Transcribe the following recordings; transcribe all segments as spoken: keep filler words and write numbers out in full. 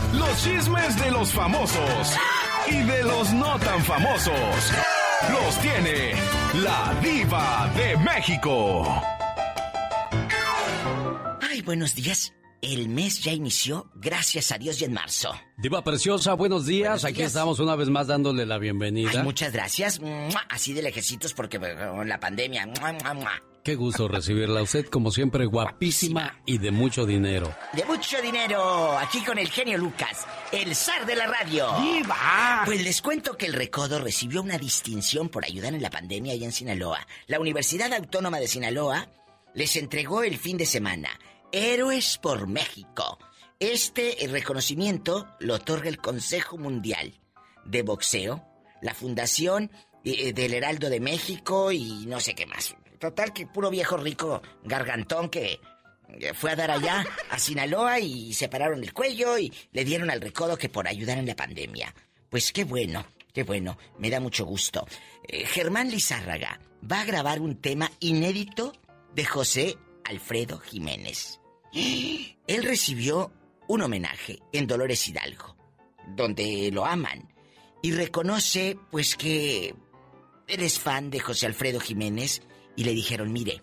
los chismes de los famosos y de los no tan famosos los tiene la Diva de México. Ay, buenos días. El mes ya inició, gracias a Dios, y en marzo. Diva preciosa, buenos días. Buenos Aquí días. estamos una vez más dándole la bienvenida. Ay, muchas gracias. Así de lejecitos porque con la pandemia. Qué gusto recibirla a usted, como siempre, guapísima, guapísima y de mucho dinero. De mucho dinero. Aquí con el genio Lucas, el zar de la radio. ¡Diva! Pues les cuento que el Recodo recibió una distinción por ayudar en la pandemia allá en Sinaloa. La Universidad Autónoma de Sinaloa les entregó el fin de semana Héroes por México. Este reconocimiento lo otorga el Consejo Mundial de Boxeo, la Fundación eh, del Heraldo de México y no sé qué más. Total que puro viejo rico gargantón que fue a dar allá a Sinaloa y separaron el cuello y le dieron al Recodo que por ayudar en la pandemia. Pues qué bueno, qué bueno, me da mucho gusto. Eh, Germán Lizárraga va a grabar un tema inédito de José Alfredo Jiménez. Él recibió un homenaje en Dolores Hidalgo, donde lo aman, y reconoce pues que él es fan de José Alfredo Jiménez y le dijeron, mire,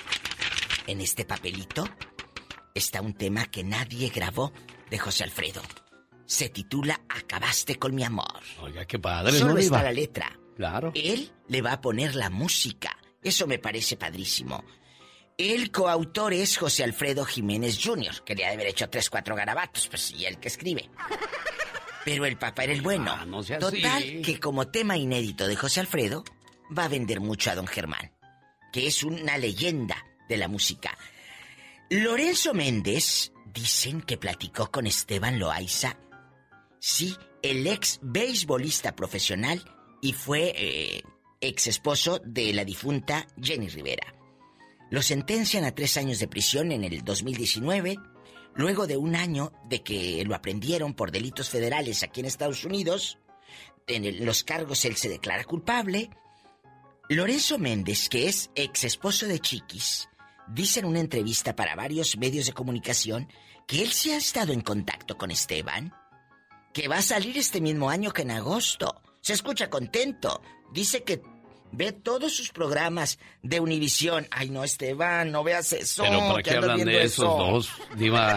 en este papelito está un tema que nadie grabó de José Alfredo. Se titula Acabaste con mi amor. Oiga, qué padre. Solo ¿no, está Diva? la letra. Claro. Él le va a poner la música. Eso me parece padrísimo. El coautor es José Alfredo Jiménez junior, que le ha de haber hecho tres, cuatro garabatos, pues sí, el que escribe. Pero el papá era el bueno. Ah, no sea Total, así. que como tema inédito de José Alfredo, va a vender mucho a don Germán, que es una leyenda de la música. Lorenzo Méndez, dicen que platicó con Esteban Loaiza. Sí, el ex beisbolista profesional y fue eh, ex esposo de la difunta Jenny Rivera. Lo sentencian a tres años de prisión en el dos mil diecinueve, luego de un año de que lo aprendieron por delitos federales aquí en Estados Unidos. En el, los cargos él se declara culpable. Lorenzo Méndez, que es ex esposo de Chiquis, dice en una entrevista para varios medios de comunicación que él sí ha estado en contacto con Esteban, que va a salir este mismo año que en agosto. Se escucha contento. Dice que ve todos sus programas de Univisión. Ay, no, Esteban, no veas eso. Pero ¿para qué hablan de esos eso? dos, Diva?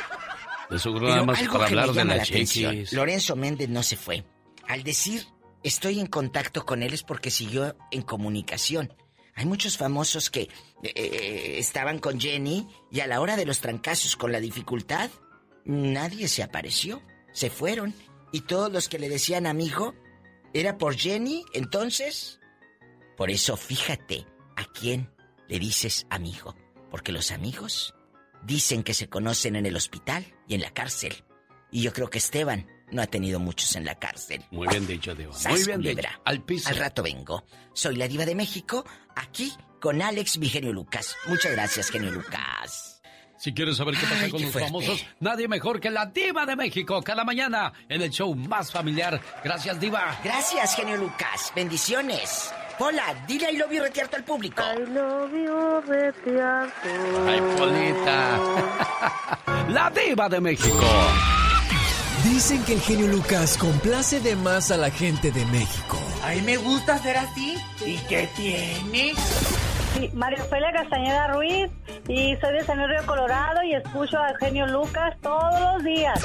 De su Pero programa más algo para que me hablar de llama la la atención, Chiquis. Lorenzo Méndez no se fue. Al decir estoy en contacto con él es porque siguió en comunicación. Hay muchos famosos que eh, estaban con Jenny y a la hora de los trancazos con la dificultad, nadie se apareció. Se fueron. Y todos los que le decían amigo, ¿era por Jenny entonces? Por eso fíjate a quién le dices amigo. Porque los amigos dicen que se conocen en el hospital y en la cárcel. Y yo creo que Esteban no ha tenido muchos en la cárcel. Muy bien dicho, Diva. ¡Sas, Muy bien culebra! dicho. Al piso. Al rato vengo. Soy la Diva de México, aquí con Alex, mi genio Lucas. Muchas gracias, genio Lucas. Si quieres saber qué pasa Ay, con qué los fuerte. famosos, nadie mejor que la Diva de México cada mañana en el show más familiar. Gracias, Diva. Gracias, genio Lucas. Bendiciones. Pola, dile I love you retiarto al público. I love you, retiarto. Ay, Polita. La Diva de México. Dicen que el genio Lucas complace de más a la gente de México. A mí me gusta ser así. ¿Y qué tiene? Sí, María Ofelia Castañeda Ruiz, y soy de San Río Colorado y escucho al genio Lucas todos los días.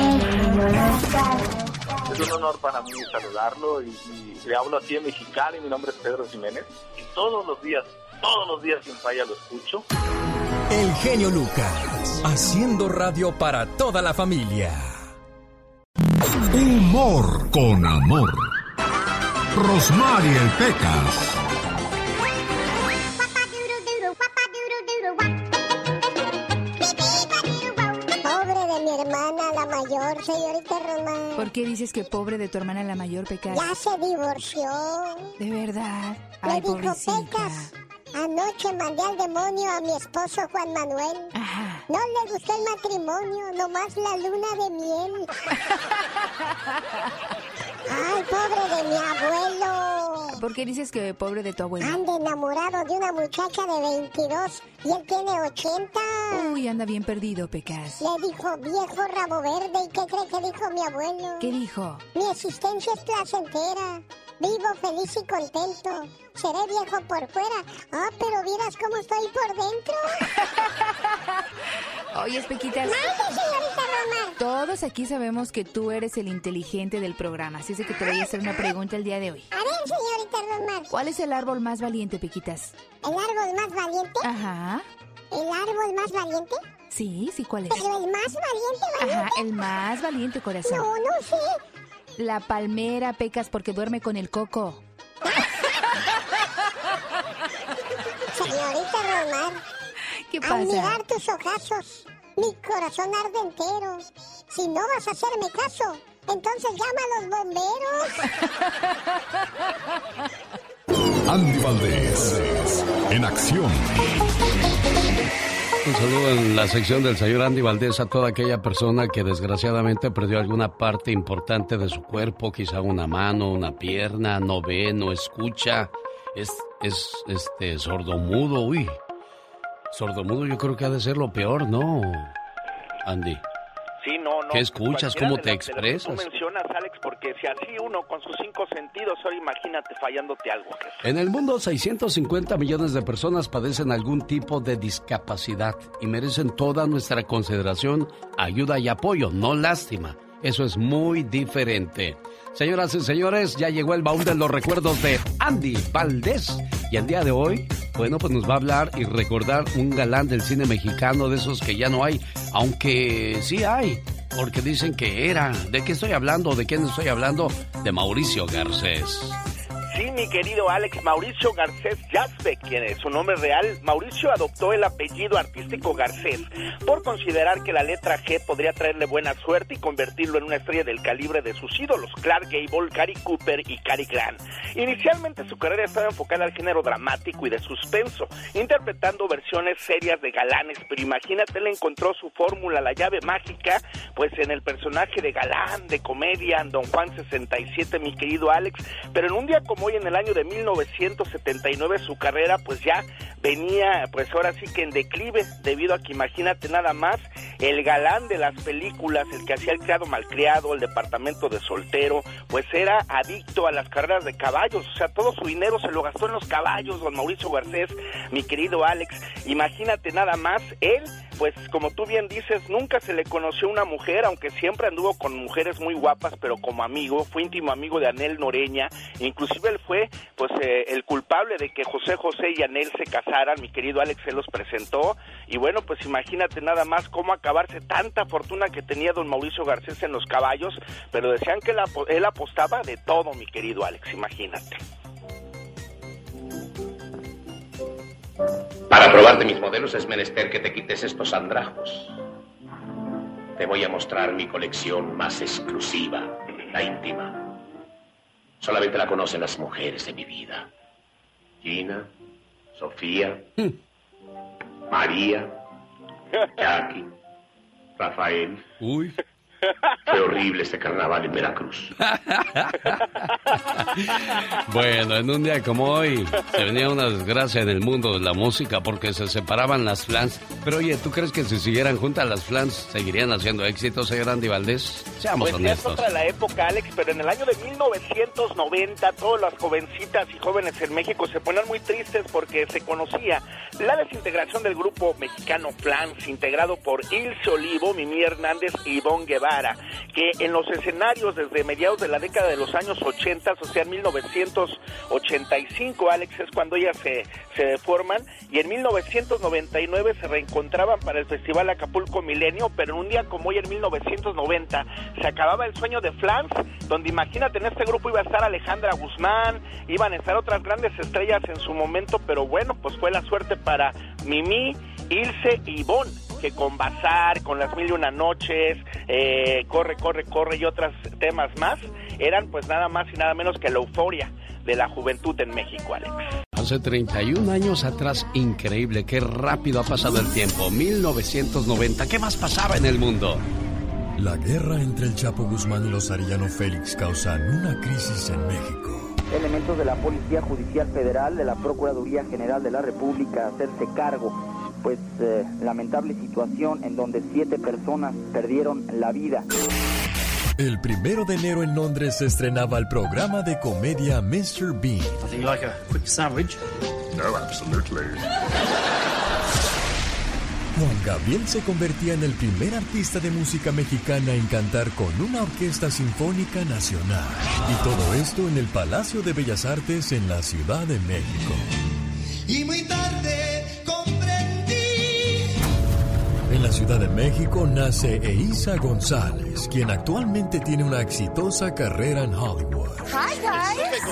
Es un honor para mí saludarlo y, y le hablo aquí en Mexicali. Mi nombre es Pedro Jiménez y todos los días, todos los días sin falla lo escucho. El genio Lucas, haciendo radio para toda la familia. Humor con amor. Rosmarie Pecas. Pobre de mi hermana, la mayor, señorita Román. ¿Por qué dices que pobre de tu hermana la mayor, Pecas? Ya se divorció. ¿De verdad? Me Ay, dijo, pobrecita. Pecas, anoche mandé al demonio a mi esposo Juan Manuel. Ajá. No le gustó el matrimonio, nomás la luna de miel. Ay, pobre de mi abuelo. ¿Por qué dices que pobre de tu abuelo? Anda enamorado de una muchacha de veintidós y él tiene ochenta. Uy, anda bien perdido, Pecas. Le dijo, viejo rabo verde, ¿y qué cree que dijo mi abuelo? ¿Qué dijo? Mi existencia es placentera. Vivo feliz y contento. Seré viejo por fuera. Ah, pero vieras cómo estoy por dentro. Oye, Pequitas. ¡Mande, señorita Romar! Todos aquí sabemos que tú eres el inteligente del programa, así es que te voy a hacer una pregunta el día de hoy. A ver, señorita Romar. ¿Cuál es el árbol más valiente, Pequitas? ¿El árbol más valiente? Ajá. ¿El árbol más valiente? Sí, sí, ¿cuál es? ¿Pero el más valiente, valiente? Ajá, el más valiente, corazón. No, no sé. La palmera, Pecas, porque duerme con el coco. Señorita Romar. ¿Qué pasa? Al mirar tus ojazos, mi corazón arde entero. Si no vas a hacerme caso, entonces llama a los bomberos. Andy Valdés, en acción. Un saludo en la sección del señor Andy Valdés a toda aquella persona que desgraciadamente perdió alguna parte importante de su cuerpo, quizá una mano, una pierna, no ve, no escucha, es, es este sordomudo, uy. Sordomudo yo creo que ha de ser lo peor, ¿no, Andy? Sí, no, no. ¿Qué escuchas? ¿Cómo te expresas? Tú mencionas, Alex, porque si así uno con sus cinco sentidos, ahora imagínate fallándote algo. En el mundo, seiscientos cincuenta millones de personas padecen algún tipo de discapacidad y merecen toda nuestra consideración, ayuda y apoyo, no lástima. Eso es muy diferente. Señoras y señores, ya llegó el baúl de los recuerdos de Andy Valdés. Y el día de hoy, bueno, pues nos va a hablar y recordar un galán del cine mexicano, de esos que ya no hay, aunque sí hay, porque dicen que era. ¿De qué estoy hablando? ¿De quién estoy hablando? De Mauricio Garcés. Sí, mi querido Alex, Mauricio Garcés Yazbek, quien es su nombre real. Mauricio adoptó el apellido artístico Garcés por considerar que la letra G podría traerle buena suerte y convertirlo en una estrella del calibre de sus ídolos, Clark Gable, Cary Cooper y Cary Grant. Inicialmente su carrera estaba enfocada al género dramático y de suspenso, interpretando versiones serias de galanes, pero imagínate, le encontró su fórmula, la llave mágica, pues en el personaje de galán, de comedia, Don Juan sesenta y siete, mi querido Alex, pero en un día como hoy, en el año de mil novecientos setenta y nueve, su carrera pues ya venía, pues ahora sí que en declive, debido a que imagínate nada más, el galán de las películas, el que hacía El criado malcriado, El departamento de soltero, pues era adicto a las carreras de caballos, o sea, todo su dinero se lo gastó en los caballos, don Mauricio Garcés, mi querido Alex. Imagínate nada más, él, pues como tú bien dices, nunca se le conoció una mujer, aunque siempre anduvo con mujeres muy guapas, pero como amigo, fue íntimo amigo de Anel Noreña, inclusive él fue pues eh, el culpable de que José José y Anel se casaran, mi querido Alex, se los presentó, y bueno, pues imagínate nada más cómo acabarse tanta fortuna que tenía don Mauricio Garcés en los caballos, pero decían que él, ap- él apostaba de todo, mi querido Alex, imagínate. Para probarte mis modelos es menester que te quites estos andrajos. Te voy a mostrar mi colección más exclusiva, la íntima. Solamente la conocen las mujeres de mi vida. Gina, Sofía, María, Jackie, Rafael. Uy. Qué horrible este carnaval en Veracruz. Bueno, en un día como hoy se venía una desgracia en el mundo de la música porque se separaban las Flans. Pero oye, ¿tú crees que si siguieran juntas las Flans seguirían haciendo éxito, señor Andy Valdés? Seamos pues honestos. Es otra la época, Alex, pero en el año de mil novecientos noventa todas las jovencitas y jóvenes en México se ponían muy tristes porque se conocía la desintegración del grupo mexicano Flans, integrado por Ilse Olivo, Mimi Hernández y Ivonne Guevara, que en los escenarios desde mediados de la década de los años ochenta, o sea, en mil novecientos ochenta y cinco, Alex, es cuando ellas se, se forman, y en mil novecientos noventa y nueve se reencontraban para el Festival Acapulco Milenio, pero en un día como hoy, en mil novecientos noventa, se acababa el sueño de Flans, donde imagínate, en este grupo iba a estar Alejandra Guzmán, iban a estar otras grandes estrellas en su momento, pero bueno, pues fue la suerte para Mimi, Ilse y Ivonne, que con Bazar, con Las Mil y Una Noches, eh, Corre, Corre, Corre y otros temas más, eran pues nada más y nada menos que la euforia de la juventud en México, Alex. Hace treinta y un años atrás, increíble, qué rápido ha pasado el tiempo, mil novecientos noventa, ¿qué más pasaba en el mundo? La guerra entre el Chapo Guzmán y los Arellano Félix causan una crisis en México. elementos de la Policía Judicial Federal, de la Procuraduría General de la República, a hacerse cargo, pues eh, lamentable situación en donde siete personas perdieron la vida. El primero de enero en Londres se estrenaba el programa de comedia mister Bean. Would you like a quick sandwich? No, absolutely. Juan Gabriel se convertía en el primer artista de música mexicana en cantar con una orquesta sinfónica nacional. Y todo esto en el Palacio de Bellas Artes en la Ciudad de México. Y muy tarde comprendí. En la Ciudad de México nace Eiza González, quien actualmente tiene una exitosa carrera en Hollywood. Hi, guys.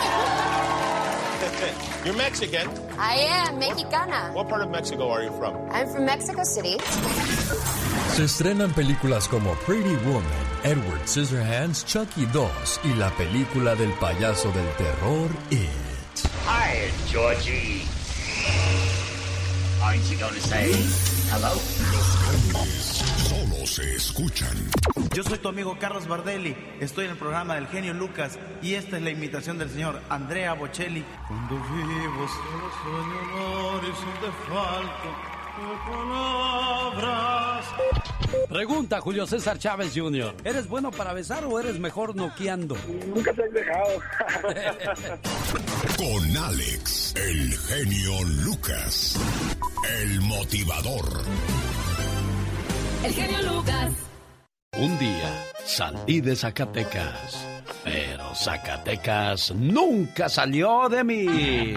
You're Mexican? I am mexicana. What part of Mexico are you from? I'm from Mexico City. Se estrenan películas como Pretty Woman, Edward Scissorhands, Chucky dos y la película del payaso del terror, It. Hi, Georgie. Aren't you going to say hello? Los grandes solo se escuchan. Yo soy tu amigo Carlos Bardelli, estoy en el programa del genio Lucas y esta es la imitación del señor Andrea Bocelli. Cuando vivo solo sueño honor y sin te falto de palabras. Pregunta Julio César Chávez junior ¿Eres bueno para besar o eres mejor noqueando? Nunca te has dejado. Con Alex, el genio Lucas, el motivador. El genio Lucas. Un día salí de Zacatecas, pero Zacatecas nunca salió de mí.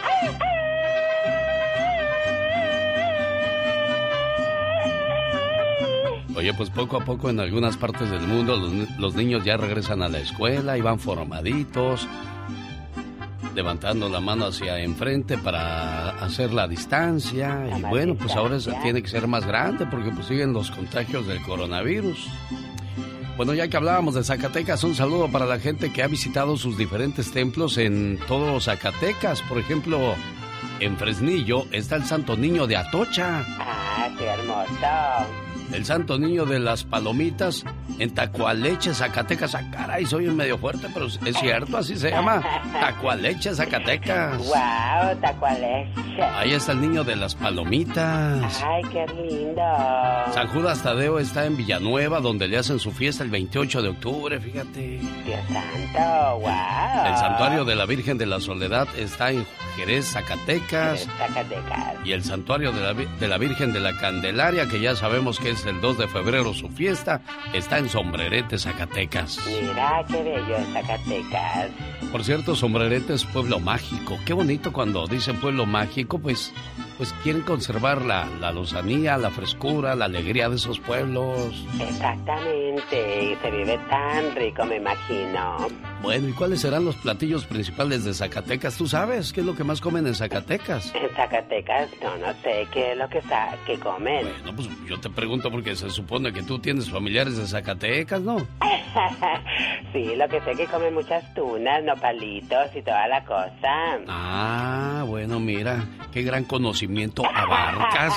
Oye, pues poco a poco en algunas partes del mundo los, los niños ya regresan a la escuela y van formaditos, levantando la mano hacia enfrente para hacer la distancia. Y bueno, pues ahora es, tiene que ser más grande porque pues siguen los contagios del coronavirus. Bueno, ya que hablábamos de Zacatecas, un saludo para la gente que ha visitado sus diferentes templos en todo Zacatecas. Por ejemplo, en Fresnillo está el Santo Niño de Atocha. ¡Ah, qué hermoso! El Santo Niño de las Palomitas en Tacualeche, Zacatecas. Ah, caray, soy un medio fuerte, pero es cierto, así se llama. Tacualeche, Zacatecas. ¡Wow, Tacualeche! Ahí está el Niño de las Palomitas. ¡Ay, qué lindo! San Judas Tadeo está en Villanueva, donde le hacen su fiesta el veintiocho de octubre, fíjate. ¡Dios santo! ¡Wow! El Santuario de la Virgen de la Soledad está en Jerez, Zacatecas. Jerez, Zacatecas. Y el Santuario de la, de la Virgen de la Candelaria, que ya sabemos que es el dos de febrero su fiesta, está en Sombrerete, Zacatecas. Mira, qué bello es Zacatecas. Por cierto, Sombrerete es pueblo mágico. Qué bonito cuando dicen pueblo mágico, pues, pues quieren conservar la, la lozanía, la frescura, la alegría de esos pueblos. Exactamente, y se vive tan rico, me imagino. Bueno, ¿y cuáles serán los platillos principales de Zacatecas? ¿Tú sabes qué es lo que más comen en Zacatecas? En Zacatecas, no, no sé qué es lo que, sa- que comen. Bueno, pues yo te pregunto porque se supone que tú tienes familiares de Zacatecas, ¿no? Sí, lo que sé es que comen muchas tunas, nopalitos y toda la cosa. Ah, bueno, mira, qué gran conocimiento abarcas.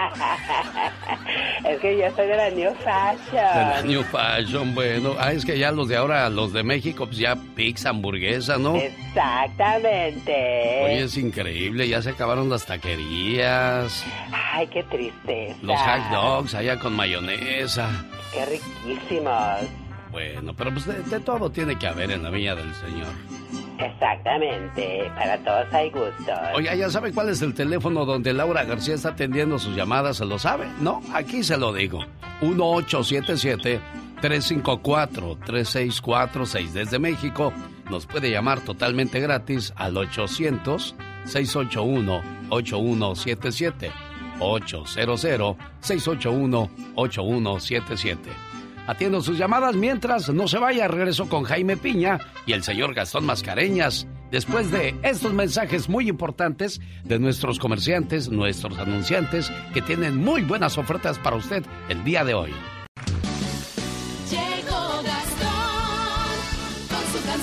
Es que yo soy de la New Fashion. De la New Fashion, bueno. Ah, es que ya los de ahora, los de México, pues ya pizza, hamburguesa, ¿no? Exactamente. Oye, es increíble, ya se acabaron las taquerías. Ay, qué tristeza. Los hot dogs allá con mayonesa. Qué riquísimos. Bueno, pero pues de, de todo tiene que haber en la viña del Señor. Exactamente, para todos hay gustos. Oiga, ¿ya sabe cuál es el teléfono donde Laura García está atendiendo sus llamadas? ¿Se lo sabe? No, aquí se lo digo. uno ocho siete siete, tres cinco cuatro, tres seis cuatro seis. Desde México nos puede llamar totalmente gratis al ochocientos, seiscientos ochenta y uno, ochenta y uno setenta y siete. ochocientos, seiscientos ochenta y uno, ochenta y uno setenta y siete. Atiendo sus llamadas mientras no se vaya. Regreso con Jaime Piña y el señor Gastón Mascareñas. Después de estos mensajes muy importantes de nuestros comerciantes, nuestros anunciantes, que tienen muy buenas ofertas para usted el día de hoy. Llegó Gastón con su canción.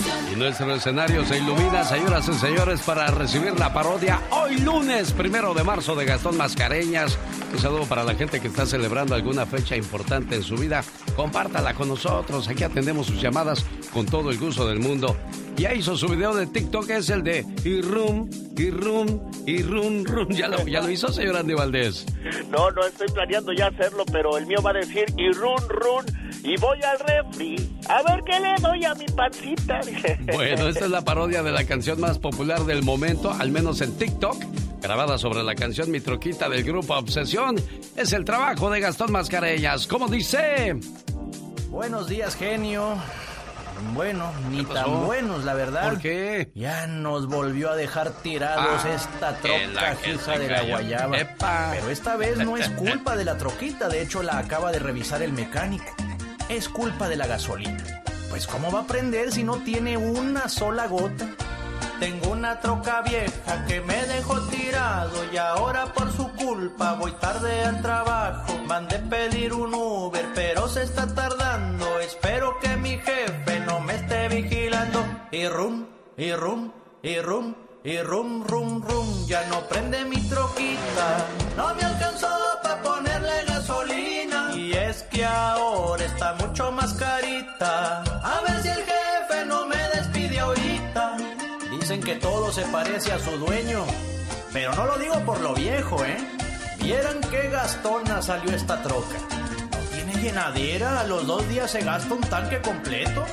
Nuestro escenario se ilumina, señoras y señores, para recibir la parodia hoy lunes, primero de marzo, de Gastón Mascareñas. Un saludo para la gente que está celebrando alguna fecha importante en su vida. Compártala con nosotros, aquí atendemos sus llamadas con todo el gusto del mundo. Ya hizo su video de TikTok, es el de y rum, y rum, y rum, rum. ¿Ya lo, ya lo hizo, señor Andy Valdés? No, no estoy planeando ya hacerlo, pero el mío va a decir y run, run, y voy al refri a ver qué le doy a mi pancita. Bueno, esta es la parodia de la canción más popular del momento, al menos en TikTok, grabada sobre la canción Mi Troquita del grupo Obsesión. Es el trabajo de Gastón Mascareñas. ¿Cómo dice? Buenos días, genio. Bueno, ni tan buenos, la verdad. ¿Por qué? Ya nos volvió a dejar tirados ah, esta troca hija de la guayaba. Epa. Pero esta vez no es culpa de la troquita, de hecho la acaba de revisar el mecánico. Es culpa de la gasolina. Pues ¿cómo va a prender si no tiene una sola gota? Tengo una troca vieja que me dejó tirado y ahora por su culpa voy tarde al trabajo. Mandé pedir un Uber, pero se está tardando. Espero que mi jefe no me esté vigilando. Y rum, y rum, y rum, y rum, rum, rum. Ya no prende mi troquita. No me alcanzó para ponerle gasolina. Y es que ahora está mucho más carita. A ver si el jefe no me despide ahorita. Dicen que todo se parece a su dueño, pero no lo digo por lo viejo, ¿eh? Vieran qué gastona salió esta troca. ¿No tiene llenadera? A los dos días se gasta un tanque completo.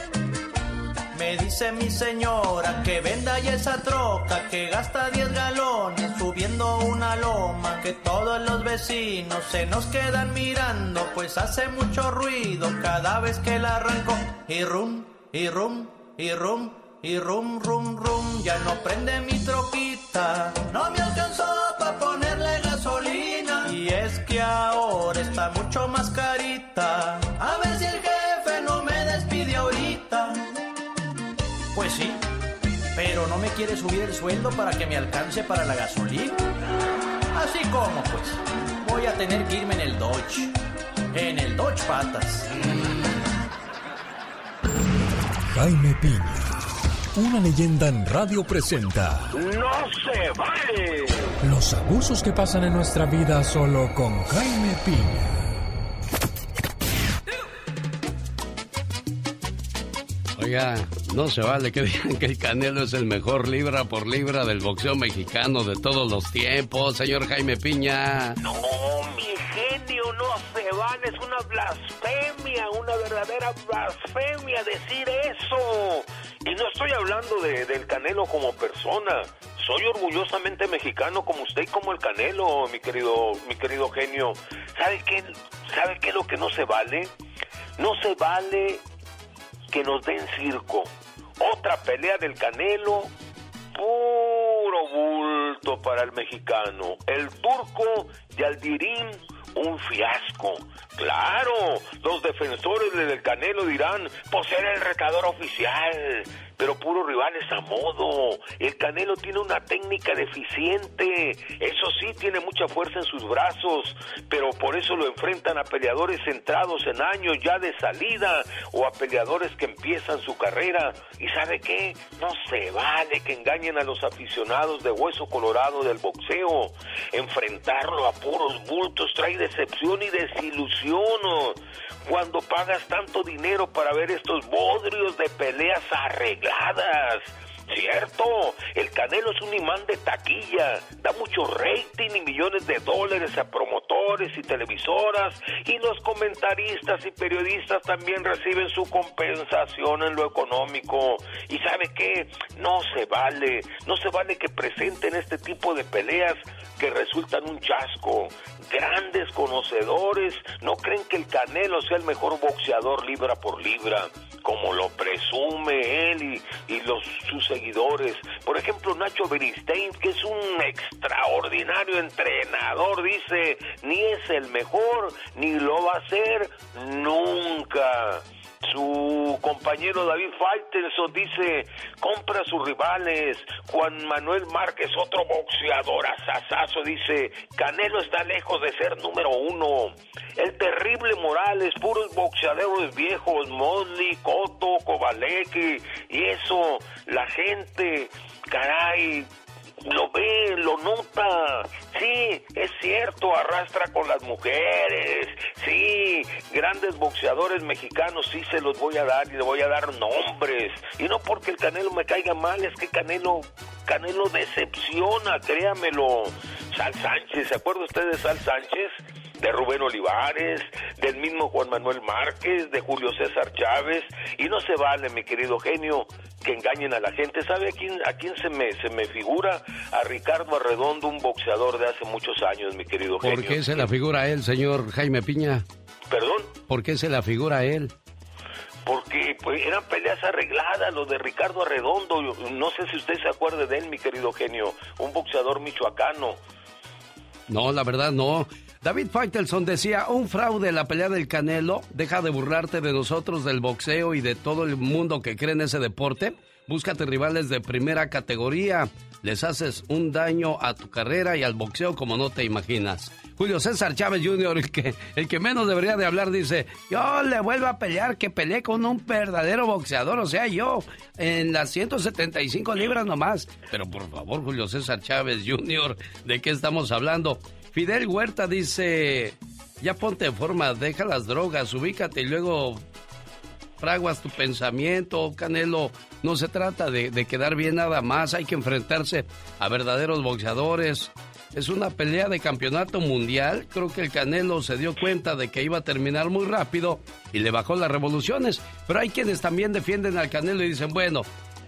Me dice mi señora que venda ya esa troca, que gasta diez galones subiendo una loma, que todos los vecinos se nos quedan mirando, pues hace mucho ruido cada vez que la arranco. Y rum, y rum, y rum, y rum, rum, rum, ya no prende mi troquita. No me alcanzó para ponerle gasolina. Y es que ahora está mucho más carita. A ver si el jefe no me despide ahorita. Pues sí, pero no me quiere subir el sueldo para que me alcance para la gasolina. Así como pues, voy a tener que irme en el Dodge. En el Dodge Patas. Jaime Piña, una leyenda en radio, presenta ¡No se vale! Los abusos que pasan en nuestra vida solo con Jaime Piña. Oiga, no se vale que digan que el Canelo es el mejor libra por libra del boxeo mexicano de todos los tiempos, señor Jaime Piña. No, mi genio, no se vale, es una blasfemia, una verdadera blasfemia decir eso. Y no estoy hablando de, del Canelo como persona. Soy orgullosamente mexicano como usted y como el Canelo, mi querido, mi querido genio. ¿Sabe qué? ¿Sabe qué es lo que no se vale? No se vale que nos den circo. Otra pelea del Canelo, puro bulto para el mexicano. El turco Yaldirim, un fiasco. Claro, los defensores del Canelo dirán, pues era el retador oficial, pero puros rivales a modo. El Canelo tiene una técnica deficiente, eso sí, tiene mucha fuerza en sus brazos, pero por eso lo enfrentan a peleadores centrados en años ya de salida, o a peleadores que empiezan su carrera. ¿Y sabe qué? No se vale que engañen a los aficionados de hueso colorado del boxeo. Enfrentarlo a puros bultos trae decepción y desilusión. Cuando pagas tanto dinero para ver estos bodrios de peleas arregladas. Cierto, el Canelo es un imán de taquilla, da mucho rating y millones de dólares a promotores y televisoras, y los comentaristas y periodistas también reciben su compensación en lo económico. ¿Y sabe qué? No se vale, no se vale que presenten este tipo de peleas que resultan un chasco. Grandes conocedores no creen que el Canelo sea el mejor boxeador libra por libra, como lo presume él y, y los sus seguidores. Por ejemplo, Nacho Beristain, que es un extraordinario entrenador, dice, ni es el mejor, ni lo va a ser nunca. Su compañero David Faitelson dice, compra a sus rivales. Juan Manuel Márquez, otro boxeador asasazo, dice, Canelo está lejos de ser número uno. El terrible Morales, puros boxeadores viejos, Mosley, Cotto, Kovalecki, y eso, la gente, caray, lo ve, lo nota. Sí, es cierto, arrastra con las mujeres. Sí, grandes boxeadores mexicanos, sí se los voy a dar y le voy a dar nombres. Y no porque el Canelo me caiga mal, es que Canelo, Canelo decepciona, créamelo. Sal Sánchez, ¿se acuerda usted de Sal Sánchez? De Rubén Olivares, del mismo Juan Manuel Márquez, de Julio César Chávez, y no se vale, mi querido genio, que engañen a la gente. ¿Sabe a quién, a quién se me se me figura? A Ricardo Arredondo, un boxeador de hace muchos años, mi querido genio. ¿Por qué se la figura a él, señor Jaime Piña? ¿Perdón? ¿Por qué se la figura a él? Porque pues eran peleas arregladas, los de Ricardo Arredondo. No sé si usted se acuerde de él, mi querido genio, un boxeador michoacano. No, la verdad no. David Faitelson decía, un fraude la pelea del Canelo, deja de burlarte de nosotros, del boxeo y de todo el mundo que cree en ese deporte, búscate rivales de primera categoría, les haces un daño a tu carrera y al boxeo como no te imaginas. Julio César Chávez junior, el que, el que menos debería de hablar, dice, yo le vuelvo a pelear, que peleé con un verdadero boxeador, o sea, yo, en las ciento setenta y cinco libras nomás. Pero por favor, Julio César Chávez junior, ¿de qué estamos hablando? Fidel Huerta dice, ya ponte en forma, deja las drogas, ubícate y luego fraguas tu pensamiento, Canelo. No se trata de, de quedar bien nada más, hay que enfrentarse a verdaderos boxeadores. Es una pelea de campeonato mundial, creo que el Canelo se dio cuenta de que iba a terminar muy rápido y le bajó las revoluciones. Pero hay quienes también defienden al Canelo y dicen, bueno,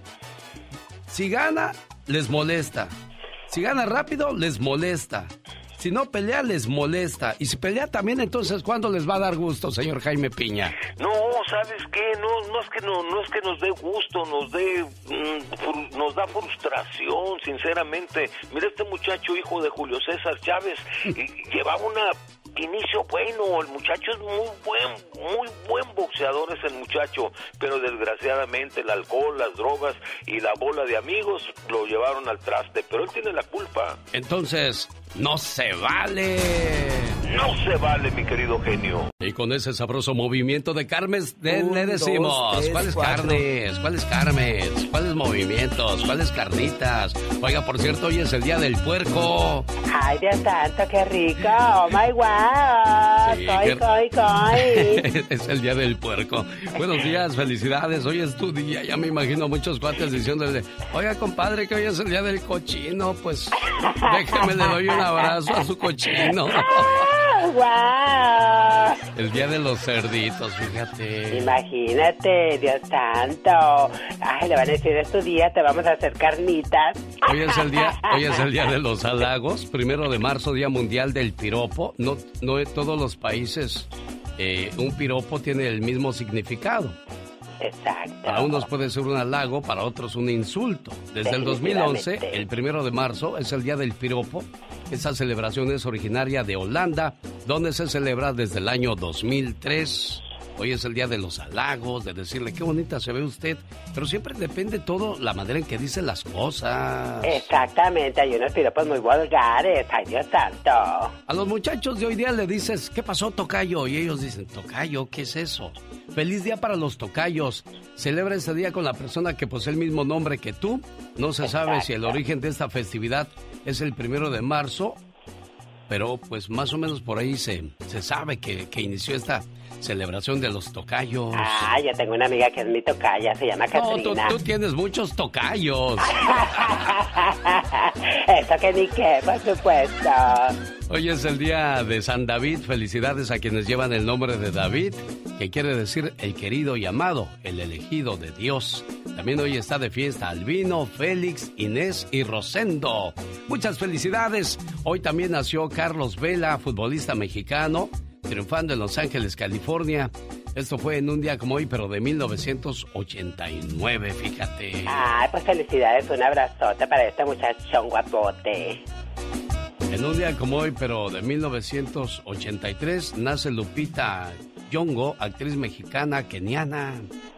si gana, les molesta. Si gana rápido, les molesta. Si no pelea, les molesta. Y si pelea también, entonces, ¿cuándo les va a dar gusto, señor Jaime Piña? No, ¿sabes qué? No, no es que no, no es que nos dé gusto, nos dé, mm, nos da frustración, sinceramente. Mira, este muchacho, hijo de Julio César Chávez, llevaba una inicio bueno, el muchacho es muy buen, muy buen boxeador es el muchacho, pero desgraciadamente el alcohol, las drogas y la bola de amigos lo llevaron al traste, pero él tiene la culpa. Entonces, no se vale. No se vale, mi querido genio. Y con ese sabroso movimiento de Carmes, de, Un, le decimos, dos, tres, ¿cuáles cuatro. carnes? ¿Cuáles Carmes? ¿Cuáles movimientos? ¿Cuáles carnitas? Oiga, por cierto, hoy es el día del puerco. Ay, Dios santo, qué rico. Oh, my God. Sí, Coy, qué- coy, coy. Es el día del puerco. Buenos días, felicidades. Hoy es tu día. Ya me imagino muchos cuates diciéndole, oiga, compadre, que hoy es el día del cochino. Pues déjeme, le doy un abrazo a su cochino. ¡Wow! El día de los cerditos, fíjate. Imagínate, Dios santo. Ay, le van a decir, es tu día, te vamos a hacer carnitas. Hoy es el día, hoy es el día de los halagos, primero de marzo, Día Mundial del Piropo. No, no en todos los países eh, un piropo tiene el mismo significado. Exacto. Para unos puede ser un halago, para otros un insulto. Desde el dos mil once, el primero de marzo, es el Día del Piropo. Esta celebración es originaria de Holanda, donde se celebra desde el año dos mil tres. Hoy es el día de los halagos, de decirle qué bonita se ve usted, pero siempre depende todo la manera en que dice las cosas. Exactamente, hay unos piropos muy vulgares. Ay, Dios santo. A los muchachos de hoy día le dices, ¿qué pasó, tocayo? Y ellos dicen, tocayo, ¿qué es eso? Feliz día para los tocayos. Celebra este día con la persona que posee el mismo nombre que tú. No se sabe si el origen de esta festividad es el primero de marzo, pero pues más o menos por ahí se, se sabe que, que inició esta celebración de los tocayos. Ah, yo tengo una amiga que es mi tocaya, se llama No, tú, Catrina. tú tienes muchos tocayos. Eso que ni qué, por supuesto. Hoy es el día de San David. Felicidades a quienes llevan el nombre de David, que quiere decir el querido y amado, el elegido de Dios. También hoy está de fiesta Albino, Félix, Inés y Rosendo. Muchas felicidades. Hoy también nació Carlos Vela, futbolista mexicano, triunfando en Los Ángeles, California. Esto fue en un día como hoy, pero de mil novecientos ochenta y nueve, fíjate. Ay, pues felicidades, un abrazote para este muchachón guapote. En un día como hoy, pero de mil novecientos ochenta y tres, nace Lupita Nyong'o, actriz mexicana keniana.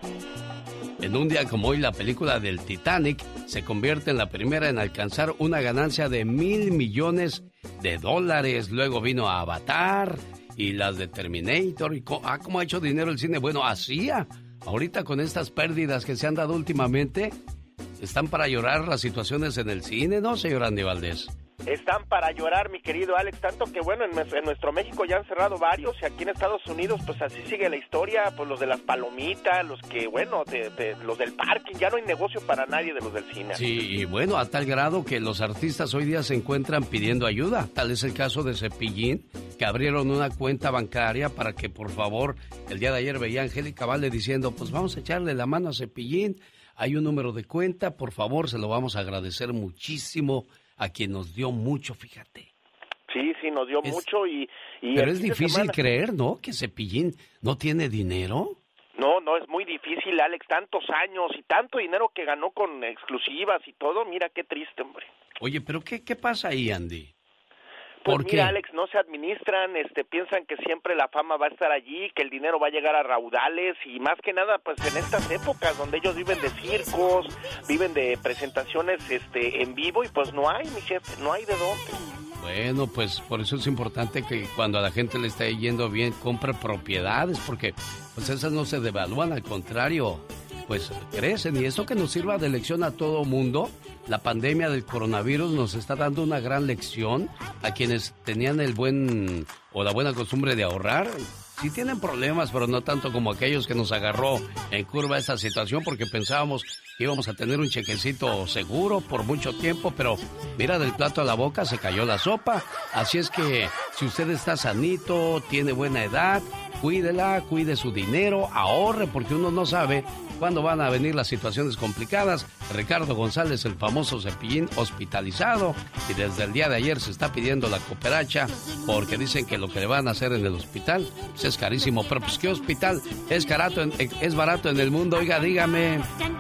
En un día como hoy, la película del Titanic se convierte en la primera en alcanzar una ganancia de mil millones de dólares. Luego vino a Avatar y las de Terminator. Y ah, ¿cómo ha hecho dinero el cine? Bueno, hacía. Ahorita con estas pérdidas que se han dado últimamente, están para llorar las situaciones en el cine, ¿no, señor Andy Valdés? Están para llorar, mi querido Alex, tanto que bueno, en, en nuestro México ya han cerrado varios, y aquí en Estados Unidos pues así sigue la historia, pues los de las palomitas, los que, bueno, de, de, los del parking, ya no hay negocio para nadie de los del cine. Sí, y bueno, a tal grado que los artistas hoy día se encuentran pidiendo ayuda. Tal es el caso de Cepillín, que abrieron una cuenta bancaria para que, por favor, el día de ayer veía a Angélica Vale diciendo, pues vamos a echarle la mano a Cepillín, hay un número de cuenta, por favor, se lo vamos a agradecer muchísimo a quien nos dio mucho, fíjate. Sí, sí, nos dio es, mucho y... y pero es difícil semana... creer, ¿no? Que Cepillín no tiene dinero. No, no, es muy difícil, Alex, tantos años y tanto dinero que ganó con exclusivas y todo, mira qué triste, hombre. Oye, pero ¿qué, qué pasa ahí, Andy? Pues ¿Por mira, qué? Alex, no se administran, este, piensan que siempre la fama va a estar allí, que el dinero va a llegar a raudales, y más que nada, pues en estas épocas donde ellos viven de circos, viven de presentaciones este, en vivo, y pues no hay, mi jefe, no hay de dónde. Bueno, pues por eso es importante que cuando a la gente le esté yendo bien, compre propiedades, porque pues esas no se devalúan, al contrario, pues crecen, y eso que nos sirva de lección a todo mundo. La pandemia del coronavirus nos está dando una gran lección a quienes tenían el buen o la buena costumbre de ahorrar. Sí tienen problemas, pero no tanto como aquellos que nos agarró en curva esta situación, porque pensábamos que íbamos a tener un chequecito seguro por mucho tiempo, pero mira, del plato a la boca se cayó la sopa. Así es que si usted está sanito, tiene buena edad, cuídela, cuide su dinero, ahorre, porque uno no sabe cuándo van a venir las situaciones complicadas. Ricardo González, el famoso Cepillín, hospitalizado, y desde el día de ayer se está pidiendo la cooperacha porque dicen que lo que le van a hacer en el hospital pues es carísimo. Pero pues ¿qué hospital es barato en, es barato en el mundo? Oiga, dígame.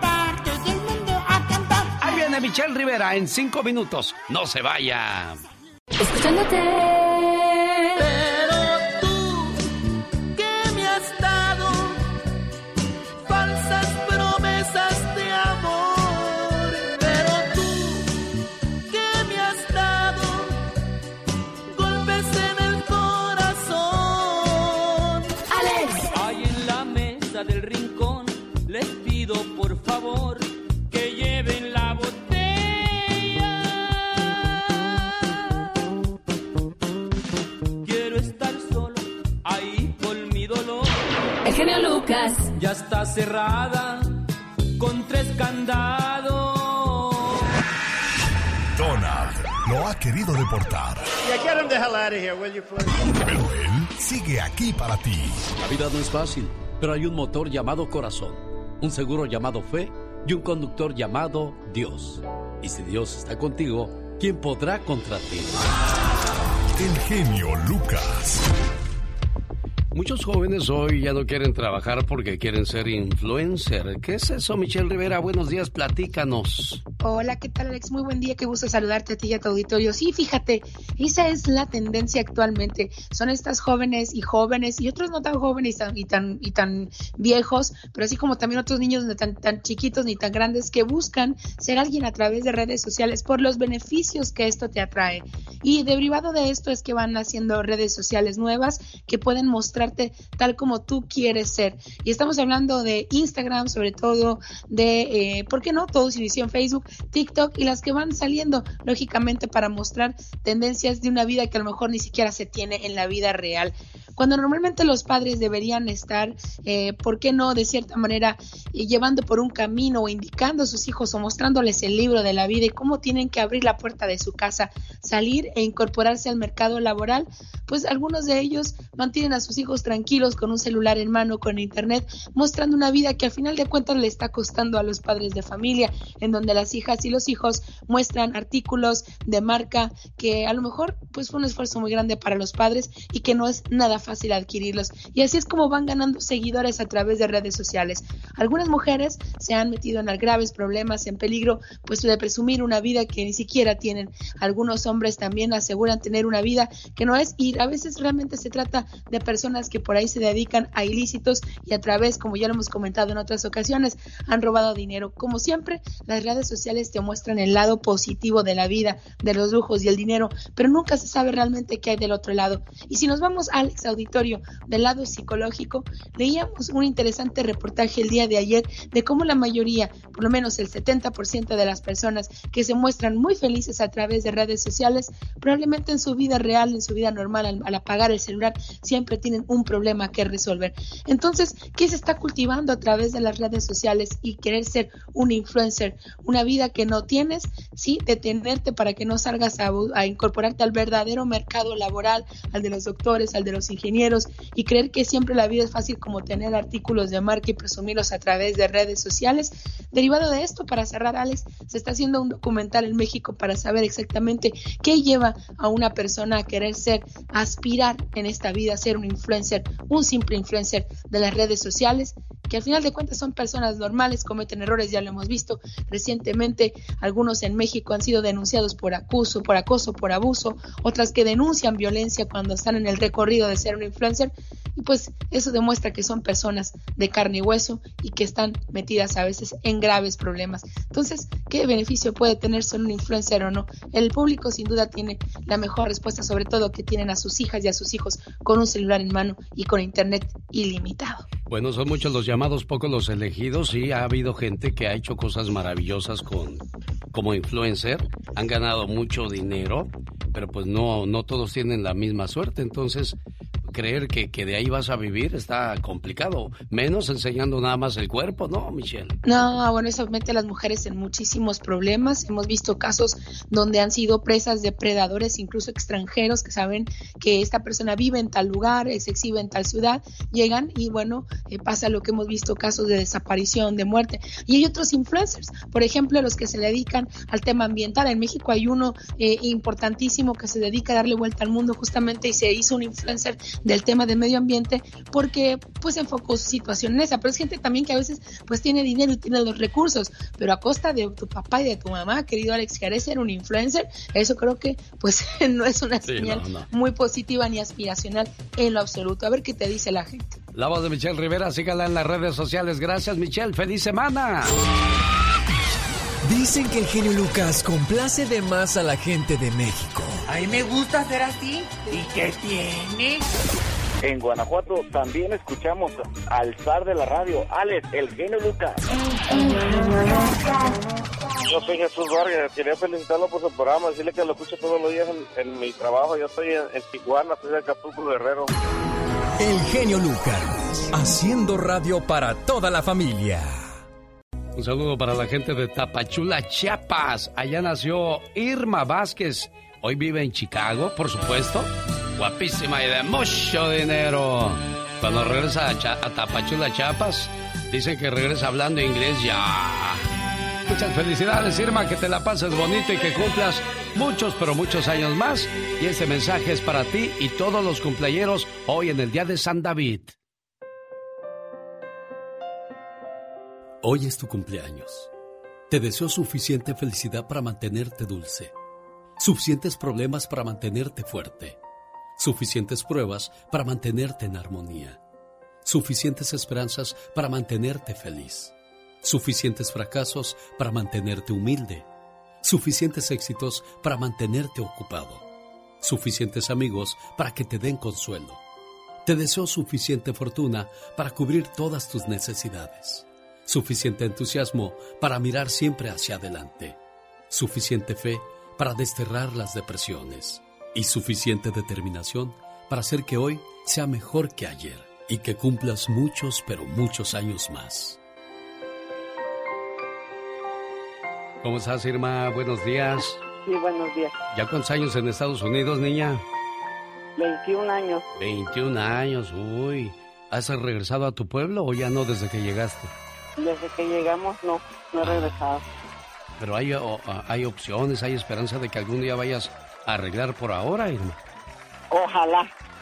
Ahí viene Michelle Rivera en cinco minutos. No se vaya. Escuchándote. Del rincón, les pido por favor que lleven la botella. Quiero estar solo ahí con mi dolor. El genio Lucas ya está cerrada con tres candados. Donald lo ha querido deportar. Yeah, get him the hell out of here, will you, please? Pero él sigue aquí para ti. La vida no es fácil, pero hay un motor llamado corazón, un seguro llamado fe y un conductor llamado Dios. Y si Dios está contigo, ¿quién podrá contra ti? El genio Lucas. Muchos jóvenes hoy ya no quieren trabajar porque quieren ser influencer. ¿Qué es eso, Michelle Rivera? Buenos días, platícanos. Hola, ¿qué tal, Alex? Muy buen día, qué gusto saludarte a ti y a tu auditorio. Sí, fíjate, esa es la tendencia actualmente. Son estas jóvenes y jóvenes y otros no tan jóvenes y tan, y tan, y tan viejos, pero así como también otros niños no tan, tan chiquitos ni tan grandes que buscan ser alguien a través de redes sociales por los beneficios que esto te atrae. Y derivado de esto es que van haciendo redes sociales nuevas que pueden mostrar tal como tú quieres ser. Y estamos hablando de Instagram, sobre todo de, eh, ¿por qué no? Todos inició en Facebook, TikTok y las que van saliendo, lógicamente, para mostrar tendencias de una vida que a lo mejor ni siquiera se tiene en la vida real. Cuando normalmente los padres deberían estar, eh, ¿por qué no? De cierta manera, eh, llevando por un camino o indicando a sus hijos o mostrándoles el libro de la vida y cómo tienen que abrir la puerta de su casa, salir e incorporarse al mercado laboral, pues algunos de ellos mantienen a sus hijos tranquilos con un celular en mano, con internet, mostrando una vida que al final de cuentas le está costando a los padres de familia, en donde las hijas y los hijos muestran artículos de marca que a lo mejor pues fue un esfuerzo muy grande para los padres y que no es nada fácil adquirirlos. Y así es como van ganando seguidores a través de redes sociales. Algunas mujeres se han metido en graves problemas, en peligro, pues de presumir una vida que ni siquiera tienen. Algunos hombres también aseguran tener una vida que no es, y a veces realmente se trata de personas que por ahí se dedican a ilícitos y a través, como ya lo hemos comentado en otras ocasiones, han robado dinero. Como siempre, las redes sociales te muestran el lado positivo de la vida, de los lujos y el dinero, pero nunca se sabe realmente qué hay del otro lado. Y si nos vamos, Alex, auditorio, del lado psicológico, leíamos un interesante reportaje el día de ayer de cómo la mayoría, por lo menos el setenta por ciento de las personas que se muestran muy felices a través de redes sociales, probablemente en su vida real, en su vida normal, al, al apagar el celular, siempre tienen un problema que resolver. Entonces, ¿qué se está cultivando a través de las redes sociales y querer ser un influencer? Una vida que no tienes, sí, detenerte para que no salgas a, a incorporarte al verdadero mercado laboral, al de los doctores, al de los ingenieros, y creer que siempre la vida es fácil como tener artículos de marca y presumirlos a través de redes sociales. Derivado de esto, para cerrar, Alex, se está haciendo un documental en México para saber exactamente qué lleva a una persona a querer ser, a aspirar en esta vida a ser un influencer, un simple influencer de las redes sociales, que al final de cuentas son personas normales, cometen errores, ya lo hemos visto recientemente. Algunos en México han sido denunciados por acuso, por acoso, por abuso, otras que denuncian violencia cuando están en el recorrido de ser un influencer, y pues eso demuestra que son personas de carne y hueso y que están metidas a veces en graves problemas. Entonces, ¿qué beneficio puede tener ser un influencer o no? El público sin duda tiene la mejor respuesta, sobre todo que tienen a sus hijas y a sus hijos con un celular en mano y con internet ilimitado. Bueno, son muchos los llamados, pocos los elegidos, y ha habido gente que ha hecho cosas maravillosas con, como influencer, han ganado mucho dinero, pero pues no, no todos tienen la misma suerte. Entonces, creer que, que de ahí vas a vivir está complicado, menos enseñando nada más el cuerpo, ¿no, Michelle? No, bueno, eso mete a las mujeres en muchísimos problemas. Hemos visto casos donde han sido presas de predadores, incluso extranjeros, que saben que esta persona vive en tal lugar, se exhibe en tal ciudad, llegan y bueno, eh, pasa lo que hemos visto, casos de desaparición, de muerte. Y hay otros influencers, por ejemplo, los que se dedican al tema ambiental. En México hay uno eh, importantísimo que se dedica a darle vuelta al mundo justamente, y se hizo un influencer del tema de medio ambiente porque pues enfocó su situación en esa. Pero es gente también que a veces pues tiene dinero y tiene los recursos, pero a costa de tu papá y de tu mamá, querido Alex, ¿querés ser un influencer? Eso creo que pues no es una sí, señal no, no. muy positiva ni aspiracional en lo absoluto. A ver qué te dice la gente. La voz de Michelle Rivera, sígala en las redes sociales. Gracias, Michelle, feliz semana. Dicen que el genio Lucas complace de más a la gente de México. A mí me gusta ser así. ¿Y qué tiene? En Guanajuato también escuchamos al zar de la radio, Alex, el genio Lucas. Yo soy Jesús Vargas, quería felicitarlo por su programa, decirle que lo escucho todos los días en, en mi trabajo. Yo estoy en, en Tijuana, soy de Acapulco, Guerrero. El genio Lucas, haciendo radio para toda la familia. Un saludo para la gente de Tapachula, Chiapas. Allá nació Irma Vázquez. Hoy vive en Chicago, por supuesto. Guapísima y de mucho dinero. Cuando regresa a, Cha- a Tapachula, Chiapas, dicen que regresa hablando inglés ya. Muchas felicidades, Irma, que te la pases bonito y que cumplas muchos, pero muchos años más. Y este mensaje es para ti y todos los cumpleañeros hoy en el día de San David. Hoy es tu cumpleaños. Te deseo suficiente felicidad para mantenerte dulce, suficientes problemas para mantenerte fuerte, suficientes pruebas para mantenerte en armonía, suficientes esperanzas para mantenerte feliz, suficientes fracasos para mantenerte humilde, suficientes éxitos para mantenerte ocupado, suficientes amigos para que te den consuelo. Te deseo suficiente fortuna para cubrir todas tus necesidades, suficiente entusiasmo para mirar siempre hacia adelante, suficiente fe para desterrar las depresiones y suficiente determinación para hacer que hoy sea mejor que ayer y que cumplas muchos, pero muchos años más. ¿Cómo estás, Irma? Buenos días. Sí, buenos días. ¿Ya cuántos años en Estados Unidos, niña? veintiún años. veintiún años, uy. ¿Has regresado a tu pueblo o ya no desde que llegaste? Desde que llegamos no, no he regresado. Pero hay, o, hay opciones, hay esperanza de que algún día vayas a arreglar por ahora, Irma. Ojalá,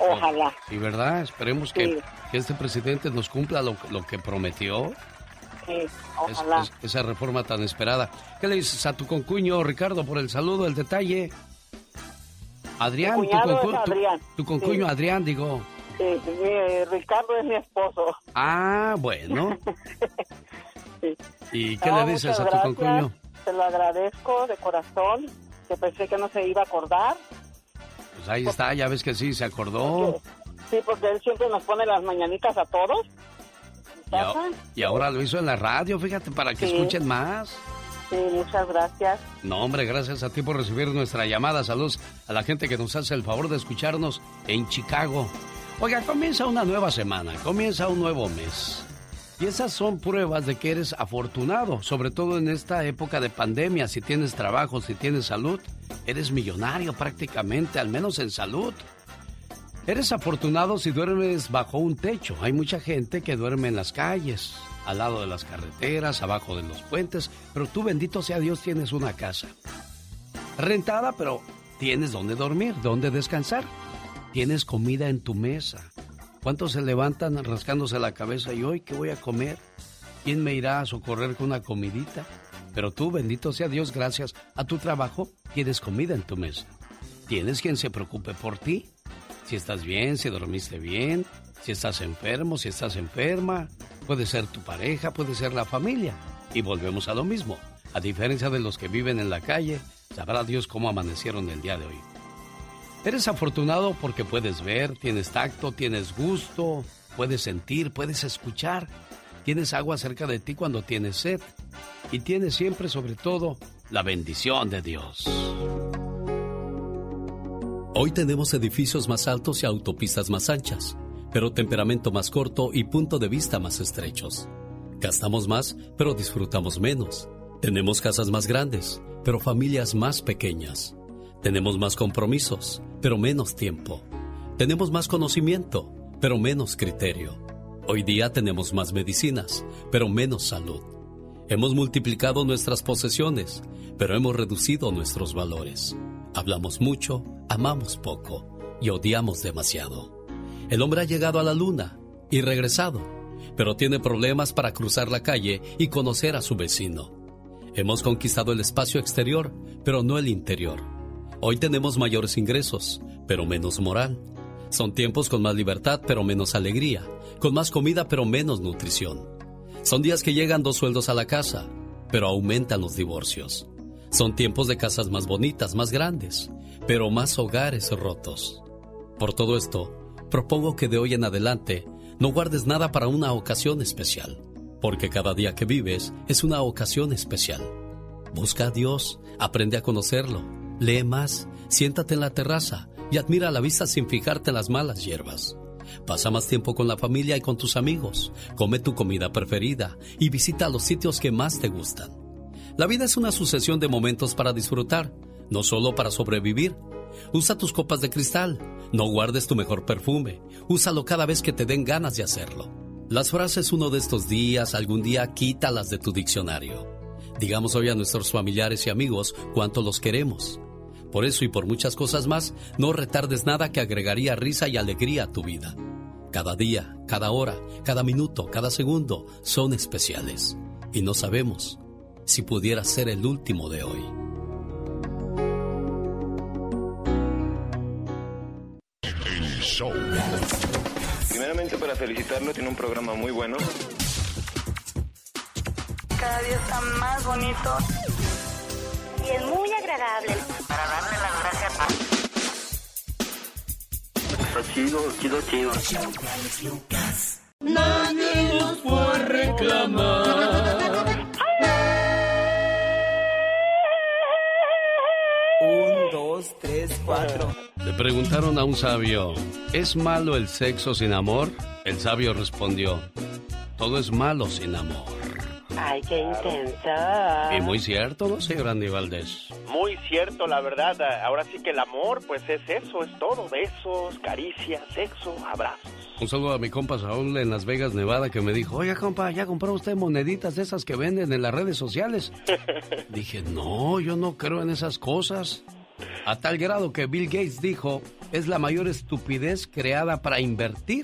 Ojalá. Y verdad, esperemos que, Sí. que este presidente nos cumpla lo, lo que prometió. Sí, Es- ojalá. es- esa reforma tan esperada. ¿Qué le dices a tu concuño, Ricardo, por el saludo, el detalle? Adrián, Mi tu, cuñado concu- es tu- Adrián. tu concuño Sí. Adrián, digo. Sí, mi- Ricardo es mi esposo. Ah, bueno. Sí. ¿Y qué No, le dices muchas a tu gracias. concuño? Te lo agradezco de corazón, que pensé que no se iba a acordar. Pues ahí está, ya ves que sí, se acordó. Sí, porque él siempre nos pone las mañanitas a todos. Y, a- y ahora lo hizo en la radio, fíjate, para que Sí. escuchen más. Sí, muchas gracias. No, hombre, gracias a ti por recibir nuestra llamada. Saludos a la gente que nos hace el favor de escucharnos en Chicago. Oiga, comienza una nueva semana, comienza un nuevo mes. Y esas son pruebas de que eres afortunado, sobre todo en esta época de pandemia. Si tienes trabajo, si tienes salud, eres millonario prácticamente, al menos en salud. Eres afortunado si duermes bajo un techo. Hay mucha gente que duerme en las calles, al lado de las carreteras, abajo de los puentes, pero tú, bendito sea Dios, tienes una casa. Rentada, pero tienes donde dormir, donde descansar. Tienes comida en tu mesa. ¿Cuántos se levantan rascándose la cabeza y hoy qué voy a comer? ¿Quién me irá a socorrer con una comidita? Pero tú, bendito sea Dios, gracias a tu trabajo, tienes comida en tu mesa. Tienes quien se preocupe por ti. Si estás bien, si dormiste bien, si estás enfermo, si estás enferma. Puede ser tu pareja, puede ser la familia. Y volvemos a lo mismo. A diferencia de los que viven en la calle, sabrá Dios cómo amanecieron el día de hoy. Eres afortunado porque puedes ver, tienes tacto, tienes gusto, puedes sentir, puedes escuchar. Tienes agua cerca de ti cuando tienes sed. Y tienes siempre, sobre todo, la bendición de Dios. Hoy tenemos edificios más altos y autopistas más anchas, pero temperamento más corto y punto de vista más estrechos. Gastamos más, pero disfrutamos menos. Tenemos casas más grandes, pero familias más pequeñas. Tenemos más compromisos, pero menos tiempo. Tenemos más conocimiento, pero menos criterio. Hoy día tenemos más medicinas, pero menos salud. Hemos multiplicado nuestras posesiones, pero hemos reducido nuestros valores. Hablamos mucho, amamos poco y odiamos demasiado. El hombre ha llegado a la luna y regresado, pero tiene problemas para cruzar la calle y conocer a su vecino. Hemos conquistado el espacio exterior, pero no el interior. Hoy tenemos mayores ingresos, pero menos moral. Son tiempos con más libertad, pero menos alegría, con más comida, pero menos nutrición. Son días que llegan dos sueldos a la casa, pero aumentan los divorcios. Son tiempos de casas más bonitas, más grandes, pero más hogares rotos. Por todo esto, propongo que de hoy en adelante no guardes nada para una ocasión especial, porque cada día que vives es una ocasión especial. Busca a Dios, aprende a conocerlo, lee más, siéntate en la terraza y admira la vista sin fijarte en las malas hierbas. Pasa más tiempo con la familia y con tus amigos, come tu comida preferida y visita los sitios que más te gustan. La vida es una sucesión de momentos para disfrutar, no solo para sobrevivir. Usa tus copas de cristal, no guardes tu mejor perfume, úsalo cada vez que te den ganas de hacerlo. Las frases uno de estos días, algún día, quítalas de tu diccionario. Digamos hoy a nuestros familiares y amigos cuánto los queremos. Por eso y por muchas cosas más, no retardes nada que agregaría risa y alegría a tu vida. Cada día, cada hora, cada minuto, cada segundo son especiales. Y no sabemos si pudiera ser el último de hoy. El show. Primeramente, para felicitarlo, tiene un programa muy bueno. Cada día está más bonito. Y es muy agradable. Para darle las gracias a... Está chido, chido, chido. Nadie nos fue a reclamar. Un, dos, tres, cuatro. Le preguntaron a un sabio, ¿es malo el sexo sin amor? El sabio respondió, todo es malo sin amor. Ay, qué intenso. Y muy cierto, ¿no, señor Andy Valdés? Muy cierto, la verdad. Ahora sí que el amor, pues es eso, es todo. Besos, caricias, sexo, abrazos. Un saludo a mi compa Saúl en Las Vegas, Nevada, que me dijo, oiga, compa, ¿ya compró usted moneditas de esas que venden en las redes sociales? Dije, no, yo no creo en esas cosas. A tal grado que Bill Gates dijo es la mayor estupidez creada para invertir.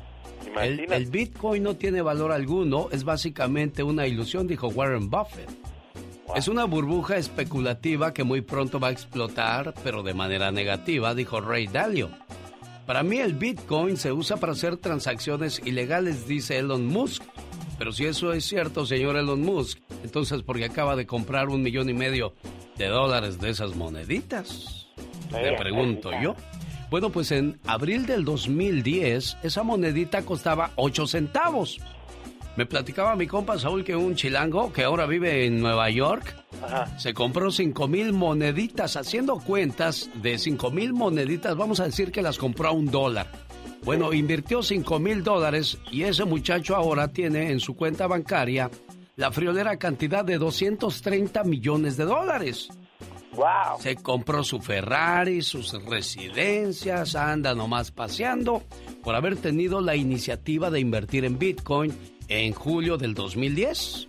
El, el Bitcoin no tiene valor alguno, es básicamente una ilusión, dijo Warren Buffett. Wow. Es una burbuja especulativa que muy pronto va a explotar, pero de manera negativa, dijo Ray Dalio. Para mí el Bitcoin se usa para hacer transacciones ilegales, dice Elon Musk. Pero si eso es cierto, señor Elon Musk, entonces ¿por qué acaba de comprar un millón y medio de dólares de esas moneditas? Le pregunto yo. Bueno, pues en abril del dos mil diez, esa monedita costaba ocho centavos. Me platicaba mi compa Saúl que un chilango que ahora vive en Nueva York, ajá, se compró cinco mil moneditas. Haciendo cuentas de cinco mil moneditas, vamos a decir que las compró a un dólar. Bueno, invirtió cinco mil dólares y ese muchacho ahora tiene en su cuenta bancaria la friolera cantidad de doscientos treinta millones de dólares. Wow. Se compró su Ferrari, sus residencias, anda nomás paseando por haber tenido la iniciativa de invertir en Bitcoin en julio del dos mil diez.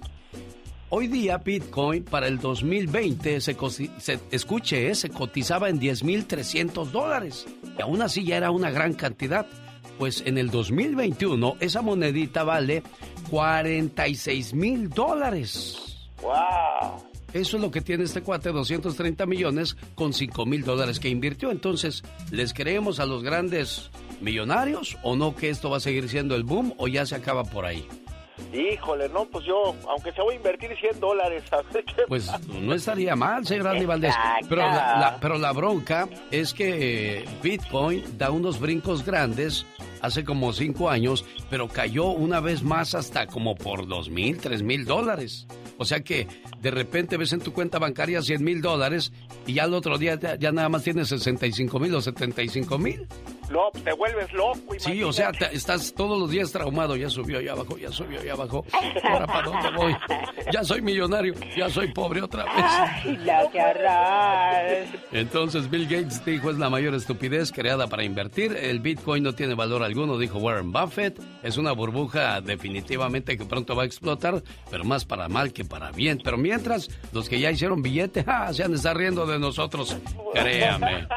Hoy día Bitcoin para el dos mil veinte se, se escuche, se cotizaba en diez mil trescientos dólares y aún así ya era una gran cantidad. Pues en el dos mil veintiuno esa monedita vale cuarenta y seis mil dólares. ¡Wow! Eso es lo que tiene este cuate, doscientos treinta millones con cinco mil dólares que invirtió. Entonces, ¿les creemos a los grandes millonarios o no que esto va a seguir siendo el boom o ya se acaba por ahí? Híjole, no, pues yo, aunque se voy a invertir cien dólares, ¿sabes qué? Pues no estaría mal, señor Andy Valdés. Pero la, la, pero la bronca es que Bitcoin da unos brincos grandes hace como cinco años, pero cayó una vez más hasta como por dos mil, tres mil dólares. O sea que de repente ves en tu cuenta bancaria cien mil dólares y ya el otro día ya, ya nada más tienes sesenta y cinco mil o setenta y cinco mil. No, te vuelves loco. Imagínate. Sí, o sea, te, estás todos los días traumado. Ya subió, ya bajó, ya subió, ya bajó. Ahora, ¿para dónde voy? Ya soy millonario, ya soy pobre otra vez. Ay, no, qué horror. Entonces Bill Gates dijo, es la mayor estupidez creada para invertir. El Bitcoin no tiene valor alguno, dijo Warren Buffett. Es una burbuja definitivamente que pronto va a explotar, pero más para mal que para bien. Pero mientras, los que ya hicieron billete, ¡ah!, se han de estar riendo de nosotros. Créame.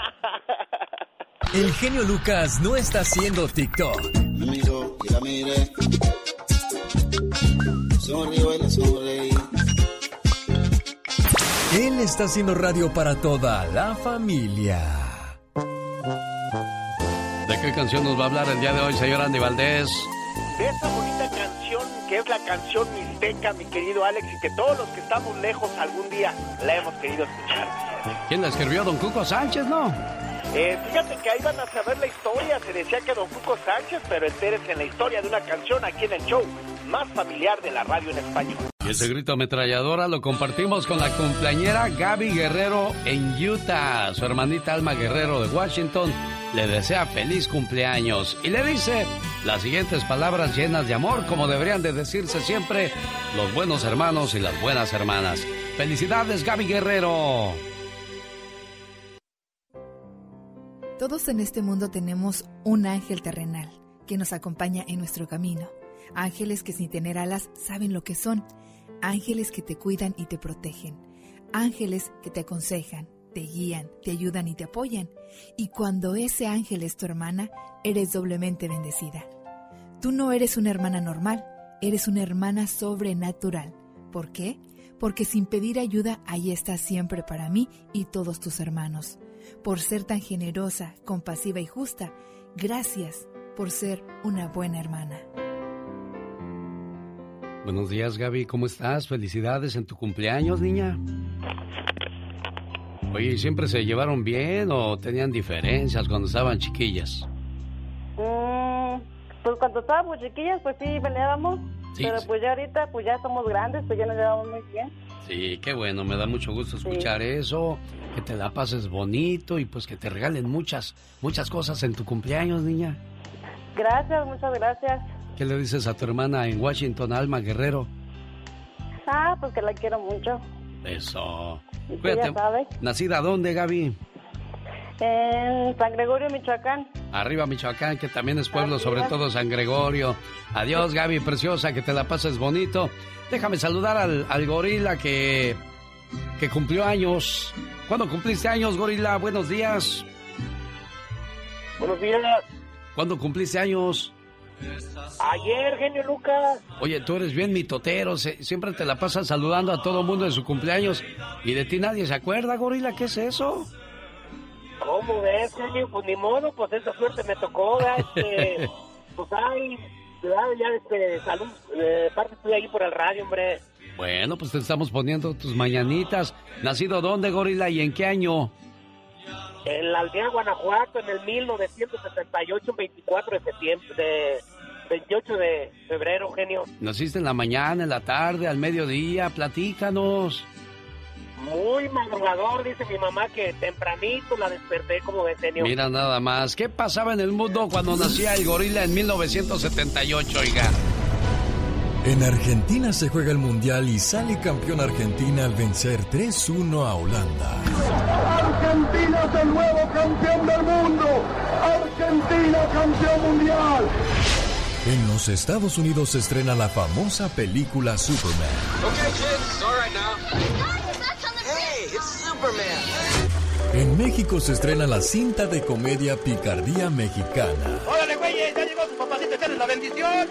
El genio Lucas no está haciendo TikTok. Amigo, y la mire. Sonrío y la sonreí. Él está haciendo radio para toda la familia. ¿De qué canción nos va a hablar el día de hoy, señor Andy Valdés? De esa bonita canción que es la canción mixteca, mi querido Alex, y que todos los que estamos lejos algún día la hemos querido escuchar. ¿Quién la escribió? Don Cuco Sánchez, ¿no? Eh, fíjate que ahí van a saber la historia. Se decía que Don Cuco Sánchez, pero entérese en la historia de una canción aquí en el show más familiar de la radio en español. Y ese grito ametralladora lo compartimos con la cumpleañera Gaby Guerrero en Utah. Su hermanita Alma Guerrero de Washington le desea feliz cumpleaños y le dice las siguientes palabras llenas de amor, como deberían de decirse siempre los buenos hermanos y las buenas hermanas. ¡Felicidades, Gaby Guerrero! Todos en este mundo tenemos un ángel terrenal que nos acompaña en nuestro camino. Ángeles que sin tener alas saben lo que son. Ángeles que te cuidan y te protegen. Ángeles que te aconsejan, te guían, te ayudan y te apoyan. Y cuando ese ángel es tu hermana, eres doblemente bendecida. Tú no eres una hermana normal, eres una hermana sobrenatural. ¿Por qué? Porque sin pedir ayuda, ahí estás siempre para mí y todos tus hermanos. Por ser tan generosa, compasiva y justa, gracias por ser una buena hermana. Buenos días, Gaby, ¿cómo estás? Felicidades en tu cumpleaños, niña. Oye, ¿siempre se llevaron bien o tenían diferencias cuando estaban chiquillas? Mm, pues cuando estábamos chiquillas, pues sí, peleábamos. Sí, pero pues ya ahorita, pues ya somos grandes, pues ya nos llevamos muy bien. Sí, qué bueno, me da mucho gusto escuchar sí. eso, que te la pases bonito y pues que te regalen muchas, muchas cosas en tu cumpleaños, niña. Gracias, muchas gracias. ¿Qué le dices a tu hermana en Washington, Alma Guerrero? Ah, pues que la quiero mucho. Eso. ¿Y cuídate. Ya sabe? ¿Nacida dónde, Gaby? En San Gregorio, Michoacán. Arriba, Michoacán, que también es pueblo, Arriba. Sobre todo San Gregorio. Adiós, Gaby, preciosa, que te la pases bonito. Déjame saludar al, al gorila que, que cumplió años. ¿Cuándo cumpliste años, gorila? Buenos días. Buenos días. ¿Cuándo cumpliste años? Ayer, genio Lucas. Oye, tú eres bien mitotero, se, siempre te la pasas saludando a todo mundo en su cumpleaños y de ti nadie se acuerda, gorila, ¿qué es eso? ¿Cómo ves, genio? Pues ni modo, pues esa suerte me tocó, ¿verdad? Este, pues ay, ¿verdad? Ya este, salud, eh, parte estoy ahí por el radio, hombre. Bueno, pues te estamos poniendo tus mañanitas. ¿Nacido dónde, gorila, y en qué año? En la aldea Guanajuato, en el mil novecientos setenta y ocho, veinticuatro de septiembre, de veintiocho de febrero, genio. ¿Naciste en la mañana, en la tarde, al mediodía? Platícanos. Muy madrugador, dice mi mamá, que tempranito la desperté como de genio. Mira nada más, ¿qué pasaba en el mundo cuando nacía el gorila en mil novecientos setenta y ocho, oiga? En Argentina se juega el Mundial y sale campeón Argentina al vencer tres uno a Holanda. Argentina es el nuevo campeón del mundo. Argentina campeón mundial. En los Estados Unidos se estrena la famosa película Superman. Okay, kids, all right now. Hey, it's Superman. En México se estrena la cinta de comedia Picardía Mexicana. Órale, güeyes, ya llegó su papacito, echarles la bendición.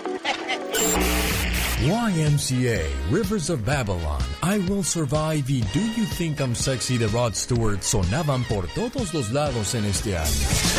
Y M C A, Rivers of Babylon, I Will Survive y Do You Think I'm Sexy de Rod Stewart sonaban por todos los lados en este año.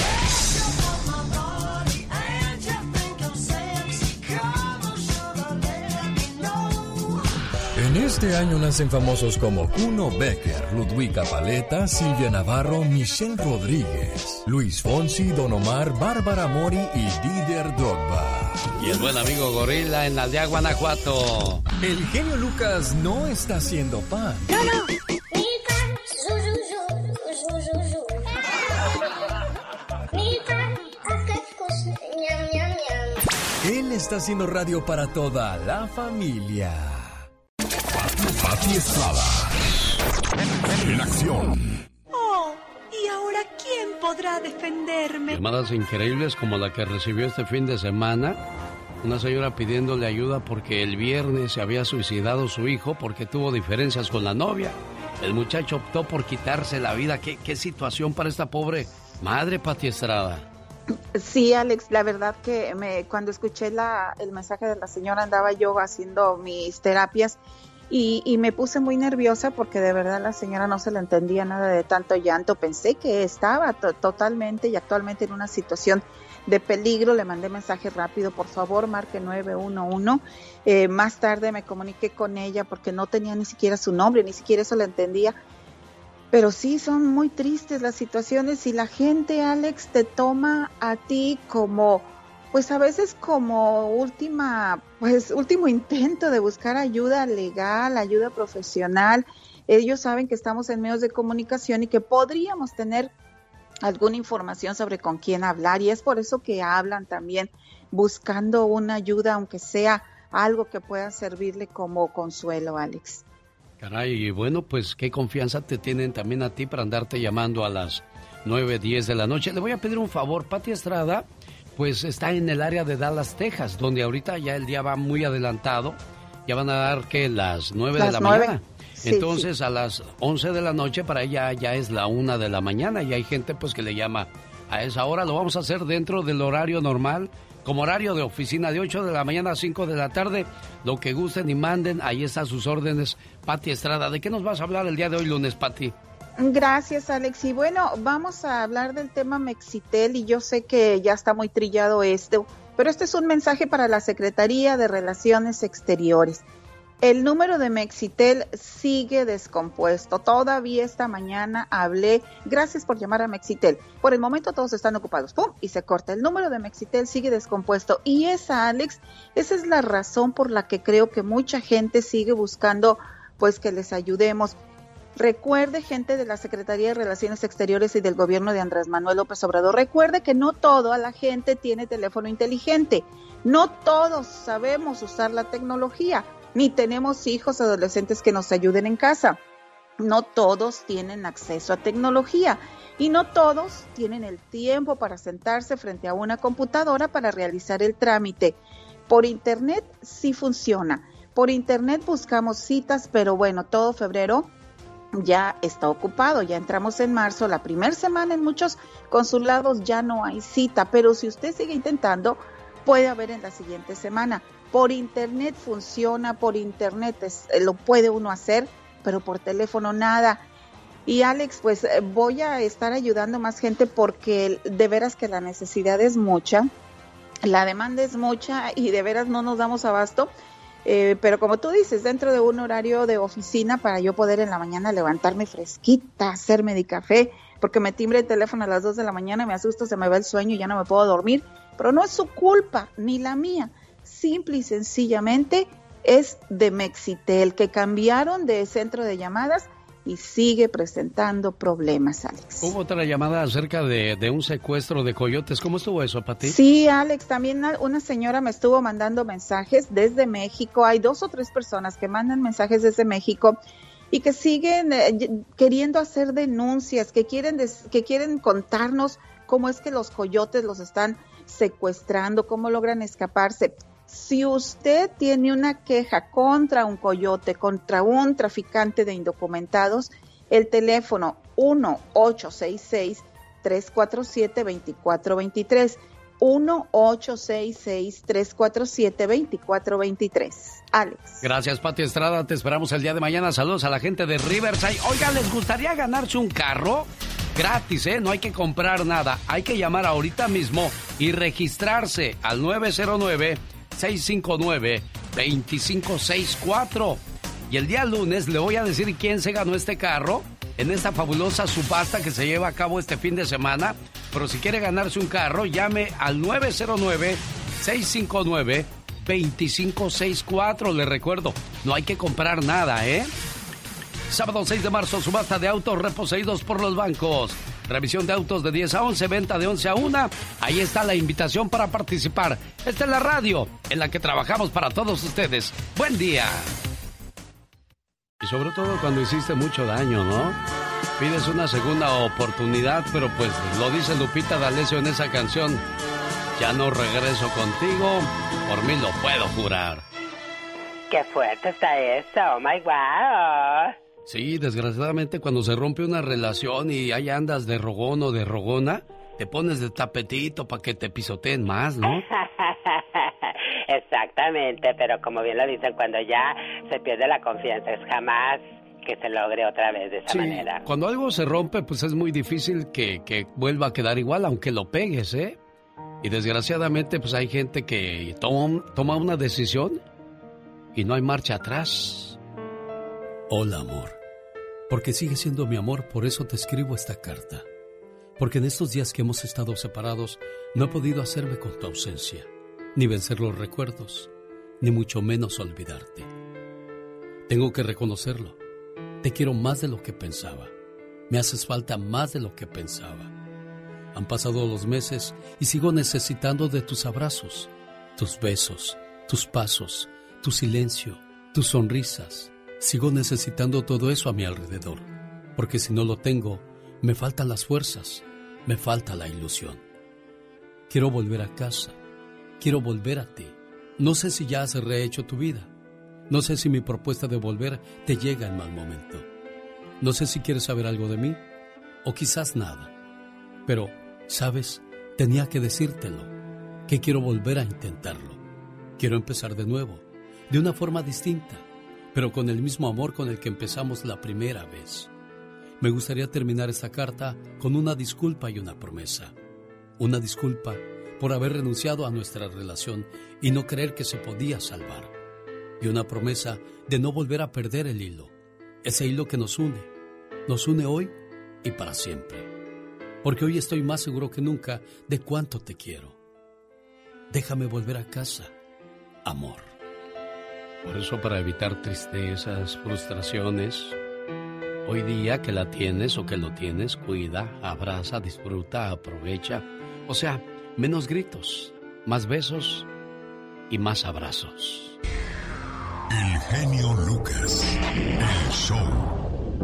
En este año nacen famosos como Kuno Becker, Ludwika Paleta, Silvia Navarro, Michelle Rodríguez, Luis Fonsi, Don Omar, Bárbara Mori y Didier Drogba. Y el buen amigo gorila en la aldea Guanajuato. El genio Lucas no está haciendo pan. No, no. Él está haciendo radio para toda la familia. Pati Estrada. En acción. Oh, ¿y ahora quién podrá defenderme? Llamadas increíbles como la que recibió este fin de semana. Una señora pidiéndole ayuda porque el viernes se había suicidado su hijo porque tuvo diferencias con la novia. El muchacho optó por quitarse la vida. ¿Qué, qué situación para esta pobre madre, Pati Estrada? Sí, Alex, la verdad que me, cuando escuché la, el mensaje de la señora andaba yo haciendo mis terapias y, y me puse muy nerviosa porque de verdad la señora no se le entendía nada de tanto llanto. Pensé que estaba to- totalmente y actualmente en una situación de peligro. Le mandé mensaje rápido, por favor, marque nueve uno uno. Eh, más tarde me comuniqué con ella porque no tenía ni siquiera su nombre, ni siquiera eso la entendía. Pero sí, son muy tristes las situaciones y la gente, Alex, te toma a ti como, pues a veces como última, pues último intento de buscar ayuda legal, ayuda profesional. Ellos saben que estamos en medios de comunicación y que podríamos tener alguna información sobre con quién hablar y es por eso que hablan también buscando una ayuda, aunque sea algo que pueda servirle como consuelo, Alex. Caray, y bueno, pues qué confianza te tienen también a ti para andarte llamando a las nueve, diez de la noche. Le voy a pedir un favor, Pati Estrada, pues está en el área de Dallas, Texas, donde ahorita ya el día va muy adelantado. Ya van a dar, ¿qué? Las nueve de la mañana. Sí, entonces sí. A las once de la noche para ella ya es la una de la mañana y hay gente pues que le llama a esa hora. Lo vamos a hacer dentro del horario normal, como horario de oficina, de ocho de la mañana a cinco de la tarde. Lo que gusten y manden, ahí están sus órdenes. Pati Estrada, ¿de qué nos vas a hablar el día de hoy lunes, Pati? Gracias, Alex. Y bueno, vamos a hablar del tema Mexitel y yo sé que ya está muy trillado esto, pero este es un mensaje para la Secretaría de Relaciones Exteriores. El número de Mexitel sigue descompuesto. Todavía esta mañana hablé. Gracias por llamar a Mexitel. Por el momento todos están ocupados. ¡Pum! Y se corta. El número de Mexitel sigue descompuesto. Y esa, Alex, esa es la razón por la que creo que mucha gente sigue buscando, pues, que les ayudemos. Recuerde, gente de la Secretaría de Relaciones Exteriores y del gobierno de Andrés Manuel López Obrador, recuerde que no toda la gente tiene teléfono inteligente. No todos sabemos usar la tecnología. Ni tenemos hijos adolescentes que nos ayuden en casa. No todos tienen acceso a tecnología y no todos tienen el tiempo para sentarse frente a una computadora para realizar el trámite. Por internet sí funciona. Por internet buscamos citas, pero bueno, todo febrero ya está ocupado, ya entramos en marzo, la primera semana en muchos consulados ya no hay cita, pero si usted sigue intentando, puede haber en la siguiente semana. Por internet funciona, por internet es, lo puede uno hacer, pero por teléfono nada. Y Alex, pues voy a estar ayudando más gente porque de veras que la necesidad es mucha, la demanda es mucha y de veras no nos damos abasto. Eh, pero como tú dices, dentro de un horario de oficina para yo poder en la mañana levantarme fresquita, hacerme de café, porque me timbre el teléfono a las dos de la mañana, me asusto, se me va el sueño y ya no me puedo dormir, pero no es su culpa, ni la mía, simple y sencillamente es de Mexitel, que cambiaron de centro de llamadas y sigue presentando problemas, Alex. Hubo otra llamada acerca de, de un secuestro de coyotes. ¿Cómo estuvo eso, Pati? Sí, Alex, también una señora me estuvo mandando mensajes desde México. Hay dos o tres personas que mandan mensajes desde México y que siguen eh, queriendo hacer denuncias, que quieren, des, que quieren contarnos cómo es que los coyotes los están secuestrando, cómo logran escaparse. Si usted tiene una queja contra un coyote, contra un traficante de indocumentados, el teléfono uno ocho seis seis, tres cuatro siete, dos cuatro dos tres, uno ocho seis seis, tres cuatro siete, dos cuatro dos tres. Alex. Gracias, Pati Estrada. Te esperamos el día de mañana. Saludos a la gente de Riverside. Oiga, ¿les gustaría ganarse un carro? Gratis, ¿eh? No hay que comprar nada. Hay que llamar ahorita mismo y registrarse al nueve cero nueve, seis cinco nueve, dos cinco seis cuatro. Y el día lunes le voy a decir quién se ganó este carro en esta fabulosa subasta que se lleva a cabo este fin de semana. Pero si quiere ganarse un carro, llame al nueve cero nueve, seis cinco nueve, dos cinco seis cuatro. Le recuerdo, no hay que comprar nada, ¿eh? Sábado seis de marzo, subasta de autos reposeídos por los bancos. Revisión de autos de diez a once, venta de once a una. Ahí está la invitación para participar. Esta es la radio en la que trabajamos para todos ustedes. ¡Buen día! Y sobre todo cuando hiciste mucho daño, ¿no? Pides una segunda oportunidad, pero pues lo dice Lupita D'Alessio en esa canción. Ya no regreso contigo, por mí lo puedo jurar. ¡Qué fuerte está eso! ¡Oh, my God! Sí, desgraciadamente cuando se rompe una relación y ahí andas de rogón o de rogona, te pones de tapetito para que te pisoteen más, ¿no? Exactamente, pero como bien lo dicen, cuando ya se pierde la confianza, es jamás que se logre otra vez de esa sí, manera. Cuando algo se rompe, pues es muy difícil que, que vuelva a quedar igual, aunque lo pegues, ¿eh? Y desgraciadamente, pues hay gente que toma, toma una decisión y no hay marcha atrás. Hola, amor. Porque sigue siendo mi amor, por eso te escribo esta carta. Porque en estos días que hemos estado separados, no he podido hacerme con tu ausencia, ni vencer los recuerdos, ni mucho menos olvidarte. Tengo que reconocerlo. Te quiero más de lo que pensaba. Me haces falta más de lo que pensaba. Han pasado los meses y sigo necesitando de tus abrazos, tus besos, tus pasos, tu silencio, tus sonrisas. Sigo necesitando todo eso a mi alrededor, porque si no lo tengo, me faltan las fuerzas, me falta la ilusión. Quiero volver a casa, quiero volver a ti. No sé si ya has rehecho tu vida, no sé si mi propuesta de volver te llega en mal momento. No sé si quieres saber algo de mí, o quizás nada. Pero, ¿sabes? Tenía que decírtelo, que quiero volver a intentarlo. Quiero empezar de nuevo, de una forma distinta, pero con el mismo amor con el que empezamos la primera vez. Me gustaría terminar esta carta con una disculpa y una promesa. Una disculpa por haber renunciado a nuestra relación y no creer que se podía salvar. Y una promesa de no volver a perder el hilo, ese hilo que nos une, nos une hoy y para siempre. Porque hoy estoy más seguro que nunca de cuánto te quiero. Déjame volver a casa, amor. Por eso, para evitar tristezas, frustraciones, hoy día que la tienes o que lo tienes, cuida, abraza, disfruta, aprovecha. O sea, menos gritos, más besos y más abrazos. El genio Lucas, el show.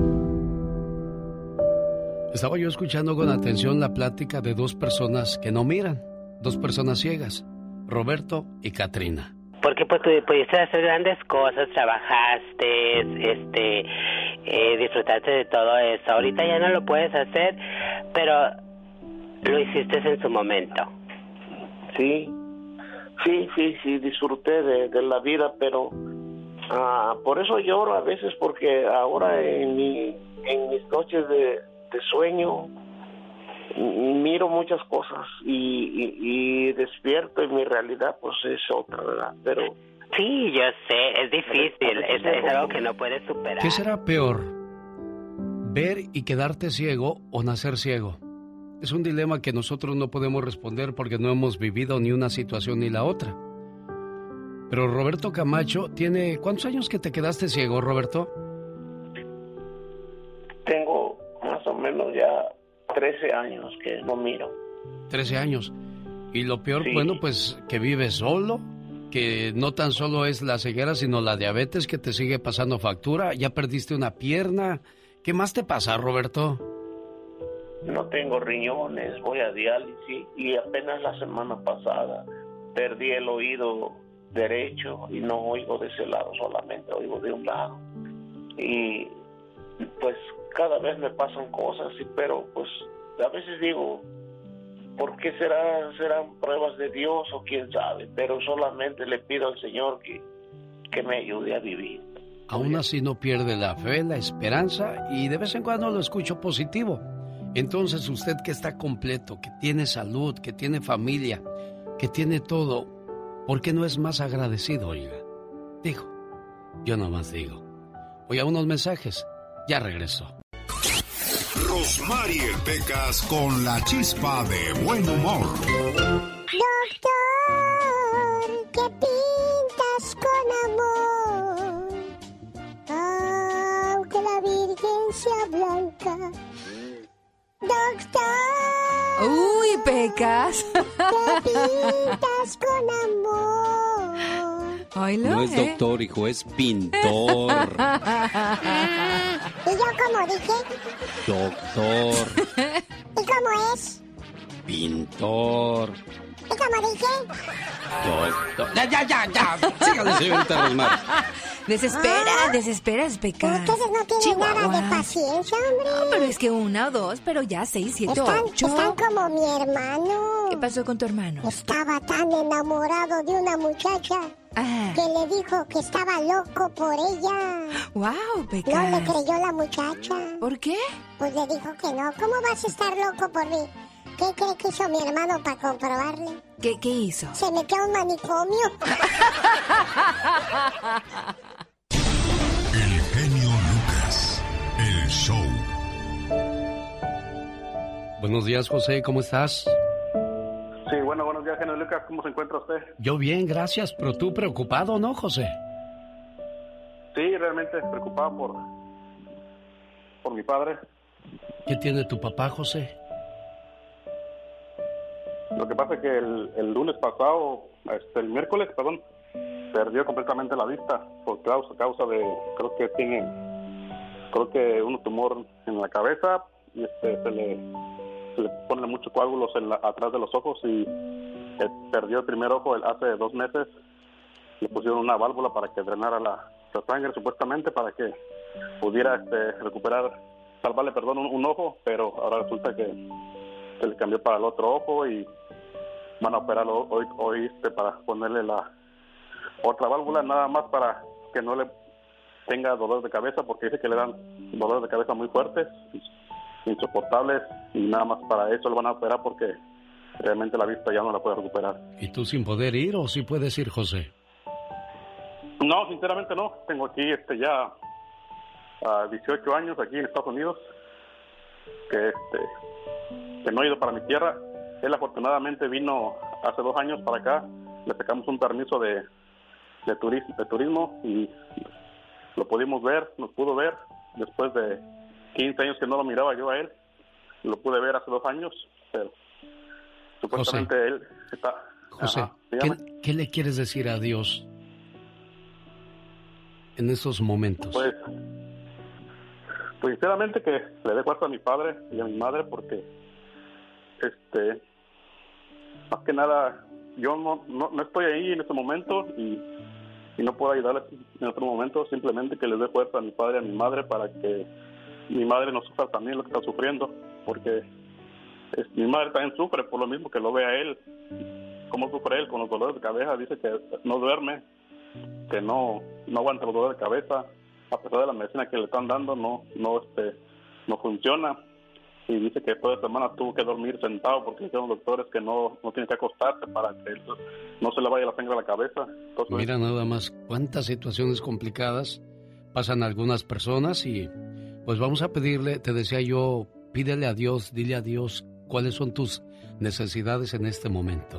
Estaba yo escuchando con atención la plática de dos personas que no miran, dos personas ciegas, Roberto y Katrina. Porque pues pudiste hacer grandes cosas, trabajaste, este, y disfrutaste de todo eso. Ahorita ya no lo puedes hacer, pero lo hiciste en su momento. Sí, sí, sí, sí, disfruté de, de la vida, pero uh, por eso lloro a veces, porque ahora en, mi, en mis noches de, de sueño miro muchas cosas y, y, y despierto y mi realidad pues es otra, ¿verdad? Pero sí, yo sé, es difícil, es, es algo que no puedes superar. ¿Qué será peor? ¿Ver y quedarte ciego o nacer ciego? Es un dilema que nosotros no podemos responder porque no hemos vivido ni una situación ni la otra. Pero Roberto Camacho tiene... ¿Cuántos años que te quedaste ciego, Roberto? Tengo más o menos ya trece años que no miro. trece años. Y lo peor, sí. Bueno, pues que vives solo, que no tan solo es la ceguera, sino la diabetes que te sigue pasando factura. Ya perdiste una pierna. ¿Qué más te pasa, Roberto? No tengo riñones, voy a diálisis y apenas la semana pasada perdí el oído derecho y no oigo de ese lado, solamente oigo de un lado. Y pues cada vez me pasan cosas, pero pues a veces digo, ¿por qué será, serán pruebas de Dios o quién sabe? Pero solamente le pido al Señor que, que me ayude a vivir. Aún así no pierde la fe, la esperanza y de vez en cuando lo escucho positivo. Entonces usted que está completo, que tiene salud, que tiene familia, que tiene todo, ¿por qué no es más agradecido, oiga? Digo, yo nomás digo. Voy a unos mensajes, ya regreso. Rosmarie Pecas con la chispa de buen humor. Doctor, ¿qué pintas con amor? Aunque la Virgen sea blanca. Doctor. Uy, Pecas. ¿Qué pintas con amor? Oilo, no es ¿eh? doctor, hijo, es pintor. ¿Y yo cómo dije? Doctor. ¿Y cómo es? Pintor. ¿Y cómo dije? Doctor. Ya, ya, ya, ya. Sígale, señorita Rosmar. Desespera, ah, desesperas, Pecas. Entonces no tiene Chihuahua. Nada de paciencia, hombre. No, pero es que una o dos, pero ya seis, siete, están, ocho. Están como mi hermano. ¿Qué pasó con tu hermano? Estaba tan enamorado de una muchacha ah. que le dijo que estaba loco por ella. Wow, Pecas. No le creyó la muchacha. ¿Por qué? Pues le dijo que no. ¿Cómo vas a estar loco por mí? ¿Qué cree que hizo mi hermano para comprobarle? ¿Qué, qué hizo? Se metió a un manicomio. El genio Lucas, el show. Buenos días, José, ¿cómo estás? Sí, bueno, buenos días, genio Lucas, ¿cómo se encuentra usted? Yo bien, gracias, pero tú preocupado, ¿no, José? Sí, realmente preocupado por, por mi padre. ¿Qué tiene tu papá, José? Lo que pasa es que el, el lunes pasado, este, el miércoles, perdón, perdió completamente la vista por causa, causa de, creo que tiene, creo que un tumor en la cabeza y este se le, se le ponen muchos coágulos en la, atrás de los ojos y eh, perdió el primer ojo el, hace dos meses. Le pusieron una válvula para que drenara la, la sangre supuestamente para que pudiera este, recuperar, salvarle, perdón, un, un ojo, pero ahora resulta que se le cambió para el otro ojo y van a operarlo hoy, hoy este, para ponerle la otra válvula, nada más para que no le tenga dolor de cabeza, porque dice que le dan dolores de cabeza muy fuertes, insoportables, y nada más para eso lo van a operar porque realmente la vista ya no la puede recuperar. ¿Y tú sin poder ir o sí puedes ir, José? No, sinceramente no. Tengo aquí este ya uh, dieciocho años aquí en Estados Unidos, que este que no he ido para mi tierra. Él afortunadamente vino hace dos años para acá, le sacamos un permiso de, de, turismo, de turismo y lo pudimos ver, nos pudo ver después de quince años que no lo miraba yo a él, lo pude ver hace dos años, pero supuestamente José, él está... José, ajá, ¿qué, ¿qué le quieres decir a Dios en estos momentos? Pues, pues sinceramente que le dé fuerza a mi padre y a mi madre porque este más que nada yo no, no, no estoy ahí en este momento y y no puedo ayudarles en otro momento, simplemente que les dé fuerza a mi padre y a mi madre para que mi madre no sufra también lo que está sufriendo, porque es, mi madre también sufre por lo mismo, que lo ve a él, cómo sufre él con los dolores de cabeza. Dice que no duerme, que no, no aguanta los dolores de cabeza, a pesar de la medicina que le están dando, no, no, este, no funciona. Y dice que toda semana tuvo que dormir sentado porque dijeron los doctores que no, no tiene que acostarse para que no se le vaya la sangre a la cabeza. Entonces, mira nada más cuántas situaciones complicadas pasan algunas personas y pues vamos a pedirle, te decía yo, pídele a Dios, dile a Dios cuáles son tus necesidades en este momento.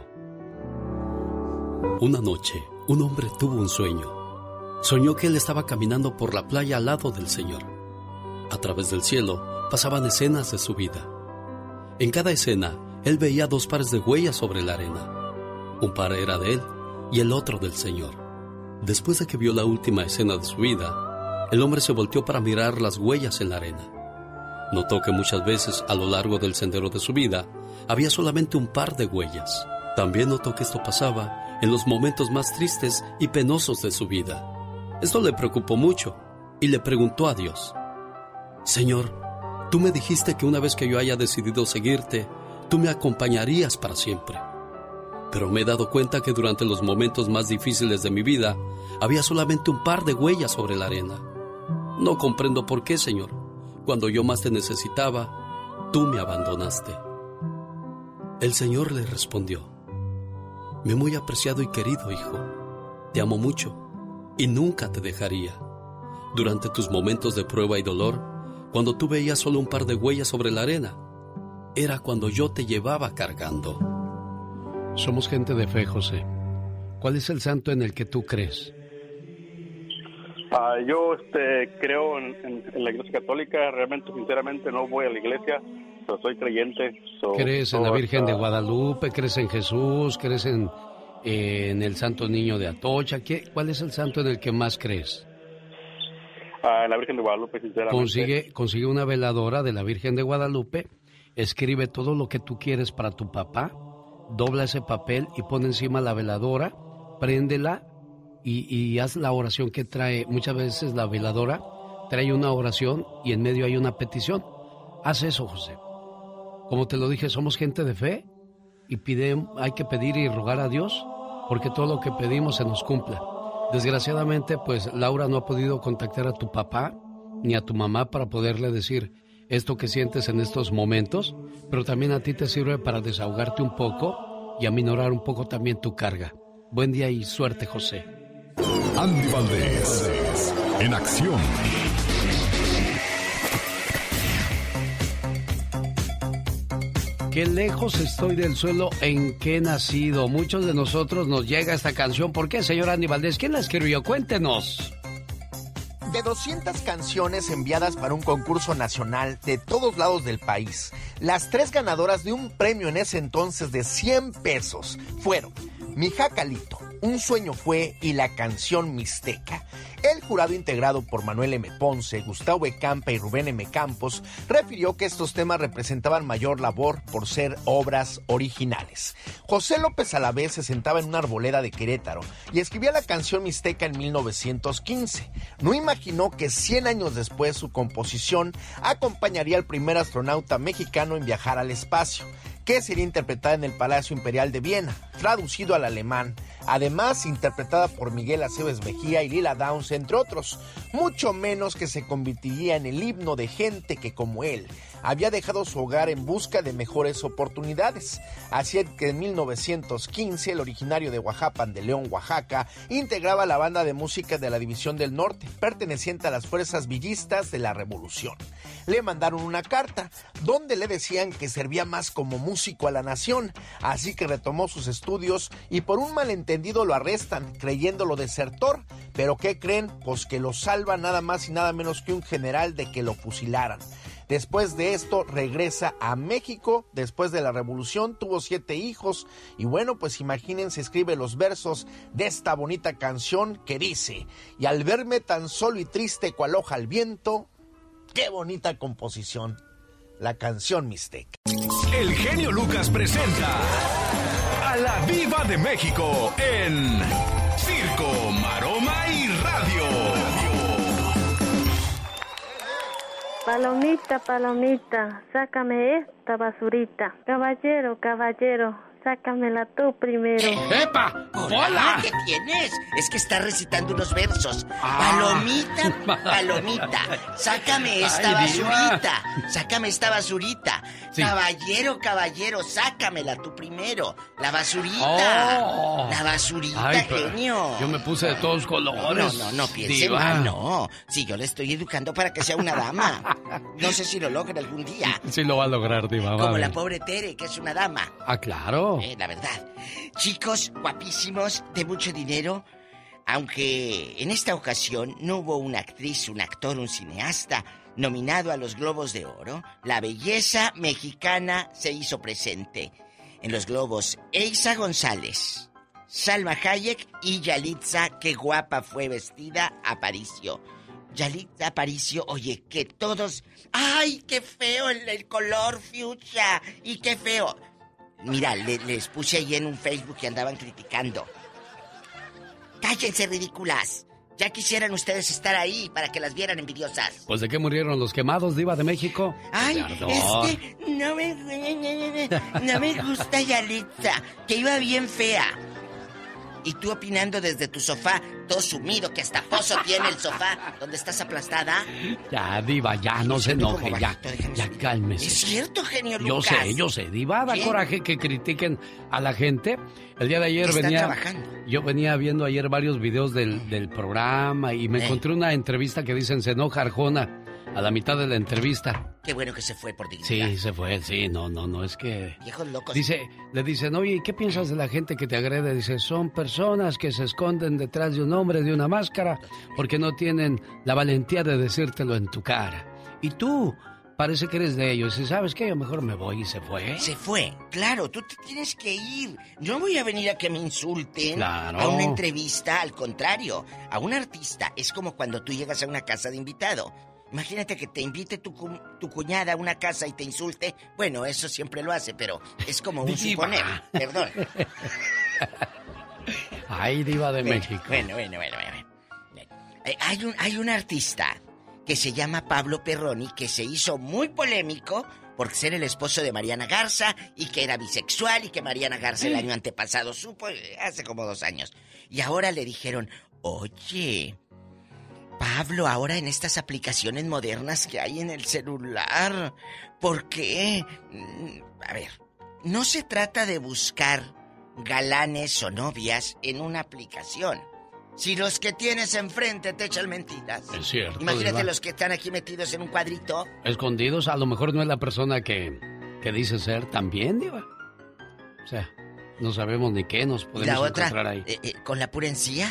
Una noche, un hombre tuvo un sueño. Soñó que él estaba caminando por la playa al lado del Señor. A través del cielo pasaban escenas de su vida. En cada escena, él veía dos pares de huellas sobre la arena. Un par era de él y el otro del Señor. Después de que vio la última escena de su vida, el hombre se volteó para mirar las huellas en la arena. Notó que muchas veces a lo largo del sendero de su vida había solamente un par de huellas. También notó que esto pasaba en los momentos más tristes y penosos de su vida. Esto le preocupó mucho y le preguntó a Dios: Señor, tú me dijiste que una vez que yo haya decidido seguirte, tú me acompañarías para siempre. Pero me he dado cuenta que durante los momentos más difíciles de mi vida, había solamente un par de huellas sobre la arena. No comprendo por qué, Señor. Cuando yo más te necesitaba, tú me abandonaste. El Señor le respondió: Mi muy apreciado y querido hijo, te amo mucho y nunca te dejaría. Durante tus momentos de prueba y dolor, cuando tú veías solo un par de huellas sobre la arena, era cuando yo te llevaba cargando. Somos gente de fe, José. ¿Cuál es el santo en el que tú crees? Uh, yo este, creo en, en, en la Iglesia Católica. Realmente, sinceramente, no voy a la iglesia, pero soy creyente. So, ¿Crees en la Virgen hasta... de Guadalupe? ¿Crees en Jesús? ¿Crees en, eh, en el Santo Niño de Atocha? ¿Qué, ¿Cuál es el santo en el que más crees? Uh, la Virgen de Guadalupe, sinceramente. Consigue, consigue una veladora de la Virgen de Guadalupe, escribe todo lo que tú quieres para tu papá, dobla ese papel y pone encima la veladora, préndela y, y haz la oración que trae. Muchas veces la veladora trae una oración y en medio hay una petición. Haz eso, José. Como te lo dije, somos gente de fe y pide, hay que pedir y rogar a Dios porque todo lo que pedimos se nos cumpla. Desgraciadamente, pues Laura no ha podido contactar a tu papá ni a tu mamá para poderle decir esto que sientes en estos momentos, pero también a ti te sirve para desahogarte un poco y aminorar un poco también tu carga. Buen día y suerte, José. Andy Valdés, en acción. Qué lejos estoy del suelo en que he nacido. Muchos de nosotros nos llega esta canción. ¿Por qué, señor Andy Valdés? ¿Quién la escribió? Cuéntenos. De doscientas canciones enviadas para un concurso nacional de todos lados del país, las tres ganadoras de un premio en ese entonces de cien pesos fueron Mi Jacalito, Un Sueño Fue y la canción Mixteca. El jurado, integrado por Manuel M. Ponce, Gustavo E. Campa y Rubén M. Campos, refirió que estos temas representaban mayor labor por ser obras originales. José López Alavés se sentaba en una arboleda de Querétaro y escribía la canción Mixteca en mil novecientos quince. No imaginó que cien años después su composición acompañaría al primer astronauta mexicano en viajar al espacio, que sería interpretada en el Palacio Imperial de Viena, traducido al alemán, además interpretada por Miguel Aceves Mejía y Lila Downs, entre otros, mucho menos que se convertiría en el himno de gente que, como él, había dejado su hogar en busca de mejores oportunidades. Así que en mil novecientos quince, el originario de Oaxapan de León, Oaxaca, integraba la banda de música de la División del Norte, perteneciente a las fuerzas villistas de la Revolución. Le mandaron una carta, donde le decían que servía más como músico a la nación, así que retomó sus estudios y por un malentendido lo arrestan, creyéndolo desertor. ¿Pero qué creen? Pues que lo salva nada más y nada menos que un general de que lo fusilaran. Después de esto regresa a México, después de la revolución tuvo siete hijos y bueno, pues imagínense, escribe los versos de esta bonita canción que dice: y al verme tan solo y triste cual hoja al viento. ¡Qué bonita composición! La canción Mixteca. El genio Lucas presenta a la Diva de México en Circo, Maroma y Radio. Palomita, palomita, sácame esta basurita. Caballero, caballero, sácamela tú primero. ¡Epa! ¡Hola! ¿Qué tienes? Es que está recitando unos versos. Ah. Palomita, palomita, sácame esta Ay, basurita. Diva. Sácame esta basurita. Sí. Caballero, caballero, sácamela tú primero. La basurita. Oh. La basurita, Ay, genio. Yo me puse de todos colores. No, no, no, piense Diva. mal, no. Si yo le estoy educando para que sea una dama. No sé si lo logra algún día. Sí lo va a lograr, Diva. Como vale. la pobre Tere, que es una dama. Ah, claro. Eh, la verdad. Chicos guapísimos, de mucho dinero, aunque en esta ocasión no hubo una actriz, un actor, un cineasta nominado a los Globos de Oro, la belleza mexicana se hizo presente. En los Globos, Eiza González, Salma Hayek y Yalitza, qué guapa fue vestida, Aparicio. Yalitza Aparicio, oye, que todos... ¡Ay, qué feo el, el color fuchsia! ¡Y qué feo! Mira, le, les puse ahí en un Facebook que andaban criticando. ¡Cállense, ridículas! Ya quisieran ustedes estar ahí para que las vieran envidiosas. Pues ¿de qué murieron los quemados, Diva de México? Ay, es que no me... No me gusta Yalitza, que iba bien fea. Y tú opinando desde tu sofá, todo sumido, que hasta pozo tiene el sofá, donde estás aplastada. Ya, Diva, ya, no se enoje, ya, ya cálmese. Es cierto, genio Lucas. Yo sé, yo sé, Diva, da coraje que critiquen a la gente. El día de ayer venía... trabajando. Yo venía viendo ayer varios videos del, del programa y me eh. encontré una entrevista que dicen, se enoja Arjona a la mitad de la entrevista. Qué bueno que se fue por dignidad. Sí, se fue, sí, no, no, no, es que... Viejos locos. Dice, le dicen, oye, ¿qué piensas de la gente que te agrede? Dice, son personas que se esconden detrás de un hombre, de una máscara, porque no tienen la valentía de decírtelo en tu cara. Y tú, parece que eres de ellos, y ¿sabes qué? Yo mejor me voy, y se fue. Se fue, claro, tú te tienes que ir. No voy a venir a que me insulten. Claro. A una entrevista, al contrario. A un artista es como cuando tú llegas a una casa de invitado. Imagínate que te invite tu, cu tu cuñada a una casa y te insulte. Bueno, eso siempre lo hace, pero es como un suponer. Perdón. Ay, Diva de bueno, México. Bueno, bueno, bueno, bueno. bueno. Eh, hay, un, hay un artista que se llama Pablo Perroni que se hizo muy polémico por ser el esposo de Mariana Garza y que era bisexual y que Mariana Garza el año antepasado supo, hace como dos años. Y ahora le dijeron, oye... Pablo, ahora en estas aplicaciones modernas que hay en el celular, ¿por qué? A ver, no se trata de buscar galanes o novias en una aplicación. Si los que tienes enfrente te echan mentiras. Es cierto. Imagínate Diva. Los que están aquí metidos en un cuadrito. Escondidos, a lo mejor no es la persona que, que dice ser también, Diva. O sea, no sabemos ni qué nos podemos la otra, encontrar ahí. Eh, eh, ¿Con la pura encía?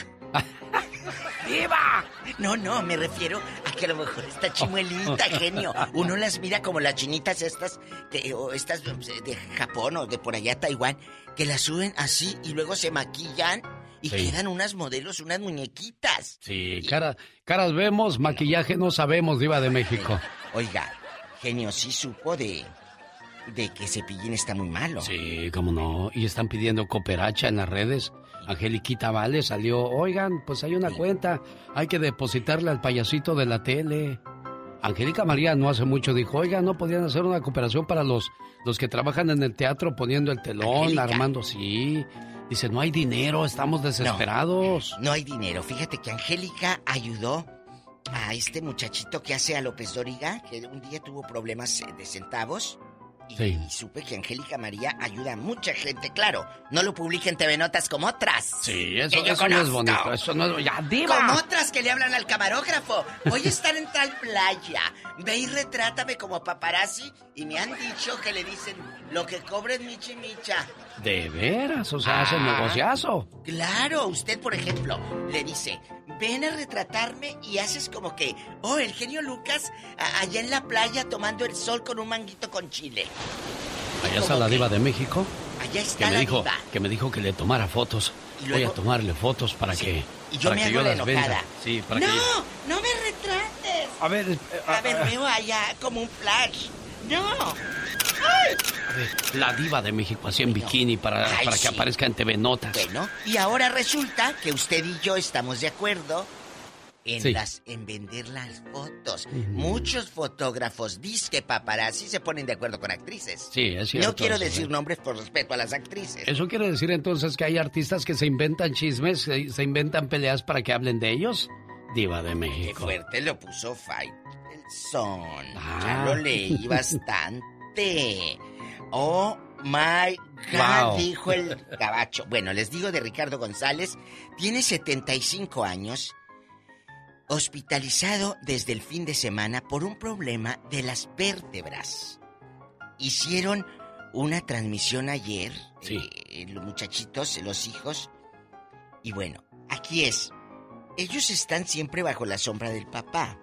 ¡Viva! No, no, me refiero a que a lo mejor está chimuelita, genio. Uno las mira como las chinitas estas, de, o estas de Japón o de por allá Taiwán, que las suben así y luego se maquillan y sí. Quedan unas modelos, unas muñequitas. Sí, cara, caras vemos, maquillaje no sabemos, Diva de México. Oiga, genio, sí supo de... de que Cepillín está muy malo. Sí, cómo no. Y están pidiendo cooperacha en las redes. Angeliquita Vale salió, oigan, pues hay una sí. cuenta, hay que depositarle al payasito de la tele. Angélica María no hace mucho dijo, oigan, no podían hacer una cooperación para los, los que trabajan en el teatro poniendo el telón, Angélica. Armando, sí. Dice, no hay dinero, estamos desesperados. No, no hay dinero. Fíjate que Angélica ayudó a este muchachito que hace a López Dóriga, que un día tuvo problemas de centavos. Y, sí. y supe que Angélica María ayuda a mucha gente, claro. No lo publica en T V Notas como otras. Sí, eso, eso no es bonito. Eso no es... ¡Ya, Diva! Como otras que le hablan al camarógrafo. Hoy están en tal playa. Ve y retrátame como paparazzi. Y me han dicho que le dicen lo que cobre Michi Micha. ¿De veras? O sea, ah, hace negociazo. Claro, usted, por ejemplo, le dice... Ven a retratarme y haces como que... Oh, el genio Lucas a, allá en la playa tomando el sol con un manguito con chile. Allá está la Diva de México. Allá está que me la dijo, diva. Que me dijo que le tomara fotos. Y luego, voy a tomarle fotos para sí, que... Y yo para me que hago yo la las enojada. venda. Sí, para no, que yo... no me retrates. A ver... Eh, a, a ver, veo allá como un flash. No. La Diva de México, así en bueno, bikini, para, ay, para que sí. aparezca en T V Notas. Bueno, y ahora resulta que usted y yo estamos de acuerdo en sí. las en vender las fotos. Uh-huh. Muchos fotógrafos, disque paparazzi, se ponen de acuerdo con actrices. Sí, es cierto. No quiero eso, decir ¿eh? nombres por respeto a las actrices. ¿Eso quiere decir entonces que hay artistas que se inventan chismes, se, se inventan peleas para que hablen de ellos? Diva de México. Qué fuerte lo puso Faitelson. Ah. Ya lo leí bastante. Oh my God, wow. Dijo el gabacho. Bueno, les digo de Ricardo González. Tiene setenta y cinco años, hospitalizado desde el fin de semana por un problema de las vértebras. Hicieron una transmisión ayer, sí. eh, los muchachitos, los hijos. Y bueno, aquí es. Ellos están siempre bajo la sombra del papá.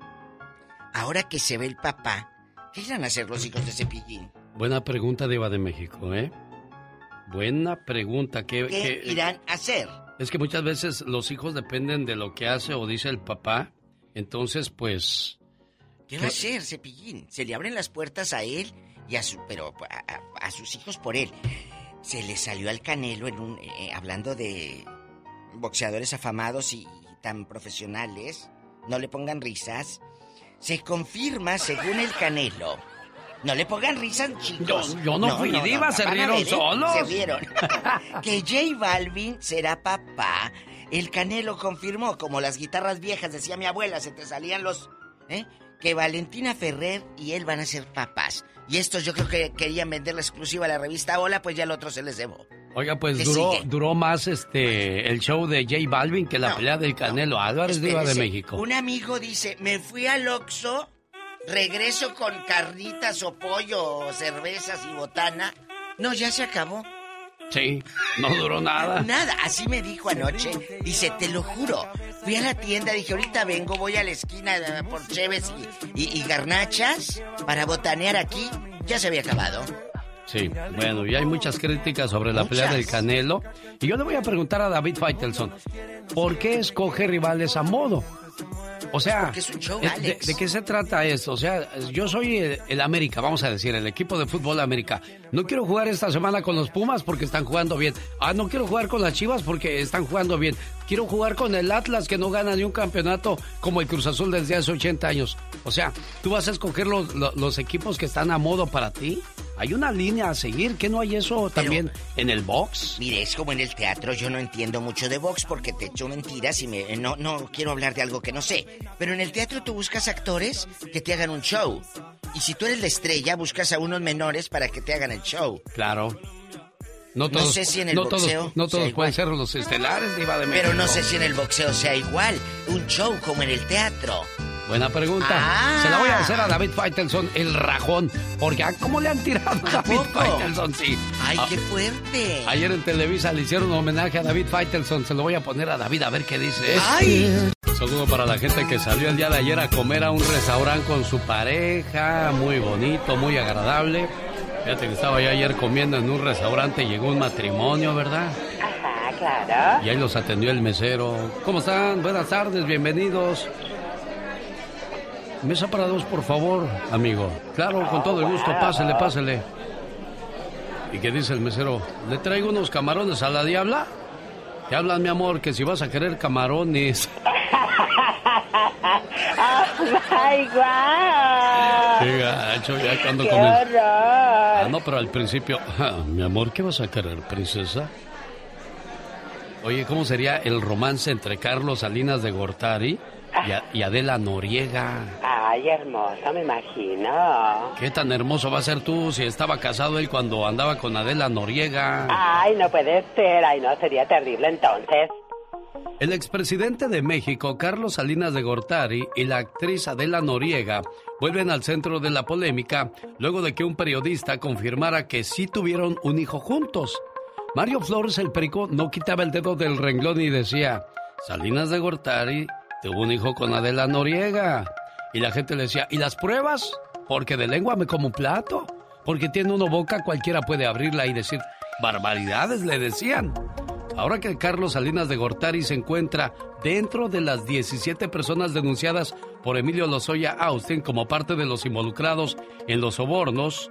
Ahora que se ve el papá, ¿qué irán a hacer los hijos de Cepillín? Buena pregunta, Diva de México, ¿eh? Buena pregunta. ¿Qué, ¿Qué qué, irán a hacer? Es que muchas veces los hijos dependen de lo que hace o dice el papá. Entonces, pues... ¿Qué va a hacer, Cepillín? Se le abren las puertas a él y a su... Pero a, a, a sus hijos por él. Se le salió al Canelo en un... Eh, hablando de boxeadores afamados y, y tan profesionales. No le pongan risas. Se confirma, según el Canelo... No le pongan risas, chicos. Yo, yo no, no fui, no, Diva, no, se rieron ver, solos. Se rieron. Que J Balvin será papá. El Canelo confirmó, como las guitarras viejas, decía mi abuela, se te salían los... ¿eh? Que Valentina Ferrer y él van a ser papás. Y estos yo creo que querían vender la exclusiva a la revista Hola, pues ya el otro se les debo. Oiga, pues duró, duró más este el show de J Balvin que la no, pelea del Canelo no. Álvarez, Espérese. Diva de México. Un amigo dice, me fui al Oxxo... Regreso con carnitas o pollo, o cervezas y botana. No, ya se acabó. Sí, no duró nada. Nada, así me dijo anoche. Dice, te lo juro. Fui a la tienda, dije, ahorita vengo, voy a la esquina por cheves y, y, y garnachas para botanear aquí. Ya se había acabado. Sí, bueno, y hay muchas críticas sobre la muchas. pelea del Canelo. Y yo le voy a preguntar a David Faitelson, ¿por qué escoge rivales a modo? O sea, es un show, de, ¿de qué se trata esto? O sea, yo soy el, el América, vamos a decir, el equipo de fútbol América. No quiero jugar esta semana con los Pumas porque están jugando bien. Ah, no quiero jugar con las Chivas porque están jugando bien. Quiero jugar con el Atlas que no gana ni un campeonato como el Cruz Azul desde hace ochenta años. O sea, ¿tú vas a escoger los, los, los equipos que están a modo para ti? Hay una línea a seguir, ¿qué no hay eso también Pero, en el box? Mire, es como en el teatro, yo no entiendo mucho de box porque te echo mentiras y me, no, no quiero hablar de algo que no sé. Pero en el teatro tú buscas actores que te hagan un show. Y si tú eres la estrella, buscas a unos menores para que te hagan el show. Claro. No, todos, no sé si en el no boxeo todos, no todos pueden ser los estelares, Diva de México. Pero no sé si en el boxeo sea igual. Un show como en el teatro. Buena pregunta. Ah. Se la voy a hacer a David Faitelson, el rajón. Porque ¿cómo le han tirado a David poco? Faitelson? Sí. ¡Ay, ah, qué fuerte! Ayer en Televisa le hicieron un homenaje a David Faitelson. Se lo voy a poner a David a ver qué dice. ¡Ay! Un saludo para la gente que salió el día de ayer a comer a un restaurante con su pareja. Muy bonito, muy agradable. Fíjate que estaba yo ayer comiendo en un restaurante y llegó un matrimonio, ¿verdad? Ajá, claro. Y ahí los atendió el mesero. ¿Cómo están? Buenas tardes, bienvenidos. Mesa para dos, por favor, amigo. Claro, con todo el gusto, pásele, pásele. ¿Y qué dice el mesero? ¿Le traigo unos camarones a la diabla? Te hablan, mi amor, que si vas a querer camarones. ¡Oh, my God! Qué gacho, ya cuando ¡Qué comen... horror! Ah, no, pero al principio... Ah, mi amor, ¿qué vas a querer, princesa? Oye, ¿cómo sería el romance entre Carlos Salinas de Gortari y, a, y Adela Noriega? Ay, hermoso, me imagino. ¿Qué tan hermoso va a ser tú si estaba casado él cuando andaba con Adela Noriega? Ay, no puede ser. Ay, no, sería terrible entonces. El expresidente de México, Carlos Salinas de Gortari, y la actriz Adela Noriega vuelven al centro de la polémica luego de que un periodista confirmara que sí tuvieron un hijo juntos. Mario Flores, el perico, no quitaba el dedo del renglón y decía: Salinas de Gortari tuvo un hijo con Adela Noriega. Y la gente le decía: ¿y las pruebas? Porque de lengua me como un plato. Porque tiene uno boca, cualquiera puede abrirla y decir barbaridades, le decían. Ahora que Carlos Salinas de Gortari se encuentra dentro de las diecisiete personas denunciadas por Emilio Lozoya Austin como parte de los involucrados en los sobornos,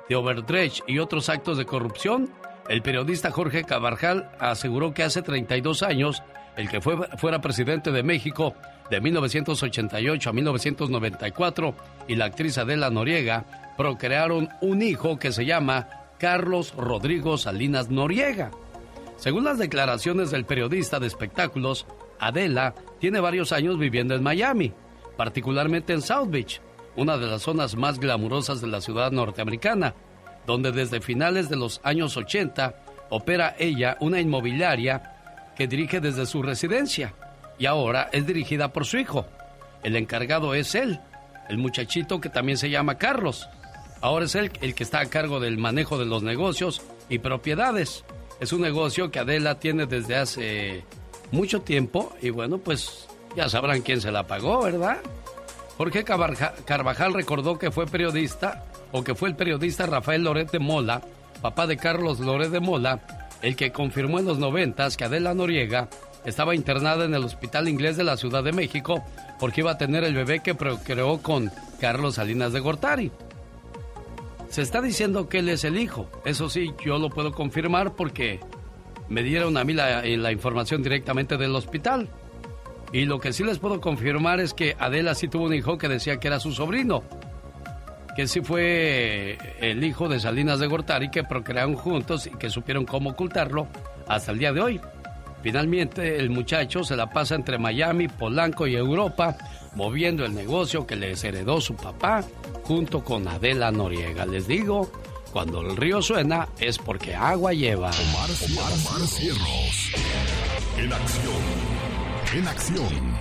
de overdredge y otros actos de corrupción, el periodista Jorge Carvajal aseguró que hace treinta y dos años, el que fue, fuera presidente de México de mil novecientos ochenta y ocho a mil novecientos noventa y cuatro y la actriz Adela Noriega procrearon un hijo que se llama Carlos Rodrigo Salinas Noriega. Según las declaraciones del periodista de espectáculos, Adela tiene varios años viviendo en Miami, particularmente en South Beach, una de las zonas más glamurosas de la ciudad norteamericana, donde desde finales de los años ochenta opera ella una inmobiliaria que dirige desde su residencia y ahora es dirigida por su hijo. El encargado es él, el muchachito que también se llama Carlos. Ahora es él el que está a cargo del manejo de los negocios y propiedades. Es un negocio que Adela tiene desde hace mucho tiempo y bueno, pues ya sabrán quién se la pagó, ¿verdad? Jorge Carvajal recordó que fue periodista o que fue el periodista Rafael Loret de Mola, papá de Carlos Loret de Mola, el que confirmó en los noventas que Adela Noriega estaba internada en el Hospital Inglés de la Ciudad de México porque iba a tener el bebé que procreó con Carlos Salinas de Gortari. Se está diciendo que él es el hijo. Eso sí, yo lo puedo confirmar porque me dieron a mí la, la información directamente del hospital. Y lo que sí les puedo confirmar es que Adela sí tuvo un hijo que decía que era su sobrino, que sí fue el hijo de Salinas de Gortari, que procrearon juntos y que supieron cómo ocultarlo hasta el día de hoy. Finalmente, el muchacho se la pasa entre Miami, Polanco y Europa, moviendo el negocio que les heredó su papá, junto con Adela Noriega. Les digo, cuando el río suena, es porque agua lleva. Omar, Omar, Omar Cierros. En acción. En acción.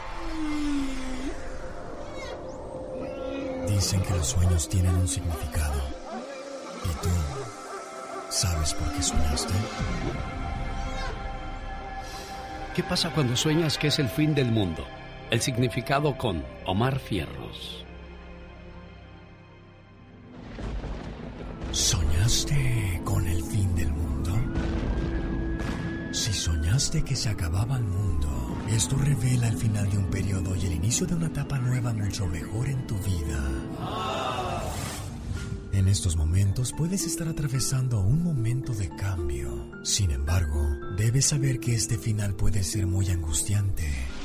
Dicen que los sueños tienen un significado. ¿Y tú sabes por qué soñaste? ¿Qué pasa cuando sueñas que es el fin del mundo? El significado con Omar Fierros. ¿Soñaste con el fin del mundo? Si soñaste que se acababa el mundo, esto revela el final de un periodo y el inicio de una etapa nueva mucho mejor en tu vida. En estos momentos puedes estar atravesando un momento de cambio. Sin embargo, debes saber que este final puede ser muy angustiante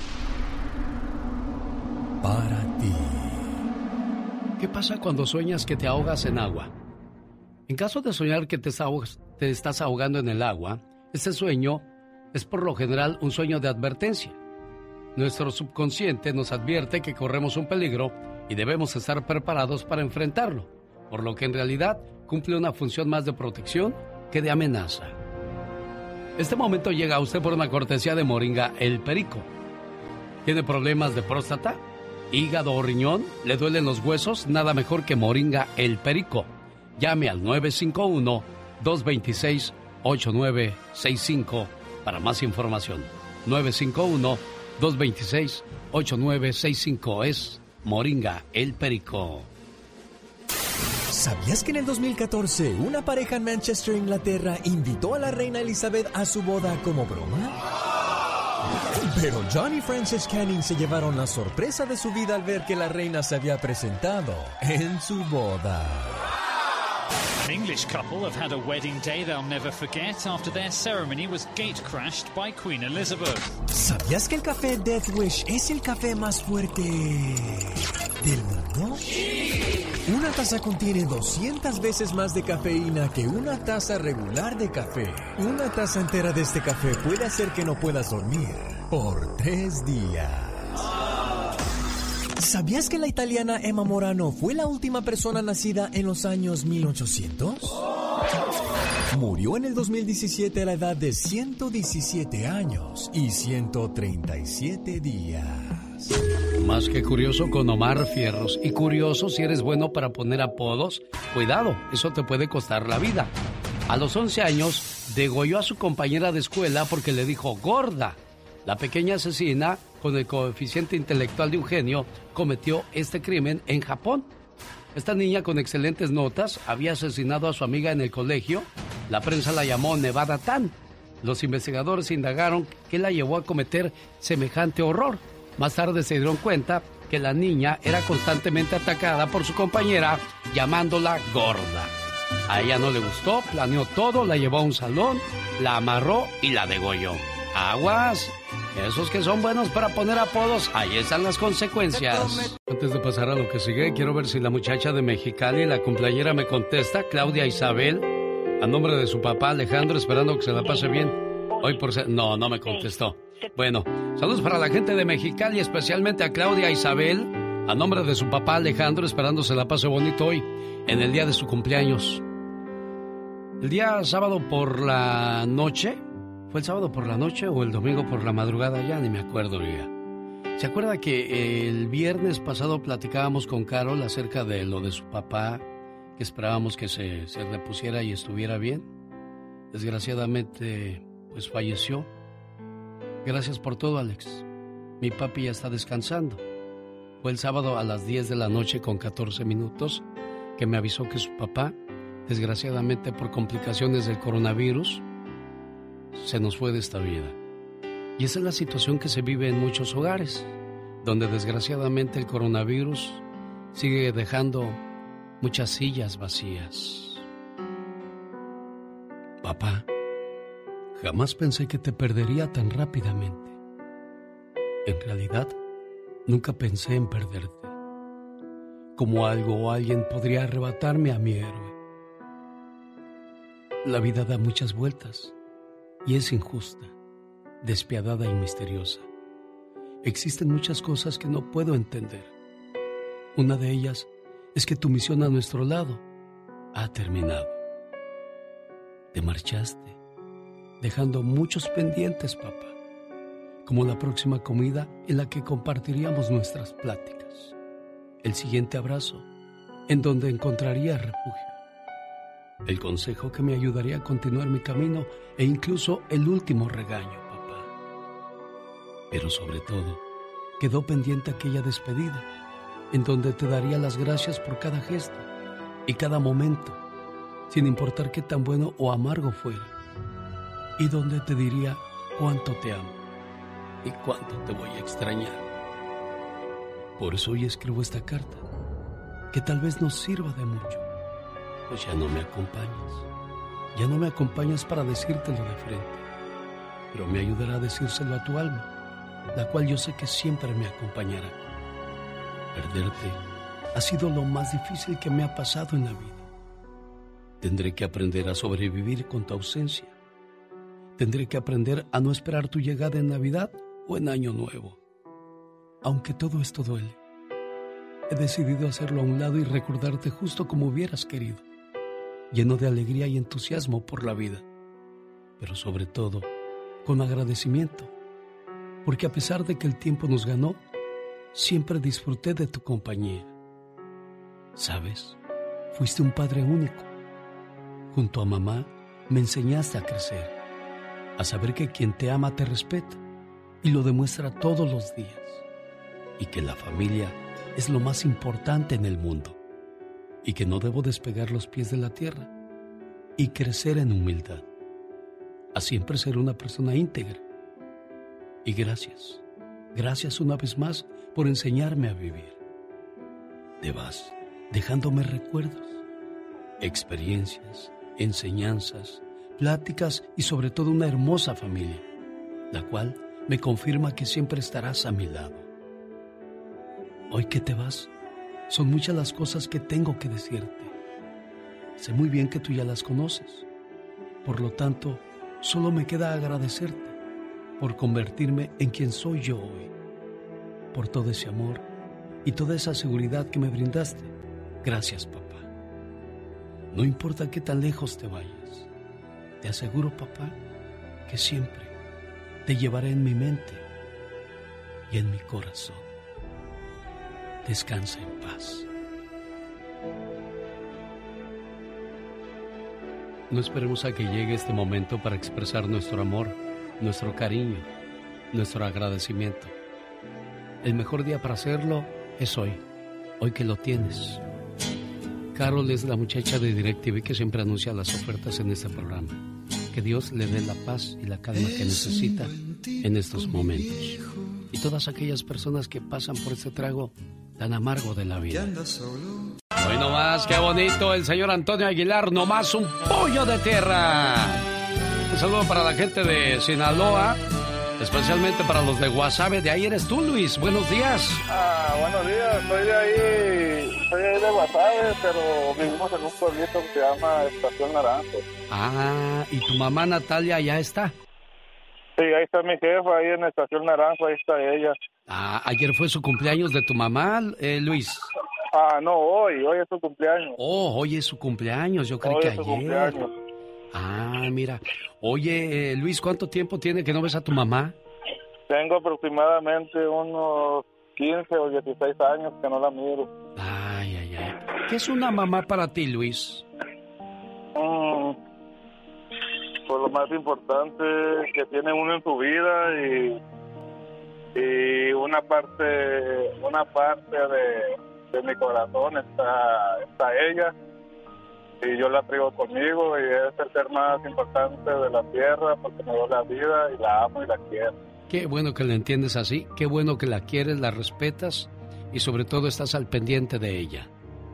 para ti. ¿Qué pasa cuando sueñas que te ahogas en agua? En caso de soñar que te, ahogas, te estás ahogando en el agua, este sueño es por lo general un sueño de advertencia. Nuestro subconsciente nos advierte que corremos un peligro y debemos estar preparados para enfrentarlo, por lo que en realidad cumple una función más de protección que de amenaza. Este momento llega a usted por una cortesía de Moringa El Perico. ¿Tiene problemas de próstata, hígado o riñón? ¿Le duelen los huesos? Nada mejor que Moringa El Perico. Llame al nueve cinco uno, dos dos seis, ocho nueve seis cinco para más información. nueve cinco uno, dos dos seis, ocho nueve seis cinco es Moringa El Perico. ¿Sabías que en el dos mil catorce una pareja en Manchester, Inglaterra, invitó a la reina Elizabeth a su boda como broma? Pero John y Frances Canning se llevaron la sorpresa de su vida al ver que la reina se había presentado en su boda. An English couple have had a wedding day they'll never forget after their ceremony was gate-crashed by Queen Elizabeth. ¿Sabías que el café Death Wish es el café más fuerte del mundo? Una taza contiene doscientas veces más de cafeína que una taza regular de café. Una taza entera de este café puede hacer que no puedas dormir por tres días. ¿Sabías que la italiana Emma Morano fue la última persona nacida en los años mil ochocientos? Murió en el dos mil diecisiete a la edad de ciento diecisiete años y ciento treinta y siete días. Más que curioso con Omar Fierros. Y curioso si eres bueno para poner apodos. Cuidado, eso te puede costar la vida. A los once años, degolló a su compañera de escuela porque le dijo gorda. La pequeña asesina, con el coeficiente intelectual de un genio, cometió este crimen en Japón. Esta niña con excelentes notas había asesinado a su amiga en el colegio. La prensa la llamó Nevada Tan. Los investigadores indagaron qué la llevó a cometer semejante horror. Más tarde se dieron cuenta que la niña era constantemente atacada por su compañera llamándola gorda. A ella no le gustó, planeó todo, la llevó a un salón, la amarró y la degolló. Aguas, esos que son buenos para poner apodos, ahí están las consecuencias. Antes de pasar a lo que sigue, quiero ver si la muchacha de Mexicali, la cumpleañera, me contesta, Claudia Isabel, a nombre de su papá Alejandro, esperando que se la pase bien. Hoy por ser... No, no me contestó. Bueno, saludos para la gente de Mexicali, especialmente a Claudia Isabel, a nombre de su papá Alejandro, esperando se la pase bonito hoy, en el día de su cumpleaños. El día sábado por la noche, ¿fue el sábado por la noche o el domingo por la madrugada? Ya ni me acuerdo ya. ¿Se acuerda que el viernes pasado platicábamos con Carol acerca de lo de su papá, que esperábamos que se, se repusiera y estuviera bien? Desgraciadamente, pues falleció. Gracias por todo, Alex. Mi papi ya está descansando. Fue el sábado a las diez de la noche con catorce minutos que me avisó que su papá, desgraciadamente por complicaciones del coronavirus, se nos fue de esta vida. Y esa es la situación que se vive en muchos hogares, donde desgraciadamente el coronavirus sigue dejando muchas sillas vacías. Papá, jamás pensé que te perdería tan rápidamente. En realidad, nunca pensé en perderte. Como algo o alguien podría arrebatarme a mi héroe. La vida da muchas vueltas y es injusta, despiadada y misteriosa. Existen muchas cosas que no puedo entender. Una de ellas es que tu misión a nuestro lado ha terminado. Te marchaste, dejando muchos pendientes, papá, como la próxima comida en la que compartiríamos nuestras pláticas, el siguiente abrazo en donde encontraría refugio, el consejo que me ayudaría a continuar mi camino e incluso el último regaño, papá. Pero sobre todo, quedó pendiente aquella despedida en donde te daría las gracias por cada gesto y cada momento, sin importar qué tan bueno o amargo fuera, y donde te diría cuánto te amo y cuánto te voy a extrañar. Por eso hoy escribo esta carta, que tal vez nos sirva de mucho, pues ya no me acompañas, ya no me acompañas para decírtelo de frente, pero me ayudará a decírselo a tu alma, la cual yo sé que siempre me acompañará. Perderte ha sido lo más difícil que me ha pasado en la vida. Tendré que aprender a sobrevivir con tu ausencia. Tendré que aprender a no esperar tu llegada en Navidad o en Año Nuevo. Aunque todo esto duele, he decidido hacerlo a un lado y recordarte justo como hubieras querido, lleno de alegría y entusiasmo por la vida, pero sobre todo con agradecimiento, porque a pesar de que el tiempo nos ganó, siempre disfruté de tu compañía. ¿Sabes? Fuiste un padre único. Junto a mamá, me enseñaste a crecer, a saber que quien te ama te respeta y lo demuestra todos los días, y que la familia es lo más importante en el mundo, y que no debo despegar los pies de la tierra y crecer en humildad, a siempre ser una persona íntegra. Y gracias, gracias una vez más por enseñarme a vivir. Te vas dejándome recuerdos, experiencias, enseñanzas, pláticas y sobre todo una hermosa familia, la cual me confirma que siempre estarás a mi lado. Hoy que te vas, son muchas las cosas que tengo que decirte. Sé muy bien que tú ya las conoces. Por lo tanto, solo me queda agradecerte por convertirme en quien soy yo hoy, por todo ese amor y toda esa seguridad que me brindaste. Gracias, papá. No importa qué tan lejos te vayas, te aseguro, papá, que siempre te llevaré en mi mente y en mi corazón. Descansa en paz. No esperemos a que llegue este momento para expresar nuestro amor, nuestro cariño, nuestro agradecimiento. El mejor día para hacerlo es hoy, hoy que lo tienes. Carol es la muchacha de DirecTV que siempre anuncia las ofertas en este programa. Que Dios le dé la paz y la calma que necesita en estos momentos. Y todas aquellas personas que pasan por este trago tan amargo de la vida. Hoy nomás, qué bonito el señor Antonio Aguilar, nomás un pollo de tierra. Un saludo para la gente de Sinaloa, especialmente para los de Guasave. De ahí eres tú, Luis. Buenos días. Ah, buenos días. Soy de ahí, soy de ahí de Guasave, pero vivimos en un pueblito que se llama Estación Naranjo. Ah, ¿y tu mamá Natalia ya está? Sí, ahí está mi jefa, ahí en Estación Naranjo, ahí está ella. Ah, ayer fue su cumpleaños de tu mamá, eh, Luis. Ah, no, hoy, hoy es su cumpleaños. Oh, hoy es su cumpleaños, yo creí hoy que es su ayer. Cumpleaños. Ah, mira. Oye, eh, Luis, ¿cuánto tiempo tiene que no ves a tu mamá? Tengo aproximadamente unos quince o dieciséis años que no la miro. Ay, ay, ay. ¿Qué es una mamá para ti, Luis? Mm, pues lo más importante que tiene uno en su vida y, y una parte, una parte de, de mi corazón está, está ella. Y yo la traigo conmigo y es el ser más importante de la tierra porque me dio la vida y la amo y la quiero. Qué bueno que la entiendes así, qué bueno que la quieres, la respetas y sobre todo estás al pendiente de ella.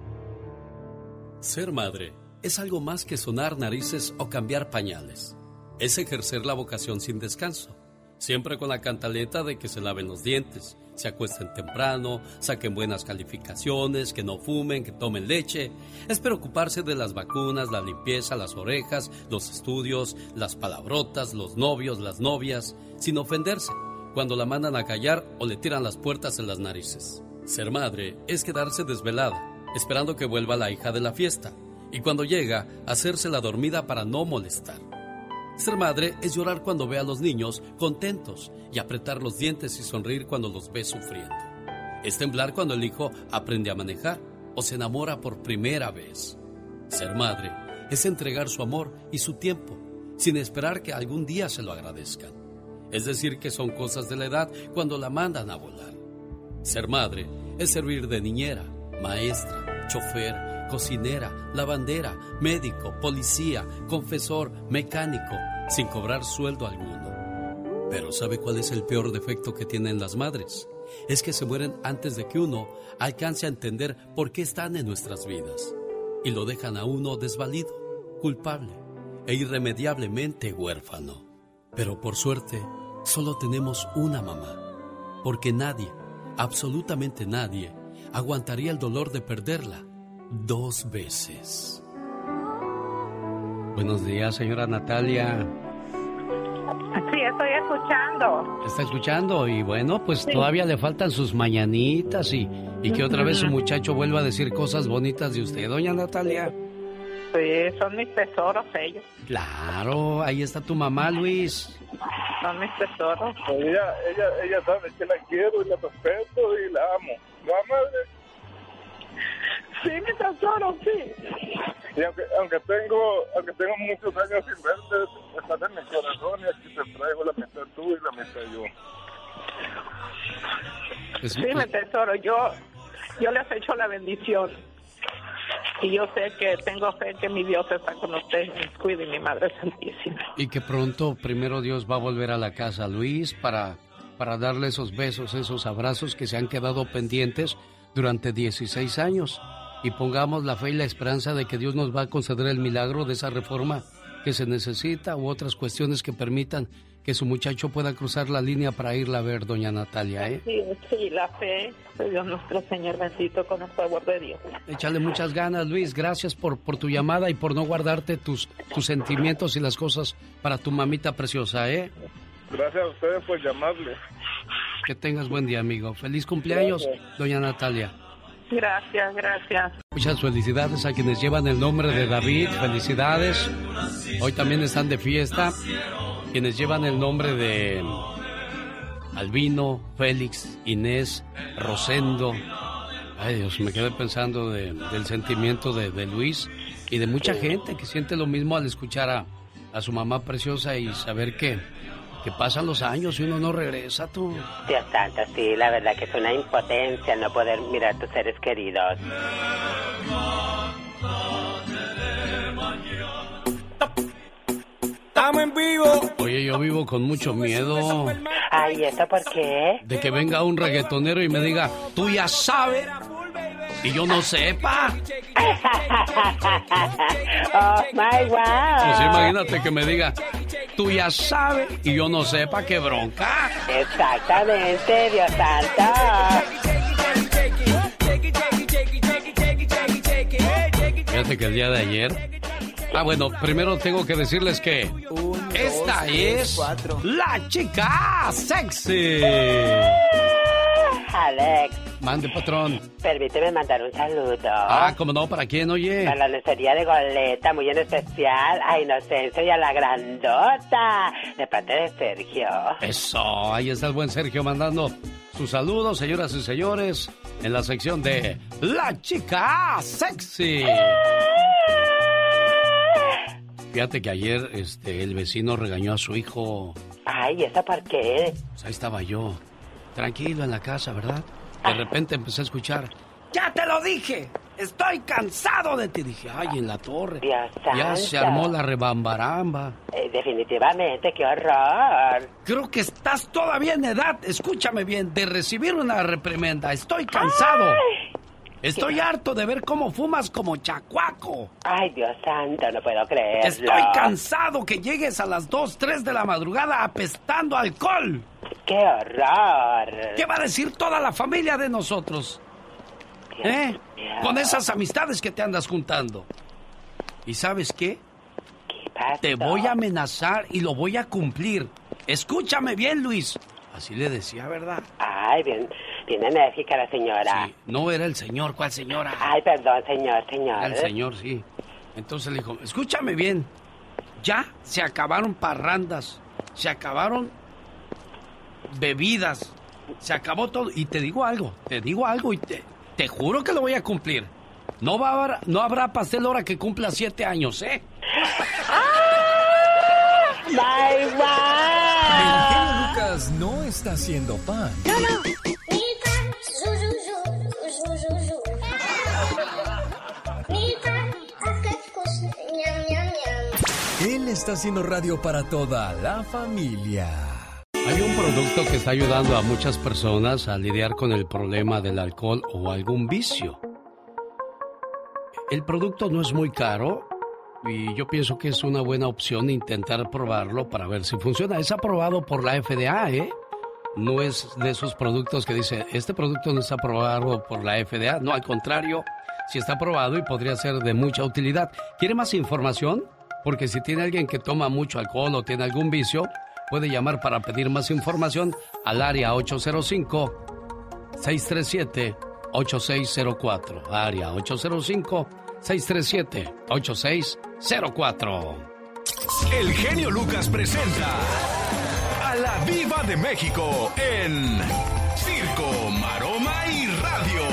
Ser madre es algo más que sonar narices o cambiar pañales. Es ejercer la vocación sin descanso, siempre con la cantaleta de que se laven los dientes, se acuesten temprano, saquen buenas calificaciones, que no fumen, que tomen leche. Es preocuparse de las vacunas, la limpieza, las orejas, los estudios, las palabrotas, los novios, las novias, sin ofenderse cuando la mandan a callar o le tiran las puertas en las narices. Ser madre es quedarse desvelada, esperando que vuelva la hija de la fiesta, y cuando llega, hacerse la dormida para no molestar. Ser madre es llorar cuando ve a los niños contentos y apretar los dientes y sonreír cuando los ve sufriendo. Es temblar cuando el hijo aprende a manejar o se enamora por primera vez. Ser madre es entregar su amor y su tiempo sin esperar que algún día se lo agradezcan. Es decir, que son cosas de la edad cuando la mandan a volar. Ser madre es servir de niñera, maestra, chofer, cocinera, lavandera, médico, policía, confesor, mecánico, sin cobrar sueldo alguno. Pero ¿sabe cuál es el peor defecto que tienen las madres? Es que se mueren antes de que uno alcance a entender por qué están en nuestras vidas. Y lo dejan a uno desvalido, culpable e irremediablemente huérfano. Pero por suerte, solo tenemos una mamá. Porque nadie, absolutamente nadie, aguantaría el dolor de perderla dos veces. Buenos días, señora Natalia. Sí, estoy escuchando. ¿Está escuchando? Y bueno, pues sí. Todavía le faltan sus mañanitas y, y que otra vez su muchacho vuelva a decir cosas bonitas de usted, doña Natalia. Sí, son mis tesoros ellos. Claro, ahí está tu mamá, Luis. Son mis tesoros. Pues ella, ella, ella sabe que la quiero y la respeto y la amo. ¿No, madre? Sí, mi tesoro, sí. Y aunque, aunque tengo aunque tengo muchos años sin verte, estás en mi corazón y aquí te traigo la mitad tú y la mitad yo. Es, sí, mi tesoro, yo, yo les he hecho la bendición. Y yo sé que tengo fe que mi Dios está con ustedes, me cuide, mi Madre Santísima. Y que pronto, primero Dios va a volver a la casa, Luis, para, para darle esos besos, esos abrazos que se han quedado pendientes durante dieciséis años. Y pongamos la fe y la esperanza de que Dios nos va a conceder el milagro de esa reforma que se necesita u otras cuestiones que permitan que su muchacho pueda cruzar la línea para irla a ver, doña Natalia, ¿eh? Sí, sí, la fe de Dios nuestro Señor bendito con el favor de Dios. Échale muchas ganas, Luis. Gracias por, por tu llamada y por no guardarte tus, tus sentimientos y las cosas para tu mamita preciosa, ¿eh? Gracias a ustedes por llamarle. Que tengas buen día, amigo. Feliz cumpleaños, gracias, doña Natalia. Gracias, gracias. Muchas felicidades a quienes llevan el nombre de David. Felicidades. Hoy también están de fiesta quienes llevan el nombre de Albino, Félix, Inés, Rosendo. Ay, Dios, me quedé pensando de, del sentimiento de, de Luis y de mucha gente que siente lo mismo al escuchar a, a su mamá preciosa y saber que, que pasan los años y uno no regresa, tú. Dios santo, sí, la verdad que es una impotencia no poder mirar a tus seres queridos. Estamos en vivo. Oye, yo vivo con mucho miedo. Ay, ¿eso por qué? De que venga un reggaetonero y me diga, tú ya sabes. y yo no sepa. Oh, my wow. Pues imagínate que me diga, tú ya sabes, y yo no sepa, qué bronca. Exactamente, Dios santo. Fíjate que el día de ayer... Ah, bueno, primero tengo que decirles que Un, esta dos, es cuatro. La chica sexy. Alex. Mande, patrón. Permíteme mandar un saludo. Ah, ¿cómo no? ¿Para quién, oye? Para la lencería de Goleta, muy en especial a Inocencia y a la grandota, de parte de Sergio. Eso, ahí está el buen Sergio mandando sus saludos, señoras y señores, en la sección de La chica sexy. Fíjate que ayer este, el vecino regañó a su hijo. Ay, ¿esa por qué? Pues ahí estaba yo, tranquilo en la casa, ¿verdad? De repente empecé a escuchar, ¡ya te lo dije! ¡Estoy cansado de ti! Dije, ¡ay, en la torre! Dios ya santo. Se armó la rebambaramba. Eh, definitivamente, qué horror. Creo que estás todavía en edad, escúchame bien, de recibir una reprimenda. Estoy cansado. Ay. Estoy harto de ver cómo fumas como chacuaco. Ay, Dios santo, no puedo creerlo. Estoy cansado que llegues a las dos, tres de la madrugada apestando alcohol. ¡Qué horror! ¿Qué va a decir toda la familia de nosotros? Dios ¿Eh? Dios. Con esas amistades que te andas juntando. ¿Y sabes qué? ¿Qué pasó? Te voy a amenazar y lo voy a cumplir. Escúchame bien, Luis. Así le decía, ¿verdad? Ay, bien... Bien enérgica la señora. Sí, no era el señor, ¿cuál señora? Ay, perdón, señor, señor. Era el señor, sí. Entonces le dijo, escúchame bien, ya se acabaron parrandas, se acabaron bebidas, se acabó todo. Y te digo algo, te digo algo y te, te juro que lo voy a cumplir. No, va a haber, no habrá pastel ahora que cumpla siete años, ¿eh? ¡Bye, bye! El genio Lucas no está haciendo pan. No, no. Él está haciendo radio para toda la familia. Hay un producto que está ayudando a muchas personas a lidiar con el problema del alcohol o algún vicio. El producto no es muy caro y yo pienso que es una buena opción intentar probarlo para ver si funciona. Es aprobado por la F D A, ¿eh? No es de esos productos que dice, este producto no está aprobado por la F D A. No, al contrario, sí está aprobado y podría ser de mucha utilidad. ¿Quiere más información? Porque si tiene alguien que toma mucho alcohol o tiene algún vicio, puede llamar para pedir más información al área ocho cero cinco, seis tres siete, ocho seis cero cuatro. Área ocho cero cinco, seis tres siete, ocho seis cero cuatro. El genio Lucas presenta a la Diva de México en Circo, Maroma y Radio.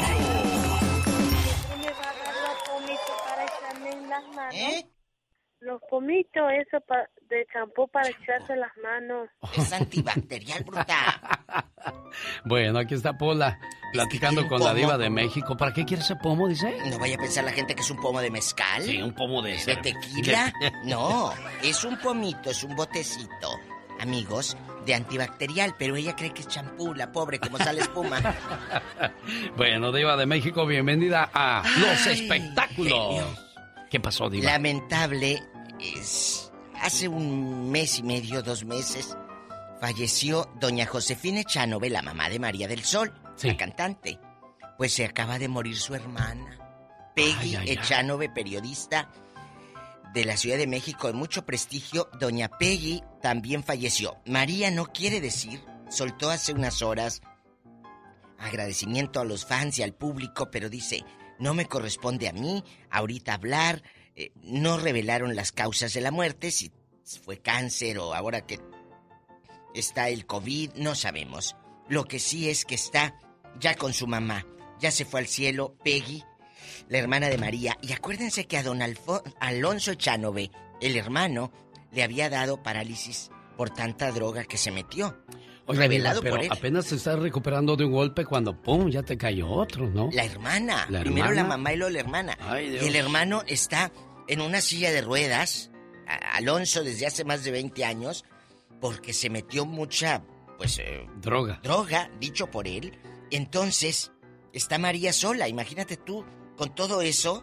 ¿Me va a dar los pomitos para echarme en las manos? ¿Eh? Los pomitos, eso pa de champú para echarse las manos. Es antibacterial, bruta. Bueno, aquí está Pola, platicando con la Diva de México. ¿Para qué quiere ese pomo, dice? No vaya a pensar la gente que es un pomo de mezcal. Sí, un pomo de... ¿De tequila? No, es un pomito, es un botecito, amigos, de antibacterial, pero ella cree que es champú, la pobre, como sale espuma. Bueno, Diva de México, bienvenida a Ay, Los Espectáculos. Genio. ¿Qué pasó, Diva? Lamentable, es, hace un mes y medio, dos meses, falleció doña Josefina Echanove, la mamá de María del Sol, sí, la cantante. Pues se acaba de morir su hermana, Peggy ay, ay, Echanove, ay. periodista de la Ciudad de México de mucho prestigio. Doña Peggy también falleció. María no quiere decir, soltó hace unas horas agradecimiento a los fans y al público, pero dice... No me corresponde a mí ahorita hablar, eh, no revelaron las causas de la muerte, si fue cáncer o ahora que está el COVID, no sabemos. Lo que sí es que está ya con su mamá, ya se fue al cielo, Peggy, la hermana de María. Y acuérdense que a don Alfo- Alonso Echanove, el hermano, le había dado parálisis por tanta droga que se metió. Oye, revelado pero por él. Apenas te estás recuperando de un golpe cuando ¡pum! Ya te cayó otro, ¿no? La hermana. La Primero hermana. la mamá y luego la hermana. Ay, Dios. Y el hermano está en una silla de ruedas, Alonso, desde hace más de veinte años, porque se metió mucha, pues... Eh, droga. Droga, dicho por él. Entonces, Está María sola, imagínate tú, con todo eso,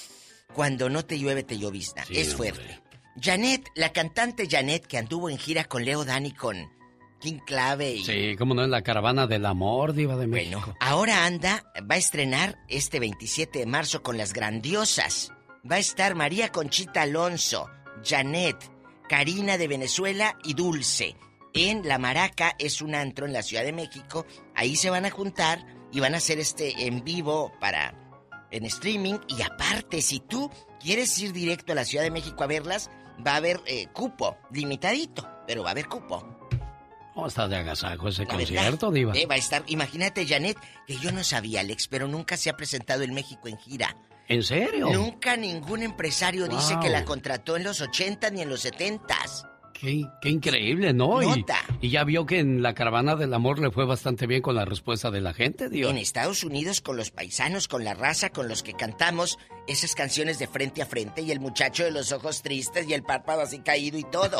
cuando no te llueve te llovizna. Sí, es fuerte. Hombre. Janet, la cantante Janet, que anduvo en gira con Leo Dan y con King Clave y... Sí, cómo no, en la Caravana del Amor, Diva de México. Bueno, ahora anda, va a estrenar este veintisiete de marzo con Las Grandiosas. Va a estar María Conchita Alonso, Janet, Karina de Venezuela y Dulce. En La Maraca, es un antro en la Ciudad de México. Ahí se van a juntar y van a hacer este en vivo para... en streaming. Y aparte, si tú quieres ir directo a la Ciudad de México a verlas, va a haber eh, cupo, limitadito, pero va a haber cupo. ¿Cómo está de agasajo ese la concierto, verdad, Diva? Eh, va a estar, imagínate, Janet, que yo no sabía, Alex, pero nunca se ha presentado en México en gira. ¿En serio? Nunca ningún empresario wow. dice que la contrató en los ochentas ni en los setentas. Qué, qué increíble, ¿no? Y, y ya vio que en la Caravana del Amor le fue bastante bien con la respuesta de la gente, Dios. En Estados Unidos, con los paisanos, con la raza, con los que cantamos esas canciones de frente a frente y el muchacho de los ojos tristes y el párpado así caído y todo.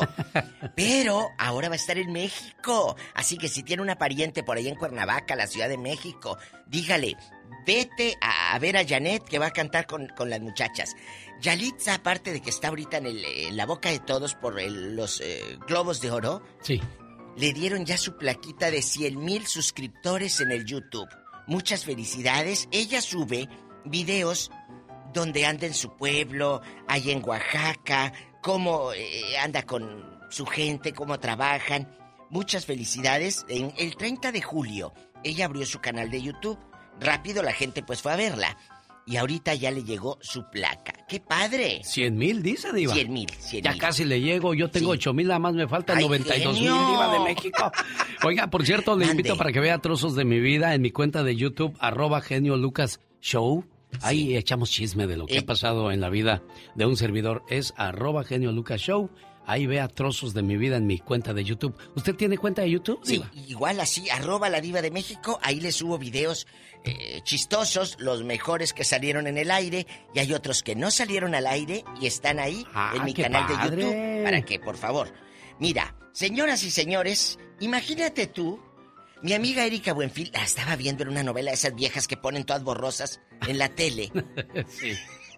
Pero ahora va a estar en México. Así que si tiene una pariente por ahí en Cuernavaca, la Ciudad de México, dígale, vete a, a ver a Janet que va a cantar con, con las muchachas. Yalitza, aparte de que está ahorita en, el, en la boca de todos por el, los eh, Globos de Oro, sí, le dieron ya su plaquita de cien mil suscriptores en el YouTube. Muchas felicidades. Ella sube videos donde anda en su pueblo, allá en Oaxaca, cómo eh, anda con su gente, cómo trabajan. Muchas felicidades. En el treinta de julio, ella abrió su canal de YouTube. Rápido la gente pues fue a verla. Y ahorita ya le llegó su placa. ¡Qué padre! Cien mil, dice, Diva. Cien mil, cien Ya mil. casi le llego. Yo tengo sí. ocho mil, nada más me faltan ¡Ay, noventa y dos mil, genio! Diva de México. Oiga, por cierto, le Mande. invito para que vea trozos de mi vida en mi cuenta de YouTube, arroba Genio Lucas Show. Ahí sí. echamos chisme de lo que eh. ha pasado en la vida de un servidor. Es arroba Genio Lucas Show. Ahí vea trozos de mi vida en mi cuenta de YouTube. ¿Usted tiene cuenta de YouTube, Sí, Diva? Igual así, arroba la Diva de México. Ahí le subo videos eh, chistosos, los mejores que salieron en el aire. Y hay otros que no salieron al aire y están ahí ah, en mi qué canal padre. de YouTube. Para que, por favor. Mira, señoras y señores, imagínate tú, mi amiga Erika Buenfil la estaba viendo en una novela de esas viejas que ponen todas borrosas en la tele. Sí.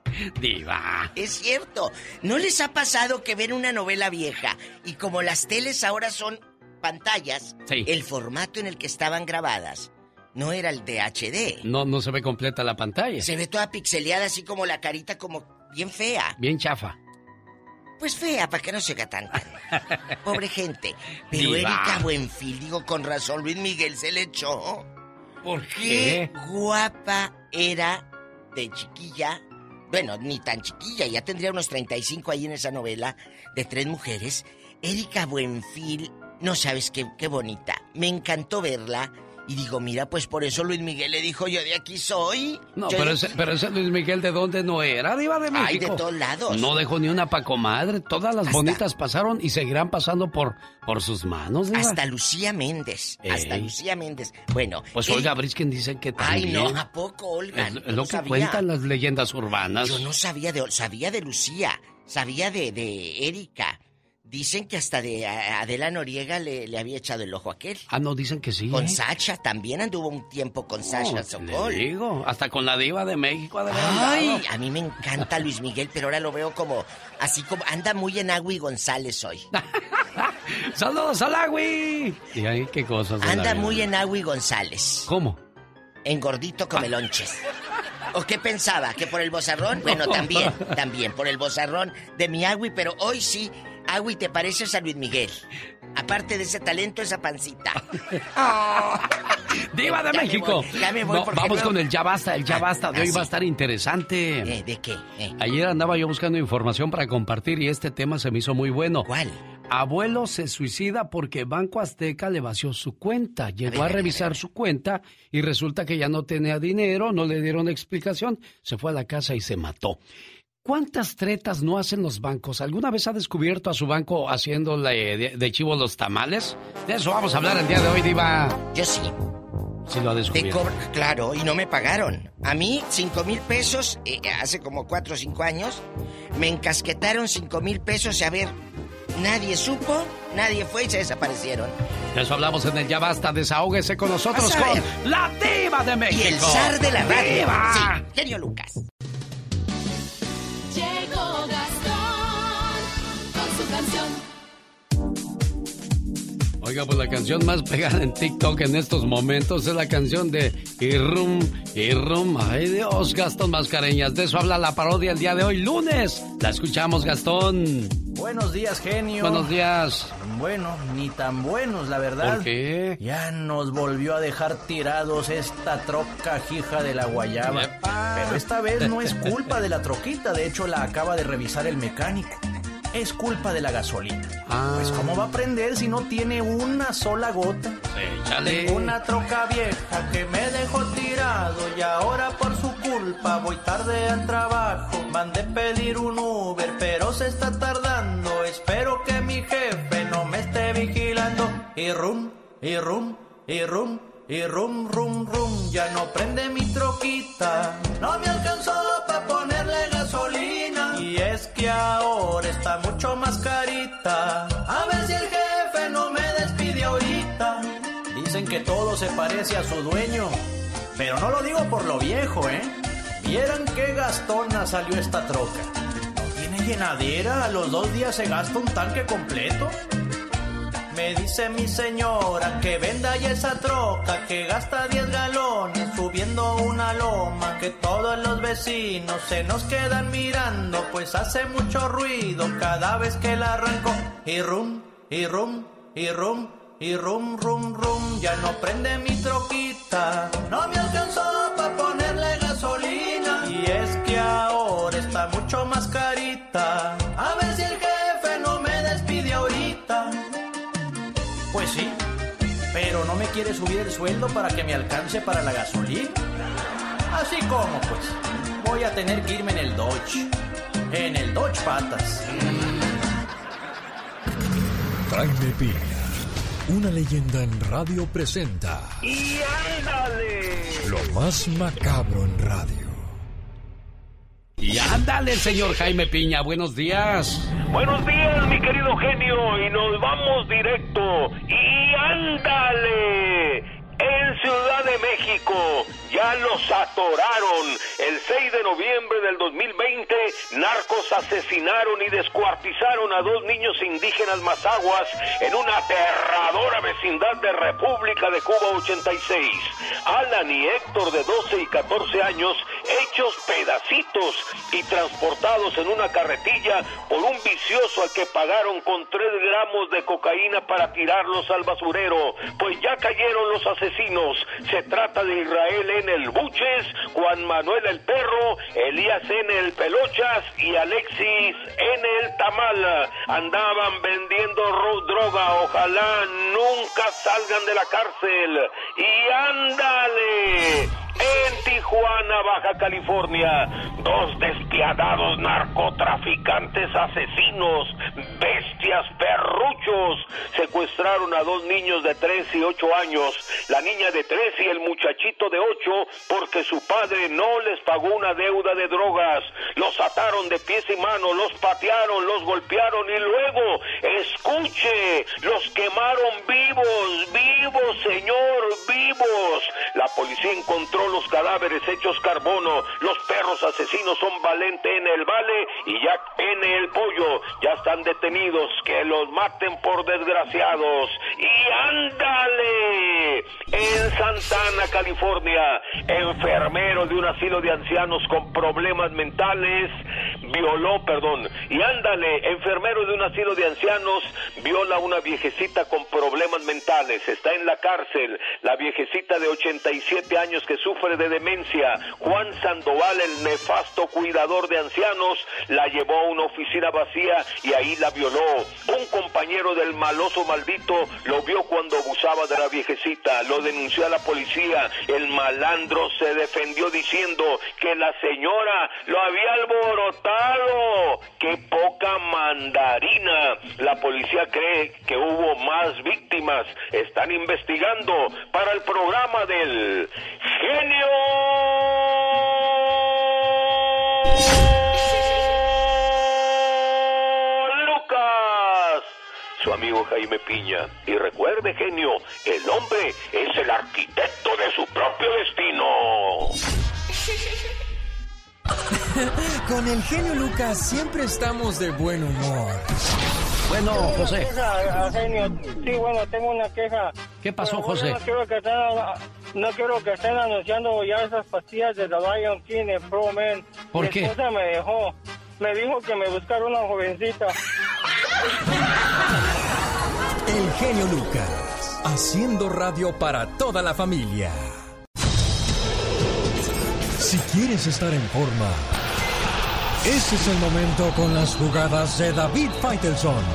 Diva. Es cierto. ¿No les ha pasado que ven una novela vieja y como las teles ahora son pantallas, sí. el formato en el que estaban grabadas no era el de H D? No, no se ve completa la pantalla. Se ve toda pixeleada, así como la carita como bien fea. Bien chafa. Pues fea, para que no se haga tan... Pobre gente. Pero Diva. Erika Buenfil, digo con razón, Luis Miguel se le echó. ¿Por qué? Qué guapa era de chiquilla. Bueno, ni tan chiquilla, ya tendría unos treinta y cinco ahí en esa novela de tres mujeres. Erika Buenfil, no sabes qué, qué bonita. Me encantó verla y digo, mira, pues por eso Luis Miguel le dijo, yo de aquí soy. No, yo pero de... ese, pero ese Luis Miguel, ¿de dónde no era? Diva de México. Ay, de todos lados. No dejó ni una pa' comadre. Todas las hasta... bonitas pasaron y seguirán pasando por, por sus manos, Diva. Hasta Lucía Méndez. Ey. Hasta Lucía Méndez. Bueno. Pues él... Olga Briskin dicen que también. Ay, no, ¿a poco, Olga? Es, es lo no que sabía. Cuentan las leyendas urbanas. Yo no sabía de... Sabía de Lucía. Sabía de, de Erika. Dicen que hasta de Adela Noriega le, le había echado el ojo a aquel. Ah, no, dicen que sí. Con ¿eh? Sacha, también anduvo un tiempo con Sacha no, Sokol. Le digo, hasta con la Diva de México. Ay, a mí me encanta Luis Miguel, pero ahora lo veo como, así como, anda muy en Agui González hoy. ¡Saludos al Agui! Y ahí, qué cosas. Anda muy en Agui González. ¿Cómo? En gordito come lonches. ¿O qué pensaba? ¿Que por el bozarrón? Bueno, también, también, por el bozarrón de mi Agui, pero hoy sí... Agui, te pareces a Luis Miguel. Aparte de ese talento, esa pancita. Oh. ¡Diva de ya México! Me voy, ya me voy no, vamos no... con el ya basta, el ya basta. De ah, hoy sí. va a estar interesante. Eh, ¿De qué? Eh. Ayer andaba yo buscando información para compartir y este tema se me hizo muy bueno. ¿Cuál? Abuelo se suicida porque Banco Azteca le vació su cuenta. Llegó a, ver, a revisar a ver. su cuenta y resulta que ya no tenía dinero, no le dieron explicación, se fue a la casa y se mató. ¿Cuántas tretas no hacen los bancos? ¿Alguna vez ha descubierto a su banco haciéndole de, de chivo los tamales? De eso vamos a hablar el día de hoy, Diva. Yo sí. Sí lo ha descubierto. Cobra, claro, y no me pagaron. A mí, cinco mil pesos, eh, hace como cuatro o cinco años, me encasquetaron cinco mil pesos y a ver, nadie supo, nadie fue y se desaparecieron. De eso hablamos en el Ya Basta. Desahógese con nosotros con la Diva de México. Y el zar de la radio. ¡Diva! Sí, genio Lucas. Llegó Gastón con su canción. Oiga, pues la canción más pegada en TikTok en estos momentos es la canción de Irrum, Irrum. Ay, Dios, Gastón Mascareñas. De eso habla la parodia el día de hoy, lunes. La escuchamos, Gastón. Buenos días, genio. Buenos días. Bueno, ni tan buenos, la verdad. ¿Por qué? Ya nos volvió a dejar tirados esta troca hija de la guayaba. ¡Epa! Pero esta vez no es culpa de la troquita, de hecho la acaba de revisar el mecánico. Es culpa de la gasolina. Ah. Pues ¿cómo va a prender si no tiene una sola gota? Échale. Tengo una troca vieja que me dejó tirado y ahora por su culpa voy tarde al trabajo. Mandé pedir un Uber, pero se está tardando. Espero que mi jefe no me esté vigilando. Y rum, y rum, y rum, y rum, rum, rum. Ya no prende mi troquita. No me alcanzó para ponerle gasolina. Y es que ahora está mucho más carita. A ver si el jefe no me despide ahorita. Dicen que todo se parece a su dueño, pero no lo digo por lo viejo, ¿eh? Vieran qué gastona salió esta troca. ¿No tiene llenadera? A los dos días se gasta un tanque completo. Me dice mi señora que venda ya esa troca, que gasta diez galones subiendo una loma, que todos los vecinos se nos quedan mirando, pues hace mucho ruido cada vez que la arranco. Y rum, y rum, y rum, y rum, rum, rum. Ya no prende mi troquita. No me alcanzó para ponerle gasolina. Y es que ahora está mucho más carita. A ver si el jefe no me despide ahorita. Pues sí, pero no me quiere subir el sueldo para que me alcance para la gasolina. Así como, pues, voy a tener que irme en el Dodge. En el Dodge Patas. Jaime Piña, una leyenda en radio presenta. ¡Y ándale! Lo más macabro en radio. Y ándale, señor Jaime Piña, buenos días. Buenos días, mi querido genio, y nos vamos directo. ¡Y ándale! En Ciudad de México ya los atoraron. El seis de noviembre del dos mil veinte, narcos asesinaron y descuartizaron a dos niños indígenas mazaguas en una aterradora vecindad de República de Cuba ochenta y seis. Alan y Héctor, de doce y catorce años, hechos pedacitos y transportados en una carretilla por un vicioso al que pagaron con tres gramos de cocaína para tirarlos al basurero. Pues ya cayeron los asesinos. Se trata de Israel N. el Buches, Juan Manuel el Perro, Elías N. el Pelochas y Alexis N. el Tamal. Andaban vendiendo droga. Ojalá nunca salgan de la cárcel. Y ándale. En Tijuana, Baja California, dos despiadados narcotraficantes asesinos, bestias perruchos, secuestraron a dos niños de tres y ocho años, la niña de tres y el muchachito de ocho, porque su padre no les pagó una deuda de drogas. Los ataron de pies y manos, los patearon, los golpearon y luego, escuche, los quemaron vivos, vivos, señor, vivos. La policía encontró los cadáveres hechos carbono. Los perros asesinos son Valente en el Vale y Jack en el Pollo. Ya están detenidos. Que los maten por desgraciados. Y ándale. En Santana, California, enfermero de un asilo de ancianos con problemas mentales violó, perdón, y ándale, enfermero de un asilo de ancianos viola a una viejecita con problemas mentales. Está en la cárcel. La viejecita de ochenta y siete años que sufre de demencia. Juan Sandoval, el nefasto cuidador de ancianos, la llevó a una oficina vacía y ahí la violó. Un compañero del maloso maldito lo vio cuando abusaba de la viejecita. Lo denunció a la policía. El malandro se defendió diciendo que la señora lo había alborotado. ¡Qué poca mandarina! La policía cree que hubo más víctimas. Están investigando para el programa del genio Lucas. Su amigo amigo Jaime Piña. Y recuerde, genio, el hombre es el arquitecto de su propio destino. Con el genio Lucas siempre estamos de buen humor. Bueno, José. Queja, genio. Sí, bueno, tengo una queja. ¿Qué pasó, Pero, José? No quiero, que estén, no quiero que estén anunciando ya esas pastillas de The Lion King en Pro Men. ¿Por Mi qué? esposa me dejó. Me dijo que me buscara una jovencita. El genio Lucas, haciendo radio para toda la familia. Si quieres estar en forma, ese es el momento con las jugadas de David Faitelson.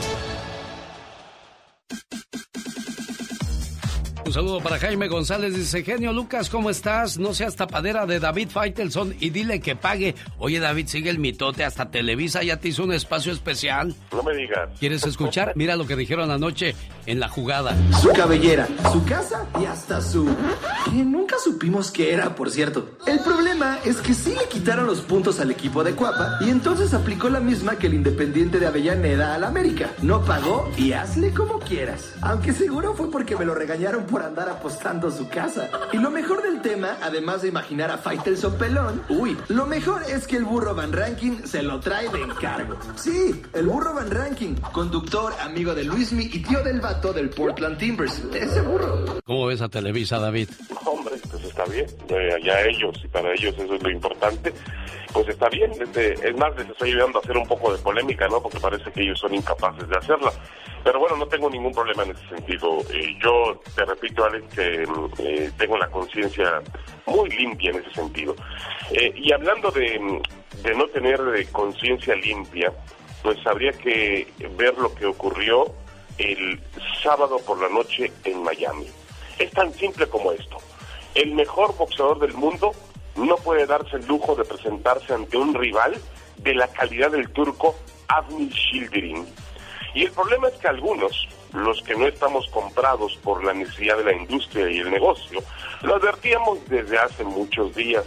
Un saludo para Jaime González, dice, genio Lucas, ¿cómo estás? No seas tapadera de David Faitelson y dile que pague. Oye, David, sigue el mitote, hasta Televisa ya te hizo un espacio especial. No me digas. ¿Quieres escuchar? Mira lo que dijeron anoche en la jugada. Su cabellera, su casa y hasta su... que nunca supimos qué era, por cierto. El problema es que sí le quitaron los puntos al equipo de Cuapa y entonces aplicó la misma que el Independiente de Avellaneda al América. No pagó y hazle como quieras. Aunque seguro fue porque me lo regañaron por andar apostando su casa. Y lo mejor del tema, además de imaginar a Faitelson pelón, uy, lo mejor es que el burro Van Ranking se lo trae de encargo. Sí, el burro Van Ranking, conductor, amigo de Luismi y tío del vato del Portland Timbers. Ese burro. ¿Cómo ves a Televisa, David? Hombre, pues está bien. Eh, ya ellos, y para ellos eso es lo importante. Pues está bien. Este, es más, les estoy ayudando a hacer un poco de polémica, ¿no? Porque parece que ellos son incapaces de hacerla. Pero bueno, no tengo ningún problema en ese sentido. Eh, yo te repito, Alex, que eh, tengo la conciencia muy limpia en ese sentido. Eh, y hablando de, de no tener eh, conciencia limpia, pues habría que ver lo que ocurrió el sábado por la noche en Miami. Es tan simple como esto. El mejor boxeador del mundo no puede darse el lujo de presentarse ante un rival de la calidad del turco Avni Yildirim. Y el problema es que algunos, los que no estamos comprados por la necesidad de la industria y el negocio, lo advertíamos desde hace muchos días.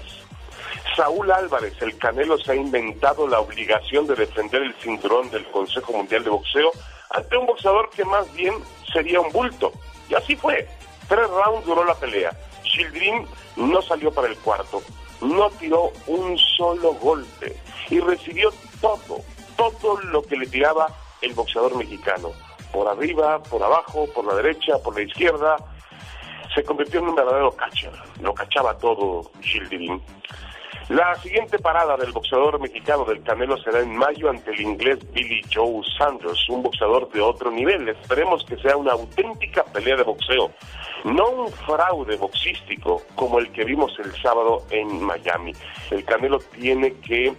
Saúl Álvarez, el Canelo, se ha inventado la obligación de defender el cinturón del Consejo Mundial de Boxeo ante un boxeador que más bien sería un bulto. Y así fue. Tres rounds duró la pelea. Yildirim no salió para el cuarto, no tiró un solo golpe y recibió todo, todo lo que le tiraba el boxeador mexicano. Por arriba, por abajo, por la derecha, por la izquierda. Se convirtió en un verdadero catcher. Lo cachaba todo Yildirim. La siguiente parada del boxeador mexicano del Canelo será en mayo ante el inglés Billy Joe Saunders, un boxeador de otro nivel. Esperemos que sea una auténtica pelea de boxeo, no un fraude boxístico como el que vimos el sábado en Miami. El Canelo tiene que...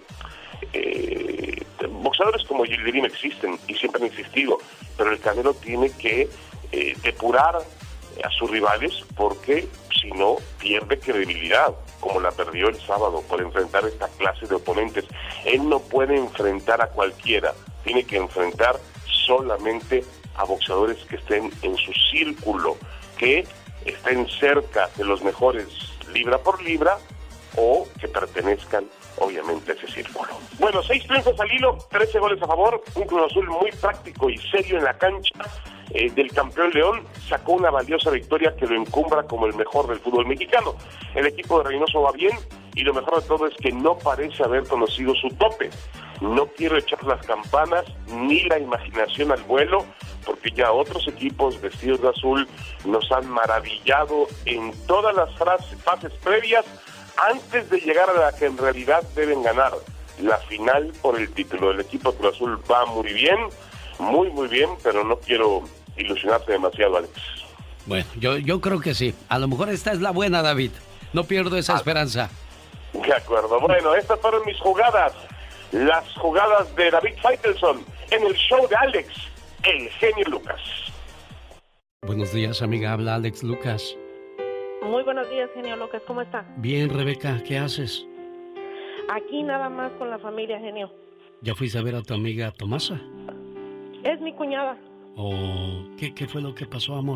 Eh, boxeadores como Yildirim existen y siempre han existido, pero el Canelo tiene que eh, depurar a sus rivales porque si no pierde credibilidad, como la perdió el sábado por enfrentar esta clase de oponentes. Él no puede enfrentar a cualquiera, tiene que enfrentar solamente a boxeadores que estén en su círculo, que estén cerca de los mejores libra por libra o que pertenezcan obviamente a ese círculo. Bueno, seis triunfos al hilo, trece goles a favor, un Cruz Azul muy práctico y serio en la cancha eh, del campeón León, sacó una valiosa victoria que lo encumbra como el mejor del fútbol mexicano. El equipo de Reynoso va bien y lo mejor de todo es que no parece haber conocido su tope. No quiero echar las campanas ni la imaginación al vuelo, porque ya otros equipos vestidos de azul nos han maravillado en todas las fases previas antes de llegar a la que en realidad deben ganar, la final por el título. El equipo Cruz Azul va muy bien, muy muy bien, pero no quiero ilusionarte demasiado, Alex. Bueno, yo, yo creo que sí. A lo mejor esta es la buena, David. No pierdo esa ah, esperanza. De acuerdo. Bueno, estas fueron mis jugadas. Las jugadas de David Faitelson en el show de Alex, el genio Lucas. Buenos días, amiga. Habla Alex Lucas. Muy buenos días, genio Lucas. ¿Cómo está? Bien, Rebeca. ¿Qué haces? Aquí nada más con la familia, genio. ¿Ya fuiste a ver a tu amiga Tomasa? Es mi cuñada. Oh, ¿qué, qué fue lo que pasó, amor?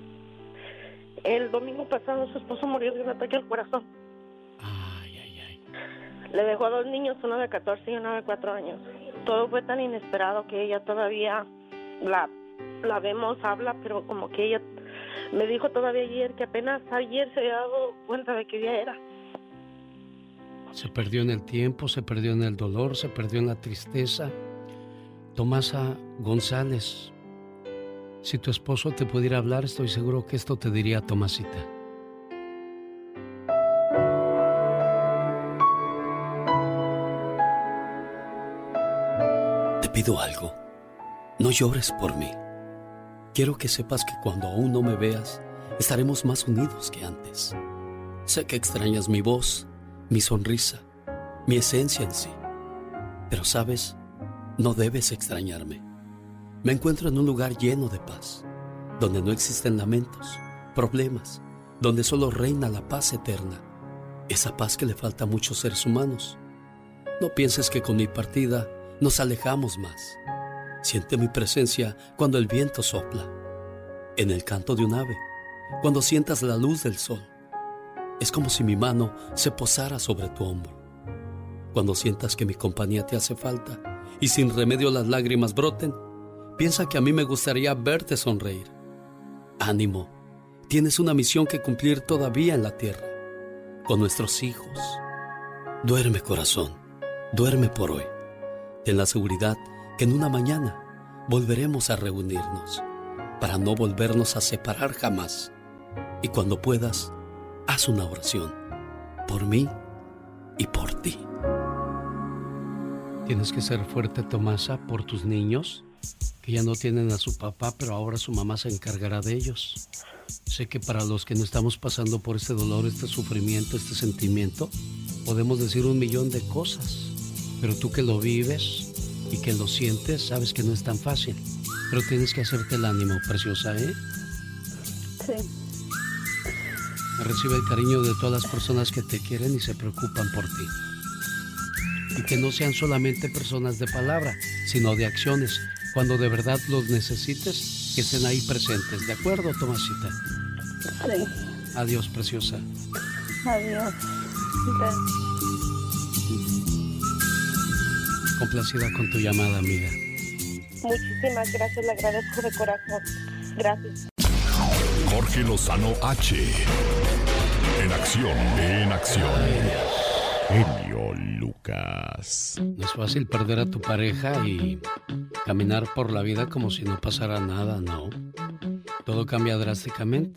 El domingo pasado su esposo murió de un ataque al corazón. Ay, ay, ay. Le dejó a dos niños, uno de catorce y uno de cuatro años. Todo fue tan inesperado que ella todavía, la la vemos, habla, pero como que ella me dijo todavía ayer que apenas ayer se había dado cuenta de que ella era. Se perdió en el tiempo, se perdió en el dolor, se perdió en la tristeza. Tomasa González, si tu esposo te pudiera hablar, estoy seguro que esto te diría Tomasita. Te pido algo. No llores por mí. Quiero que sepas que cuando aún no me veas, estaremos más unidos que antes. Sé que extrañas mi voz, mi sonrisa, mi esencia en sí. Pero sabes, no debes extrañarme. Me encuentro en un lugar lleno de paz, donde no existen lamentos, problemas, donde solo reina la paz eterna. Esa paz que le falta a muchos seres humanos. No pienses que con mi partida nos alejamos más. Siente mi presencia cuando el viento sopla, en el canto de un ave, cuando sientas la luz del sol. Es como si mi mano se posara sobre tu hombro. Cuando sientas que mi compañía te hace falta y sin remedio las lágrimas broten, piensa que a mí me gustaría verte sonreír. Ánimo, tienes una misión que cumplir todavía en la tierra, con nuestros hijos. Duerme, corazón, duerme por hoy. Ten la seguridad que en una mañana volveremos a reunirnos para no volvernos a separar jamás. Y cuando puedas, haz una oración por mí y por ti. Tienes que ser fuerte, Tomasa, por tus niños, que ya no tienen a su papá, pero ahora su mamá se encargará de ellos. Sé que para los que no estamos pasando por este dolor, este sufrimiento, este sentimiento, podemos decir un millón de cosas, pero tú que lo vives y que lo sientes, sabes que no es tan fácil. Pero tienes que hacerte el ánimo, preciosa, ¿eh? Sí. Recibe el cariño de todas las personas que te quieren y se preocupan por ti. Y que no sean solamente personas de palabra, sino de acciones. Cuando de verdad los necesites, que estén ahí presentes. ¿De acuerdo, Tomasita? Sí. Adiós, preciosa. Adiós. Gracias. Complacida con tu llamada, amiga. Muchísimas gracias, le agradezco de corazón. Gracias. Jorge Lozano H. En acción, en acción. Genio Lucas. No es fácil perder a tu pareja y caminar por la vida como si no pasara nada, ¿no? Todo cambia drásticamente.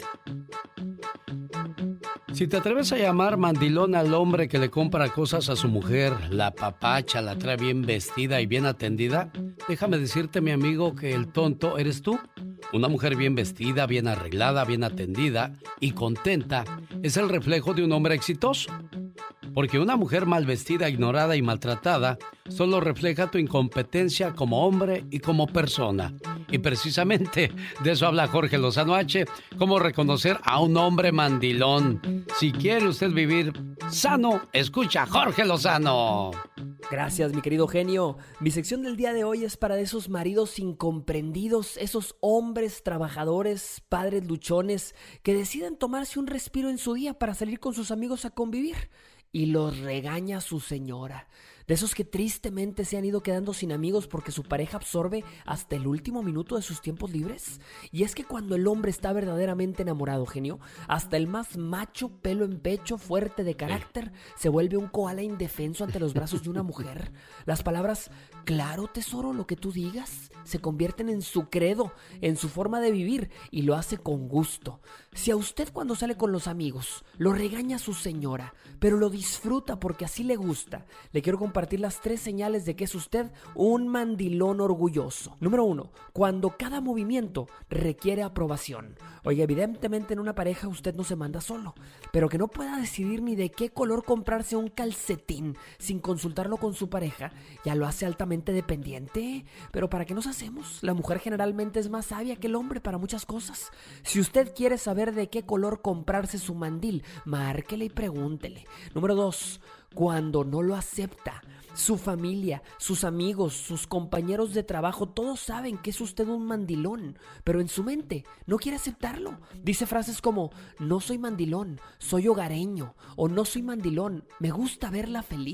Si te atreves a llamar mandilón al hombre que le compra cosas a su mujer, la apapacha, la trae bien vestida y bien atendida, déjame decirte, mi amigo, que el tonto eres tú. Una mujer bien vestida, bien arreglada, bien atendida y contenta es el reflejo de un hombre exitoso. Porque una mujer mal vestida, ignorada y maltratada solo refleja tu incompetencia como hombre y como persona. Y precisamente de eso habla Jorge Lozano H, cómo reconocer a un hombre mandilón. Si quiere usted vivir sano, escucha a Jorge Lozano. Gracias, mi querido genio. Mi sección del día de hoy es para esos maridos incomprendidos, esos hombres trabajadores, padres luchones, que deciden tomarse un respiro en su día para salir con sus amigos a convivir. Y los regaña su señora. De esos que tristemente se han ido quedando sin amigos porque su pareja absorbe hasta el último minuto de sus tiempos libres. Y es que cuando el hombre está verdaderamente enamorado, genio, hasta el más macho, pelo en pecho, fuerte de carácter, se vuelve un koala indefenso ante los brazos de una mujer. Las palabras, claro, tesoro, lo que tú digas, se convierten en su credo, en su forma de vivir, y lo hace con gusto. Si a usted cuando sale con los amigos lo regaña su señora, pero lo disfruta porque así le gusta, le quiero compartir las tres señales de que es usted un mandilón orgulloso. Número uno, cuando cada movimiento requiere aprobación. Oiga, evidentemente en una pareja usted no se manda solo, pero que no pueda decidir ni de qué color comprarse un calcetín sin consultarlo con su pareja, ya lo hace altamente dependiente. Pero ¿para qué nos hacemos? La mujer generalmente es más sabia que el hombre para muchas cosas. Si usted quiere saber de qué color comprarse su mandil, márquele y pregúntele. Número dos, cuando no lo acepta. Su familia, sus amigos, sus compañeros de trabajo, todos saben que es usted un mandilón, pero en su mente no quiere aceptarlo. Dice frases como, no soy mandilón, soy hogareño, o no soy mandilón, me gusta verla feliz.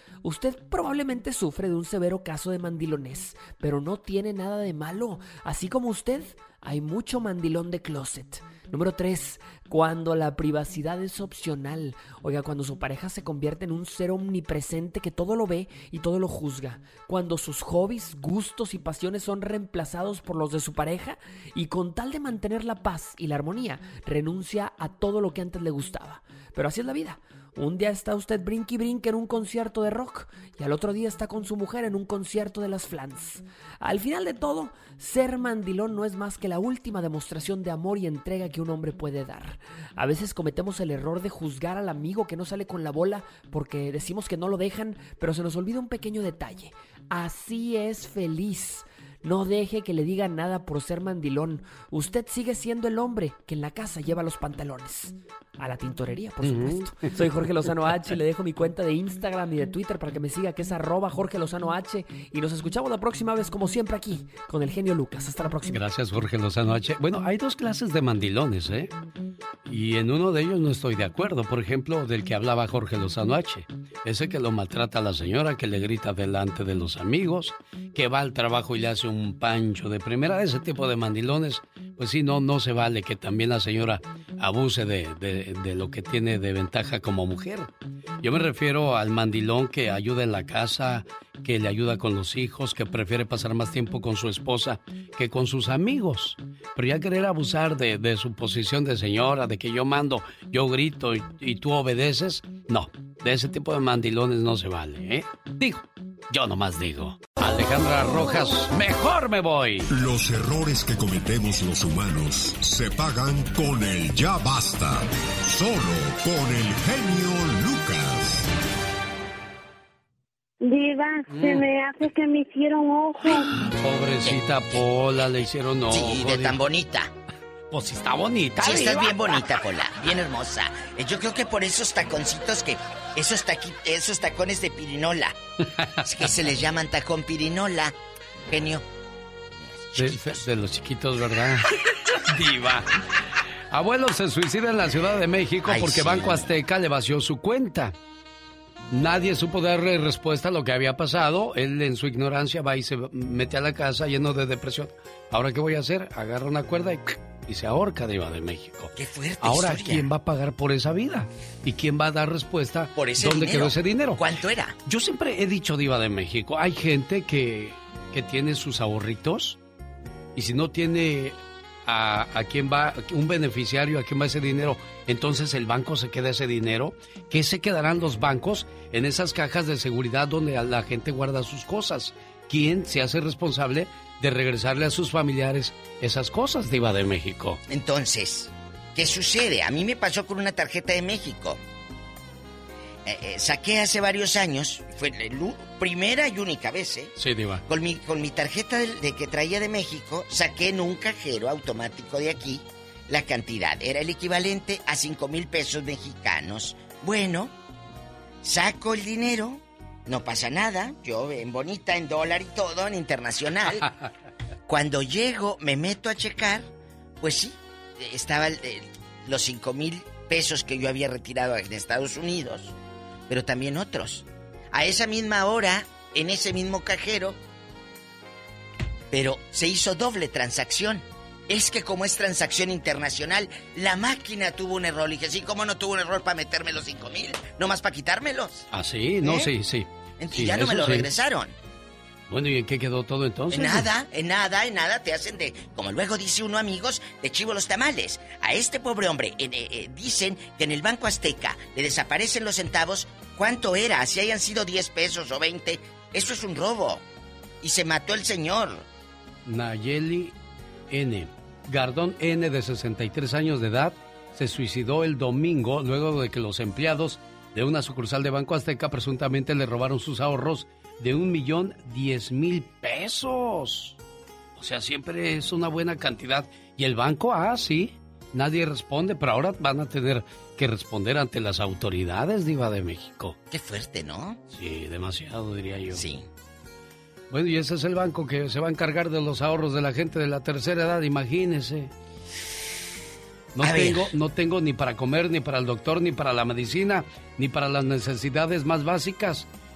Usted probablemente sufre de un severo caso de mandilonés, pero no tiene nada de malo. Así como usted, hay mucho mandilón de closet. Número tres, cuando la privacidad es opcional. Oiga, cuando su pareja se convierte en un ser omnipresente que todo lo ve y todo lo juzga. Cuando sus hobbies, gustos y pasiones son reemplazados por los de su pareja y con tal de mantener la paz y la armonía, renuncia a todo lo que antes le gustaba. Pero así es la vida. Un día está usted brinque y brinque en un concierto de rock y al otro día está con su mujer en un concierto de las Flans. Al final de todo, ser mandilón no es más que la última demostración de amor y entrega que un hombre puede dar. A veces cometemos el error de juzgar al amigo que no sale con la bola porque decimos que no lo dejan, pero se nos olvida un pequeño detalle. Así es feliz. No deje que le digan nada por ser mandilón. Usted sigue siendo el hombre que en la casa lleva los pantalones. A la tintorería, por supuesto. Uh-huh. Soy Jorge Lozano H. Le dejo mi cuenta de Instagram y de Twitter para que me siga, que es arroba Jorge Lozano H. Y nos escuchamos la próxima vez, como siempre, aquí, con el genio Lucas. Hasta la próxima. Gracias, Jorge Lozano H. Bueno, hay dos clases de mandilones, ¿eh? Y en uno de ellos no estoy de acuerdo. Por ejemplo, del que hablaba Jorge Lozano H. Ese que lo maltrata a la señora, que le grita delante de los amigos, que va al trabajo y le hace un pancho de primera. Ese tipo de mandilones, pues sí, no, no se vale que también la señora abuse de, de, de lo que tiene de ventaja como mujer. Yo me refiero al mandilón que ayuda en la casa, que le ayuda con los hijos, que prefiere pasar más tiempo con su esposa que con sus amigos. Pero ya querer abusar de, de su posición de señora, de que yo mando, yo grito y, y tú obedeces, no. De ese tipo de mandilones no se vale, ¿eh? Digo, yo nomás digo. Alejandra Rojas, mejor me voy. Los errores que cometemos los humanos se pagan con el ya basta. Solo con el genio Lucas. Diva, mm. se me hace que me hicieron ojos. Pobrecita Pola, le hicieron ojos. Sí, de tan bonita. Pues está bonita. Sí, estás bien bonita, Pola, bien hermosa. Yo creo que por esos taconcitos que... Esos, taqui, esos tacones de pirinola. Es que se les llaman tacón pirinola. Genio. De, de los chiquitos, ¿verdad? Diva. Abuelo se suicida en la Ciudad de México Ay, porque sí. Banco Azteca le vació su cuenta. Nadie supo darle respuesta a lo que había pasado. Él en su ignorancia va y se mete a la casa lleno de depresión. ¿Ahora qué voy a hacer? Agarra una cuerda y... y se ahorca, Diva de México. ¡Qué fuerte! Ahora, historia. ¿quién va a pagar por esa vida? ¿Y quién va a dar respuesta? ¿Por ese ¿Dónde dinero? quedó ese dinero? ¿Cuánto era? Yo siempre he dicho, Diva de México, hay gente que, que tiene sus ahorritos y si no tiene a, a quién va, un beneficiario, a quién va ese dinero, entonces el banco se queda ese dinero. ¿Qué se quedarán los bancos en esas cajas de seguridad donde la gente guarda sus cosas? ¿Quién se hace responsable de regresarle a sus familiares esas cosas, Diva de México? Entonces, ¿qué sucede? A mí me pasó con una tarjeta de México. Eh, eh, saqué hace varios años, fue la primera y única vez, ¿eh? Sí, Diva. Con mi, con mi tarjeta de, de que traía de México, saqué en un cajero automático de aquí la cantidad. Era el equivalente a cinco mil pesos mexicanos. Bueno, saco el dinero... No pasa nada, yo en bonita, en dólar y todo, en internacional. Cuando llego, me meto a checar, pues sí, estaban eh, los cinco mil pesos que yo había retirado en Estados Unidos, pero también otros. A esa misma hora, en ese mismo cajero, pero se hizo doble transacción. Es que como es transacción internacional, la máquina tuvo un error. Y dije, sí, ¿cómo no tuvo un error para meterme los cinco mil? ¿Nomás para quitármelos? Ah, sí, no, ¿Eh? sí, sí. Entonces sí, ya no me lo sí. regresaron. Bueno, ¿y en qué quedó todo entonces? En nada, en nada, en nada te hacen de... Como luego dice uno, amigos, de chivo los tamales. A este pobre hombre eh, eh, dicen que en el Banco Azteca le desaparecen los centavos. ¿Cuánto era? Si hayan sido diez pesos o veinte. Eso es un robo. Y se mató el señor. Nayeli N. Gardón N, de sesenta y tres años de edad, se suicidó el domingo luego de que los empleados de una sucursal de Banco Azteca presuntamente le robaron sus ahorros de un millón diez mil pesos. O sea, siempre es una buena cantidad. Y el banco, ah, sí, nadie responde, pero ahora van a tener que responder ante las autoridades, Diva de México. Qué fuerte, ¿no? Sí, demasiado, diría yo. Sí. Bueno, y ese es el banco que se va a encargar de los ahorros de la gente de la tercera edad, imagínese. No a tengo, ver. no tengo ni para comer, ni para el doctor, ni para la medicina, ni para las necesidades más básicas.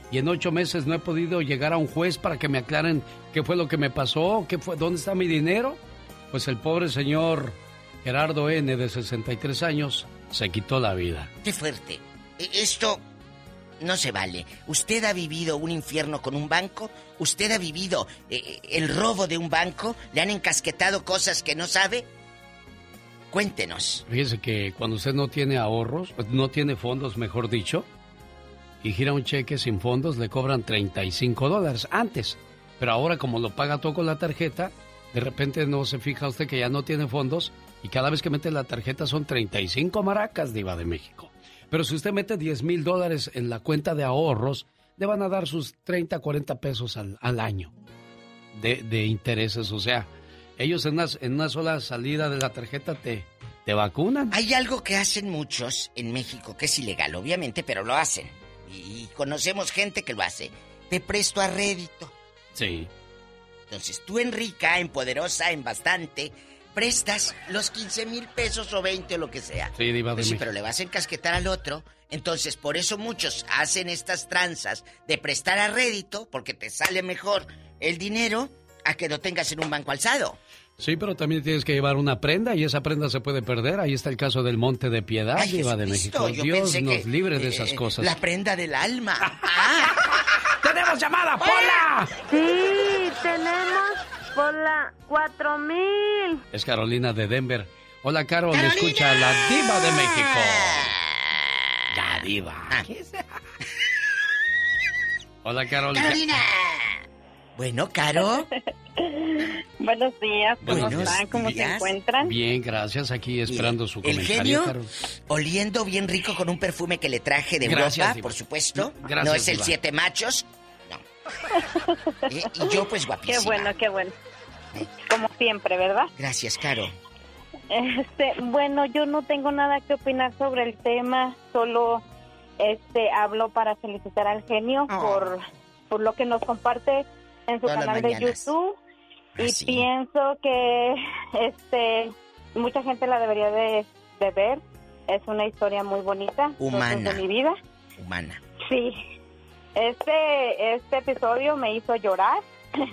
y en ocho meses no he podido llegar a un juez para que me aclaren qué fue lo que me pasó, qué fue, dónde está mi dinero. Pues el pobre señor Gerardo N., de sesenta y tres años, se quitó la vida. ¡Qué fuerte! Esto no se vale. ¿Usted ha vivido un infierno con un banco? ¿Usted ha vivido eh, el robo de un banco? ¿Le han encasquetado cosas que no sabe? Cuéntenos. Fíjese que cuando usted no tiene ahorros, no tiene fondos, mejor dicho, y gira un cheque sin fondos, le cobran treinta y cinco dólares antes. Pero ahora, como lo paga todo con la tarjeta, de repente no se fija usted que ya no tiene fondos y cada vez que mete la tarjeta son treinta y cinco maracas, Diva de México. Pero si usted mete diez mil dólares en la cuenta de ahorros, le van a dar sus treinta, cuarenta pesos al, al año de, de intereses. O sea, ellos en una, en una sola salida de la tarjeta te, te vacunan. Hay algo que hacen muchos en México que es ilegal, obviamente, pero lo hacen. Y conocemos gente que lo hace. Te presto a rédito. Sí. Entonces tú en rica, en poderosa, en bastante, prestas los quince mil pesos o veinte o lo que sea. Sí, Diva de pues sí, México. pero le vas a encasquetar al otro. Entonces por eso muchos hacen estas tranzas de prestar a rédito, porque te sale mejor el dinero a que lo tengas en un banco alzado. Sí, pero también tienes que llevar una prenda y esa prenda se puede perder. Ahí está el caso del Monte de Piedad, Ay, Diva de México. Yo Dios pensé nos que, libre de eh, esas cosas. La prenda del alma. ¡Ah! ¡Tenemos llamada, Pola! Sí, tenemos Pola cuatro mil. Es Carolina de Denver. Hola, Carol, le escucha la Diva de México. La Diva. Ah. Hola, Carol. ¡Carolina! Bueno, Caro. Buenos días, ¿cómo Buenos están? ¿Cómo días. se encuentran? Bien, gracias. Aquí esperando su El comentario, genio, Carol. oliendo bien rico con un perfume que le traje de Gracias, Europa, Diva. por supuesto. Gracias, no es el Diva. Siete Machos. No. Eh, y yo, pues, guapísima. Qué bueno, qué bueno. Como siempre, ¿verdad? Gracias, Caro. Este, bueno, yo no tengo nada que opinar sobre el tema, solo este hablo para felicitar al genio Oh. por, por lo que nos comparte en su Todas las canal de mañanas. YouTube. Ah, Y sí. pienso que este mucha gente la debería de, de ver. Es una historia muy bonita. Humana. De mi vida. Humana. Sí. Este este episodio me hizo llorar.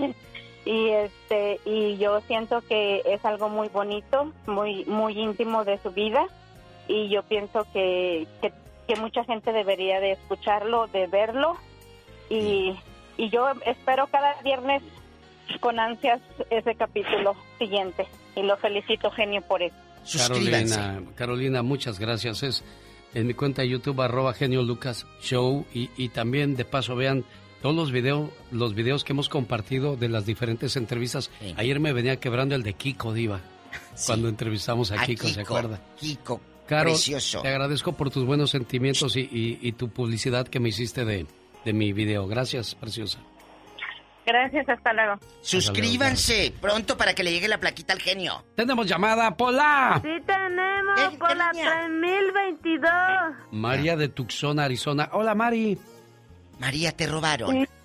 y este y yo siento que es algo muy bonito, muy muy íntimo de su vida, y yo pienso que que, que mucha gente debería de escucharlo, de verlo, y y yo espero cada viernes con ansias ese capítulo siguiente, y lo felicito, genio, por eso. Carolina, Carolina, muchas gracias. Es en mi cuenta de YouTube, arroba Genio Lucas Show, y, y también de paso vean todos los videos, los videos que hemos compartido de las diferentes entrevistas. Sí. Ayer me venía quebrando el de Kiko, Diva, Sí. cuando entrevistamos a, A Kiko, ¿se Kiko, acuerda? Kiko, Caro, precioso. te agradezco por tus buenos sentimientos y, y, y tu publicidad que me hiciste de, de mi video. Gracias, preciosa. Gracias, hasta luego. Suscríbanse pronto para que le llegue la plaquita al genio. Tenemos llamada, Pola. Sí tenemos Eh, por la niña. tres mil veintidós. María de Tucson, Arizona. Hola, Mari. María, te robaron. Sí.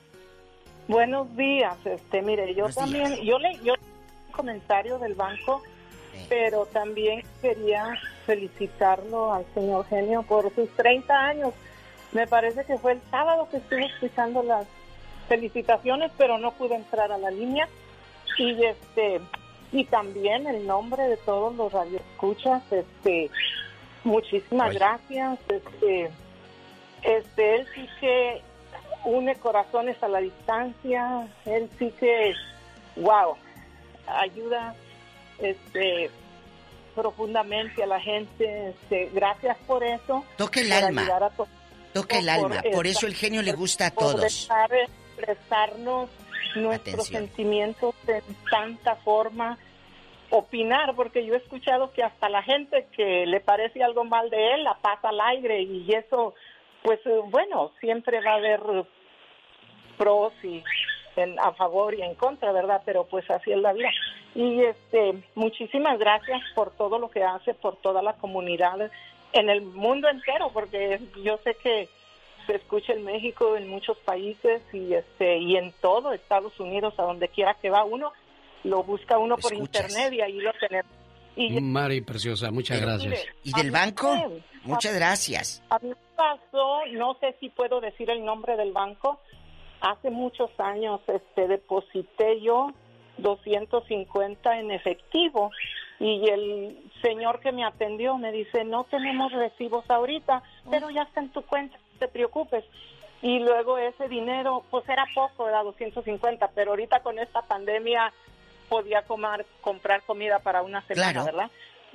Buenos días, este, mire, yo Buenos también, yo le, yo un comentario del banco, Sí. pero también quería felicitarlo al señor genio por sus treinta años. Me parece que fue el sábado que estuve escuchando las felicitaciones, pero no pude entrar a la línea, y este, y también el nombre de todos los radioescuchas, este, muchísimas Oye. gracias, este, este, él sí que une corazones a la distancia, él sí que, wow, ayuda este profundamente a la gente, este, gracias por eso. Toca el por alma. ayudar a to- Toca el por alma. Por esta- eso el genio le gusta a por todos. dejar expresarnos nuestros Atención. sentimientos de tanta forma, opinar, porque yo he escuchado que hasta la gente que le parece algo mal de él la pasa al aire, y eso, pues eh, bueno, siempre va a haber eh, pros y en, a favor y en contra, ¿verdad? Pero pues así es la vida. Y este, muchísimas gracias por todo lo que hace, por toda la comunidad en el mundo entero, porque yo sé que se escucha en México, en muchos países, y este y en todo Estados Unidos, a donde quiera que va uno, lo busca uno por Escuchas. internet y ahí lo tenemos. Y Mari, preciosa, muchas Pero, gracias. mire, ¿Y del a mí banco? me- Muchas gracias. A mí me pasó, no sé si puedo decir el nombre del banco, hace muchos años este deposité yo doscientos cincuenta en efectivo y el señor que me atendió me dice, no tenemos recibos ahorita, pero ya está en tu cuenta, no te preocupes. Y luego ese dinero, pues era poco, era doscientos cincuenta, pero ahorita con esta pandemia podía comer, comprar comida para una semana, Claro. ¿verdad?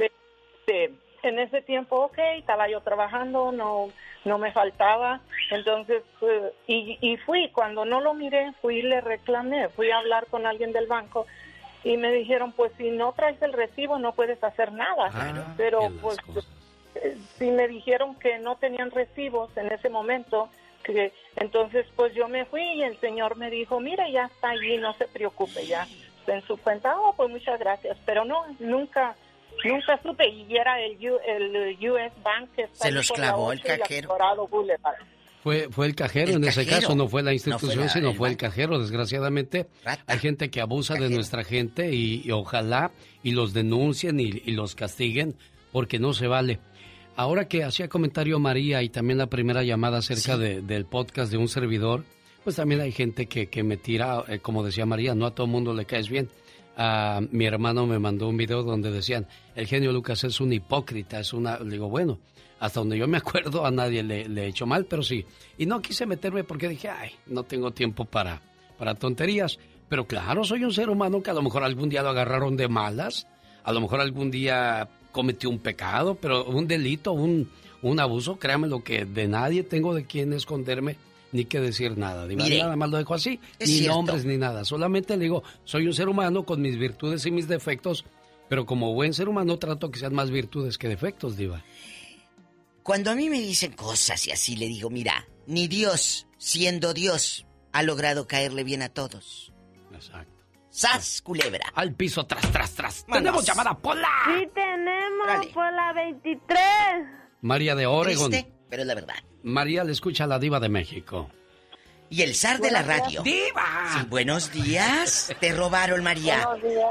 Este, en ese tiempo, ok, estaba yo trabajando, no no me faltaba, entonces, eh, y, y fui, cuando no lo miré, fui y le reclamé, fui a hablar con alguien del banco y me dijeron, pues si no traes el recibo no puedes hacer nada, Ah, pero que las pues cosas. eh, si me dijeron que no tenían recibos en ese momento, que entonces pues yo me fui y el señor me dijo, mira, ya está allí, no se preocupe, ya está en su cuenta. Oh, pues muchas gracias, pero no, nunca nunca supe, y era el, U, el U S Bank que está Se ahí los por la clavó el ocho y la cajero. Dorado Boulevard. Fue, fue el cajero El en ese cajero. caso, no fue la No institución, fue la- sino el fue el banco. cajero. Desgraciadamente, Rata. hay gente que abusa de Cajero. nuestra gente y, y ojalá y los denuncien y, y los castiguen porque no se vale. Ahora que hacía comentario María y también la primera llamada acerca Sí. de- del podcast de un servidor, pues también hay gente que, que me tira, eh, como decía María, no a todo mundo le caes bien. Ah, mi hermano me mandó un video donde decían, el genio Lucas es un hipócrita, es una... Le digo, bueno, hasta donde yo me acuerdo a nadie le, le he hecho mal, pero sí. Y no quise meterme porque dije, ay, no tengo tiempo para, para tonterías. Pero claro, soy un ser humano que a lo mejor algún día lo agarraron de malas, a lo mejor algún día cometió un pecado, pero un delito, un, un abuso, créame lo que de nadie tengo de quién esconderme ni que decir nada. Diva, Mire, nada más lo dejo así, es ni cierto. nombres ni nada. Solamente le digo, soy un ser humano con mis virtudes y mis defectos, pero como buen ser humano trato que sean más virtudes que defectos, Diva. Cuando a mí me dicen cosas y así le digo, mira, ni Dios, siendo Dios, ha logrado caerle bien a todos. Exacto. ¡Sas, culebra! Al piso, tras, tras, tras. Manos. ¡Tenemos llamada, Pola! Sí tenemos, Órale. por la veintitrés. María de Oregon. Triste, pero es la verdad. María le escucha a la Diva de México. Y el zar de la radio. ¡Diva! Sí, buenos días. Te robaron, María. Buenos días.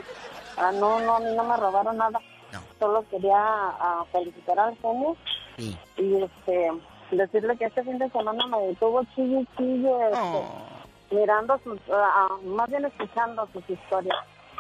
Ah, no, no, a mí no me robaron nada. No. Solo quería ah, felicitar al genio Sí. y este decirle que este fin de semana me detuvo chille chille este, Oh. mirando sus, ah, más bien escuchando sus historias,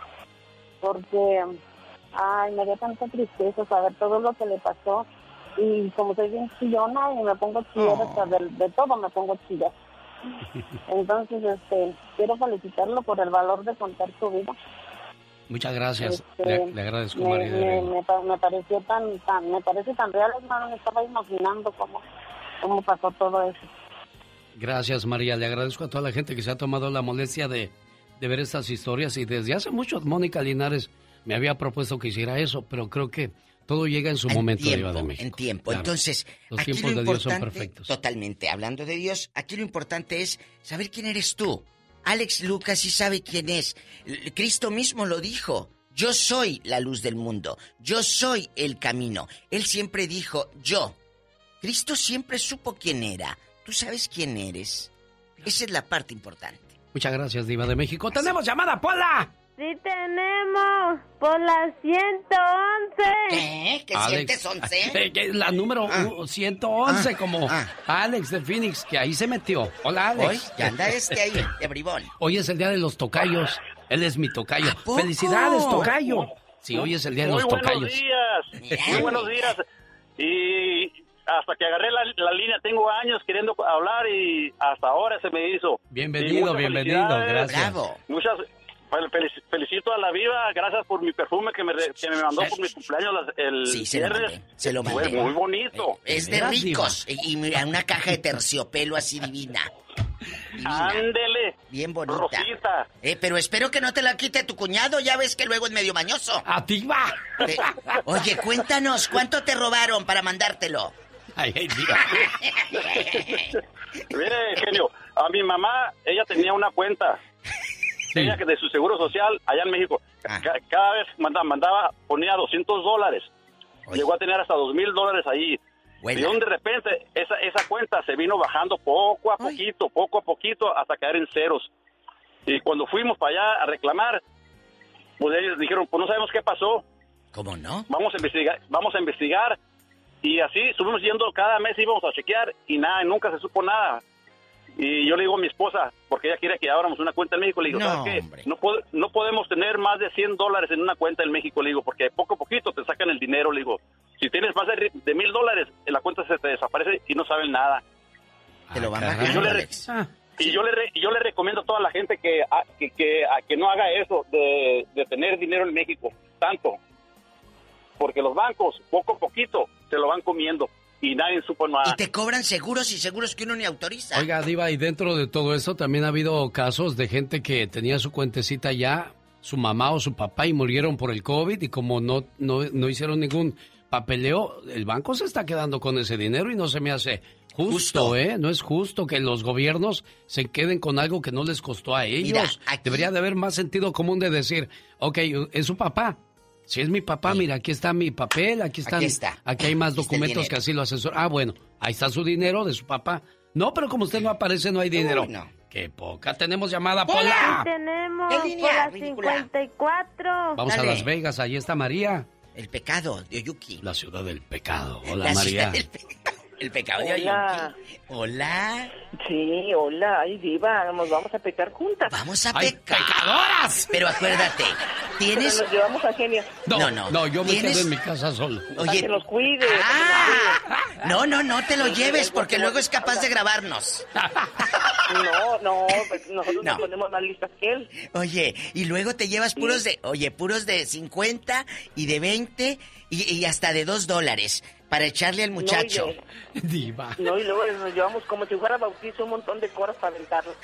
porque ay, me dio tanta tristeza saber todo lo que le pasó, y como soy bien chillona y me pongo chillar, Oh. hasta de, de todo me pongo chillar. Entonces este quiero felicitarlo por el valor de contar su vida. Muchas gracias. Este, le, le agradezco, me, María de me, Oregon. me, pa- me pareció tan, tan, me parece tan real, hermano, me estaba imaginando cómo, cómo pasó todo eso. Gracias, María. Le agradezco a toda la gente que se ha tomado la molestia de, de ver estas historias. Y desde hace mucho, Mónica Linares me había propuesto que hiciera eso, pero creo que todo llega en su En momento, tiempo, Diva de México. en tiempo. Claro. Entonces, Los aquí tiempos lo de Dios son importante, perfectos. totalmente, hablando de Dios, aquí lo importante es saber quién eres tú. Alex Lucas sí sabe quién es. L- Cristo mismo lo dijo. Yo soy la luz del mundo. Yo soy el camino. Él siempre dijo, yo. Cristo siempre supo quién era. ¿Tú sabes quién eres? Esa es la parte importante. Muchas gracias, Diva de México. ¡Tenemos llamada, Pola! Sí tenemos, por la ciento once. ¿Qué? ¿Qué Alex, sientes, once? eh, que la número Ah. uh, ciento once, Ah, como ah. Alex de Phoenix, que ahí se metió. Hola, Alex. Hoy ya anda este ahí, de bribón. Hoy es el día de los tocayos. Él es mi tocayo. ¿A poco? ¡Felicidades, tocayo! Sí, hoy es el día de Muy los buenos tocayos. días, muy buenos días. Y hasta que agarré la, la línea, tengo años queriendo hablar y hasta ahora se me hizo. Y Bienvenido, muchas bienvenido, felicidades. gracias. Bravo. Muchas, fel- felici- felicito a la Viva, gracias por mi perfume que me, re- que me mandó por mi cumpleaños las- el Sí, se lo viernes. mandé, se lo Fue mandé. muy bonito. Es de ¿Veras, ricos. Y, y mira, una caja de terciopelo así divina. Divina. Ándele, Bien bonita. Rosita. Eh, pero espero que no te la quite tu cuñado, ya ves que luego es medio mañoso. ¡A ti va! Eh, oye, cuéntanos, ¿cuánto te robaron para mandártelo? Ay, ay, Diva. Mire, genio, a mi mamá, ella tenía una cuenta. Sí. Ella que de su seguro social allá en México. Ah. Ca- Cada vez mandaba, mandaba, ponía doscientos dólares. Oye. Llegó a tener hasta dos mil dólares ahí. Buena. Y de repente esa, esa cuenta se vino bajando poco a Ay. poquito, poco a poquito, hasta caer en ceros. Y cuando fuimos para allá a reclamar, pues ellos dijeron, pues no sabemos qué pasó. ¿Cómo no? Vamos a investigar, vamos a investigar. Y así estuvimos yendo cada mes, íbamos a chequear y nada, nunca se supo nada. Y yo le digo a mi esposa, porque ella quiere que abramos una cuenta en México, le digo, No, ¿sabes qué? No, pod- no podemos tener más de cien dólares en una cuenta en México, le digo, porque poco a poquito te sacan el dinero, le digo. Si tienes más de, de mil dólares, en la cuenta se te desaparece y no saben nada. Te lo van Y bajando, yo le, re- Alex. y yo le, re- y yo le recomiendo a toda la gente que, a- que, que, a- que no haga eso de, de tener dinero en México, tanto. Porque los bancos, poco a poquito, se lo van comiendo y nadie supo nada. Y te cobran seguros y seguros que uno ni autoriza. Oiga, Diva, y dentro de todo eso también ha habido casos de gente que tenía su cuentecita ya, su mamá o su papá, y murieron por el COVID, y como no, no, no hicieron ningún papeleo, el banco se está quedando con ese dinero y no se me hace justo, Justo. ¿eh? No es justo que los gobiernos se queden con algo que no les costó a ellos. Mira, aquí- Debería de haber más sentido común de decir, ok, es su papá. Si es mi papá, mira, aquí está mi papel, aquí están, Aquí está. aquí hay más Aquí está el documentos que dinero. así lo asesoran. Ah, bueno, ahí está su dinero de su papá. No, pero como usted no aparece, no hay dinero. Uy, no. Qué poca. Tenemos llamada, Sí, Pola. tenemos ¿Qué línea, por la ridícula? cincuenta y cuatro. Vamos Dale. a Las Vegas, ahí está María. El pecado de Oyuki. La ciudad del pecado. Hola, La María. ciudad del pe- El pecado de Hola. Oyuki. Hola. Sí, hola, ay, Diva, nos vamos a pecar juntas. Vamos a ¡Ay, pecar. pecadoras! Pero acuérdate, Pero tienes... nos llevamos a Genio. No, No, no, no. yo me ¿Tienes? quedo en mi casa solo. Para Oye, que nos cuide. ah, no, no, no te lo lleves porque luego es capaz de grabarnos. No, no, pues nosotros No. nos ponemos más listas que él. Oye, y luego te llevas puros de, oye, puros de cincuenta y de veinte y, y hasta de dos dólares para echarle al muchacho. No, y, Diva. no, y luego nos llevamos como si fuera bautizo un montón de coras para aventarlos.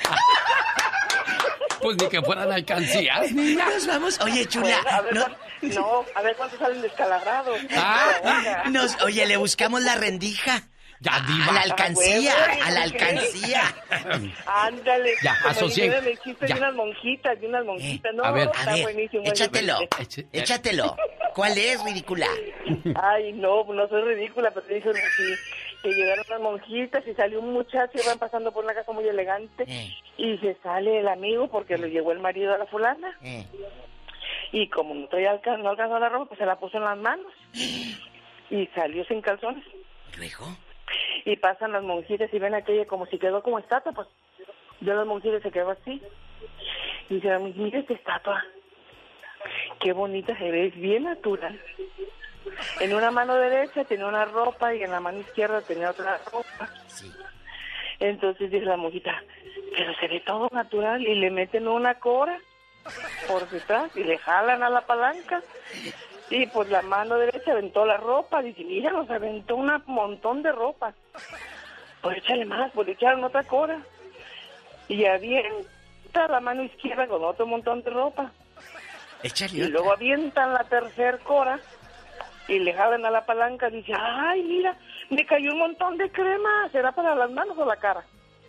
Pues ni que fueran alcancías, niña. Nos vamos, oye, chula, A ver, no, cuán- no, a ver cuántos salen descalabrados. Ah. nos, oye, le buscamos la rendija. Ya, A Diva. la alcancía, Ah, güey, a la ¿qué? alcancía. Ándale. Ya, como asocié. dijeron el chiste Ya. de unas monjitas, de unas monjitas. No, a ver, está A ver, buenísimo. el échatelo, chiste. échatelo. ¿Cuál es, ridícula? Ay, no, no soy ridícula, pero dijeron así, que llegaron las monjitas y salió un muchacho, iban pasando por una casa muy elegante, Eh. y se sale el amigo porque le llegó el marido a la fulana, Eh. y como no traía alca- no alcanzó la ropa, pues se la puso en las manos, y salió sin calzones. ¿Luego? Y pasan las monjitas y ven aquella como si quedó como estatua, pues yo las monjitas se quedó así. Y dice, mira esta estatua, qué bonita se ve, es bien natural. En una mano derecha tenía una ropa y en la mano izquierda tenía otra ropa. Sí. Entonces dice la monjita, pero se ve todo natural, y le meten una cora por detrás y le jalan a la palanca. Y pues la mano derecha aventó la ropa, dice, mira, nos aventó un montón de ropa. Pues échale más, pues le echaron otra cora. Y avienta la mano izquierda con otro montón de ropa. Échale Y otra. luego avientan la tercer cora y le jalan a la palanca. Dice, ay, mira, me cayó un montón de crema. ¿Será para las manos o la cara?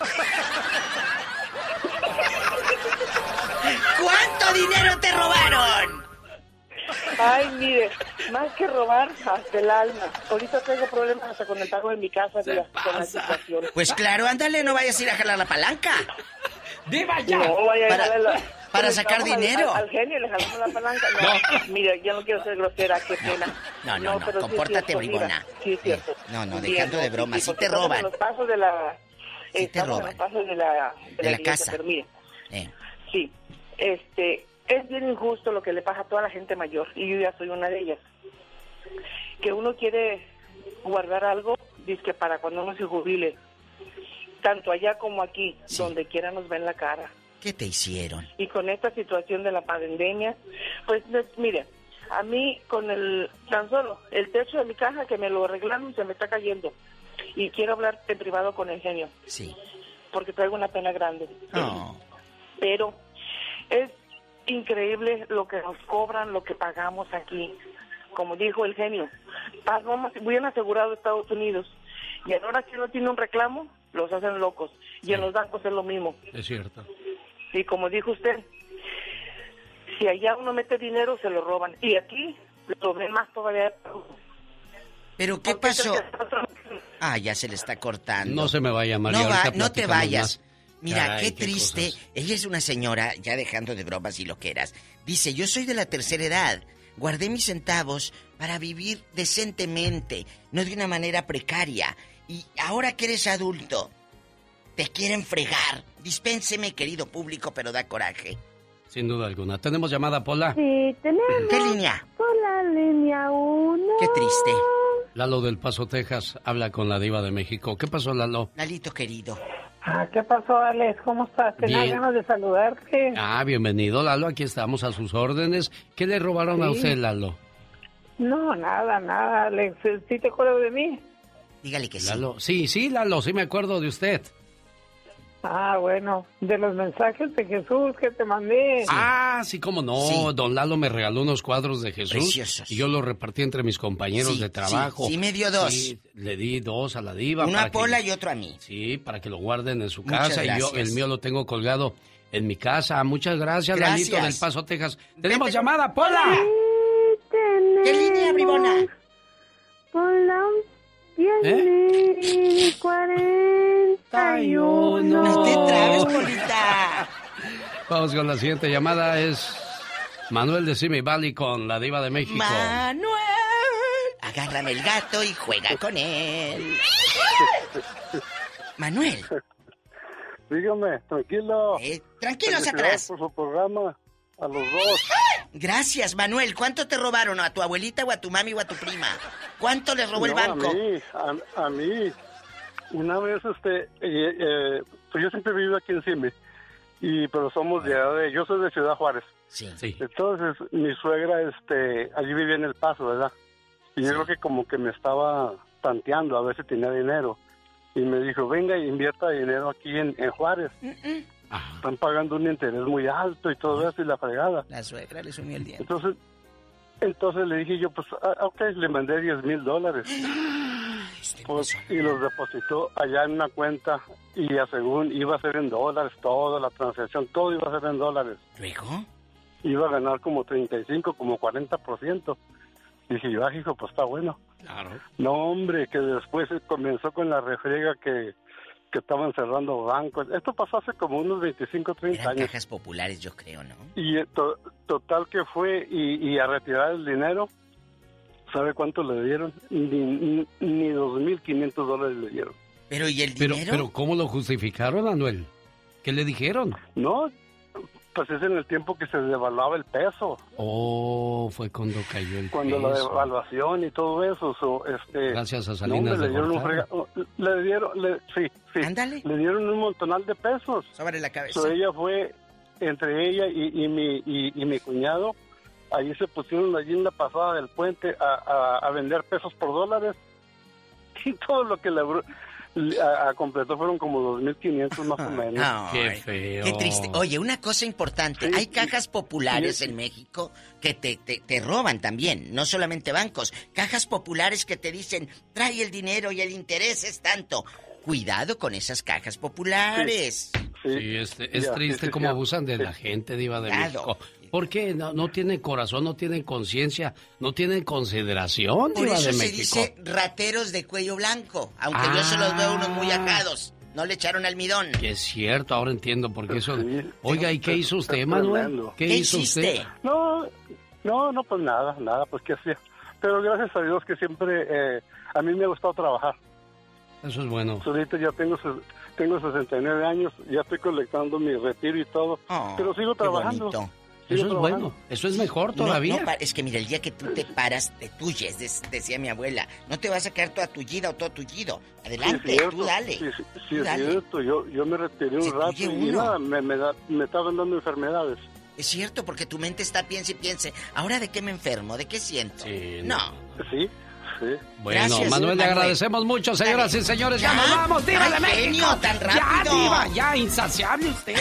¿Cuánto dinero te robaron? Ay, mire, más que robar, hasta el alma. Ahorita tengo problemas hasta con el pago de mi casa, mira, con la situación. Pues claro, ándale, no vayas a ir a jalar la palanca. ¡Diva, ya! No, vaya a Para- darle la- para le sacar jalamos al- dinero. Al, al genio le jalamos la palanca. No, mira, yo no quiero ser grosera, qué pena. No, no, no, pero sí es compórtate, cierto, bribona. mira, sí, es cierto. No, no, Sí, dejando de broma, sí porque te estamos roban. En los pasos de la... Sí te estamos roban. en los pasos de la... De la iglesia, casa. Pero mire, Eh. sí, este... Es bien injusto lo que le pasa a toda la gente mayor, y yo ya soy una de ellas. Que uno quiere guardar algo, dice que para cuando uno se jubile, tanto allá como aquí, donde quiera nos ven la cara. ¿Qué te hicieron? Y con esta situación de la pandemia, pues no, mire, a mí con el, tan solo el techo de mi caja que me lo arreglaron se me está cayendo. Y quiero hablar en privado con el genio. Sí. Porque traigo una pena grande. No. Pero es increíble lo que nos cobran, lo que pagamos aquí. Como dijo el genio, pagamos bien asegurado Estados Unidos. Y ahora que uno tiene un reclamo, los hacen locos. Y en los bancos es lo mismo. Es cierto. Y como dijo usted, si allá uno mete dinero, se lo roban. Y aquí lo ven más todavía. ¿Pero qué pasó? Ah, ya se le está cortando. No se me vaya, María. No, va- ahorita no te platicamos vayas. más. Mira, Caray, qué triste. cosas. Ella es una señora, ya dejando de bromas y loqueras. Dice, yo soy de la tercera edad. guardé mis centavos para vivir decentemente, no de una manera precaria. Y ahora que eres adulto, te quieren fregar. Dispénseme, querido público, pero da coraje. Sin duda alguna. ¿Tenemos llamada, Pola? Sí, tenemos. ¿Qué línea? Por la línea uno. Qué triste. Lalo del Paso, Texas, habla con la diva de México. ¿Qué pasó, Lalo? Lalito querido. Ah, ¿qué pasó, Alex? ¿Cómo estás? Tenía Bien. ganas de saludarte. Ah, bienvenido, Lalo. Aquí estamos a sus órdenes. ¿Qué le robaron Sí. a usted, Lalo? No, nada, nada, Alex. ¿Sí te acuerdas de mí? Dígale que Lalo. Sí, sí, Lalo, sí me acuerdo de usted. Ah, bueno, de los mensajes de Jesús que te mandé. Ah, sí, cómo no. Sí. Don Lalo me regaló unos cuadros de Jesús. Preciosos. Y yo los repartí entre mis compañeros Sí, de trabajo. sí, sí me dio dos. Sí, le di dos a la diva. Uno para a Pola que- y otro a mí. Sí, para que lo guarden en su Muchas casa. Y yo, gracias. el mío lo tengo colgado en mi casa. Muchas gracias, Gracias. Lalito del Paso, Texas. ¡Tenemos llamada, Pola! ¿Qué línea, bribona? Por la diez mil cuarenta y uno. No te trabes, Polita. Vamos con la siguiente llamada. Es Manuel de Simi Valley con la diva de México. Manuel, agárrame el gato y juega con él. Manuel. Dígame, tranquilo. Eh, tranquilos Felicidades atrás. por su programa, a los dos. Gracias, Manuel. ¿Cuánto te robaron? ¿A tu abuelita o a tu mami o a tu prima? ¿Cuánto les robó el No, banco? A mí, a, a mí. Una vez, este, eh, eh, pues yo siempre vivo aquí en Simi, y pero somos de, de, yo soy de Ciudad Juárez. Sí. Entonces, mi suegra, este, allí vivía en El Paso, ¿verdad? Y yo creo que como que me estaba tanteando a ver si tenía dinero. Y me dijo, venga y invierta dinero aquí en, en Juárez. Están pagando un interés muy alto y todo eso y la fregada. La suegra le sumió el diente. Entonces, entonces le dije yo, pues, ah, ok, le mandé diez mil dólares. Pues, y los depositó allá en una cuenta y ya según iba a ser en dólares, toda la transacción, todo iba a ser en dólares. ¿Luego? Iba a ganar como treinta y cinco, como cuarenta por ciento. Dije yo, ah, hijo, pues está bueno. Claro. No, hombre, que después comenzó con la refriega que, que estaban cerrando bancos. Esto pasó hace como unos veinticinco, treinta Eran años. cajas populares, yo creo, ¿no? Y eh, to- total que fue, y, y a retirar el dinero, ¿sabe cuánto le dieron? Ni, ni, ni dos mil quinientos dólares le dieron. Pero, ¿y el Pero, dinero? pero, ¿cómo lo justificaron, Manuel? ¿Qué le dijeron? No, pues es en el tiempo que se devaluaba el peso. Oh, fue cuando cayó el Cuando la peso. devaluación y todo eso, so, este... Gracias a no, Salinas hombre, de le dieron un Gortari. frega- le dieron, le- sí, sí. Ándale. Le dieron un montonal de pesos. Sobre la cabeza. So, ella fue, entre ella y, y mi y, y mi cuñado, allí se pusieron allí en la pasada del puente a, a, a vender pesos por dólares. Y todo lo que le, abru- le- a, a completó fueron como dos mil quinientos más o menos. Ay, Qué triste. Oye, una cosa importante. Sí, Hay sí. cajas populares Sí. en México que te, te, te roban también, no solamente bancos. Cajas populares que te dicen, trae el dinero y el interés es tanto. Cuidado con esas cajas populares. Sí, este, es Ya, triste sí, sí, cómo sí. abusan de Sí. la gente, diva de Cuidado. México. ¿Por qué? No, no tienen corazón, no tienen conciencia, no tienen consideración, Por diva eso de se México. dice rateros de cuello blanco. Aunque yo se los veo unos muy ajados. No le echaron almidón. Que es cierto, ahora entiendo por qué eso... Oiga, ¿y qué hizo usted, Es Manuel? tremendo. ¿Qué, hizo usted? No, no, no, pues nada, nada, pues qué hacía. Pero gracias a Dios que siempre, eh, a mí me ha gustado trabajar. Eso es bueno. Ahorita ya tengo, ses- tengo sesenta y nueve años, ya estoy colectando mi retiro y todo, Oh, pero sigo qué trabajando. bonito. Sigo Eso es trabajando. bueno, eso es mejor No, todavía. no, pa- es que mira, el día que tú te paras, te tuyes, des- decía mi abuela. No te vas a quedar toda tullida o todo tullido. Adelante, Sí, es cierto. tú dale. Sí, sí, Tú sí, es dale. cierto. Yo, yo me retiré un Se rato tuye y uno. nada, me, me, da- me estaban dando enfermedades. Es cierto, porque tu mente está piense y piense. ¿Ahora de qué me enfermo? ¿De qué siento? no. Sí, sí. Bueno, Gracias, Manuel, le Manuel. agradecemos mucho, señoras y señores. ¡Ya, ¿Ya? nos vamos, diva de Ay, México! genio, tan ¡Ya, rápido! diva! ¡Ya, insaciable usted!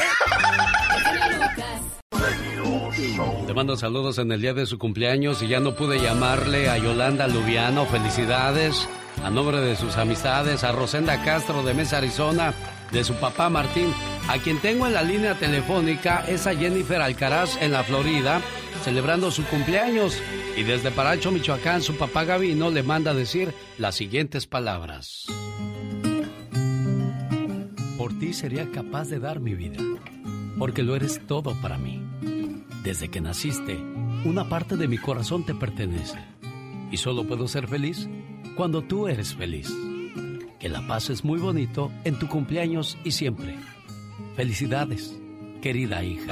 Te mando saludos en el día de su cumpleaños y ya no pude llamarle a Yolanda Lubiano. Felicidades a nombre de sus amistades, a Rosenda Castro de Mesa, Arizona, de su papá Martín. A quien tengo en la línea telefónica es a Jennifer Alcaraz en la Florida, celebrando su cumpleaños. Y desde Paracho, Michoacán, su papá Gavino le manda a decir las siguientes palabras. Por ti sería capaz de dar mi vida, porque lo eres todo para mí. Desde que naciste, una parte de mi corazón te pertenece. Y solo puedo ser feliz cuando tú eres feliz. Que la pases muy bonito en tu cumpleaños y siempre. Felicidades, querida hija.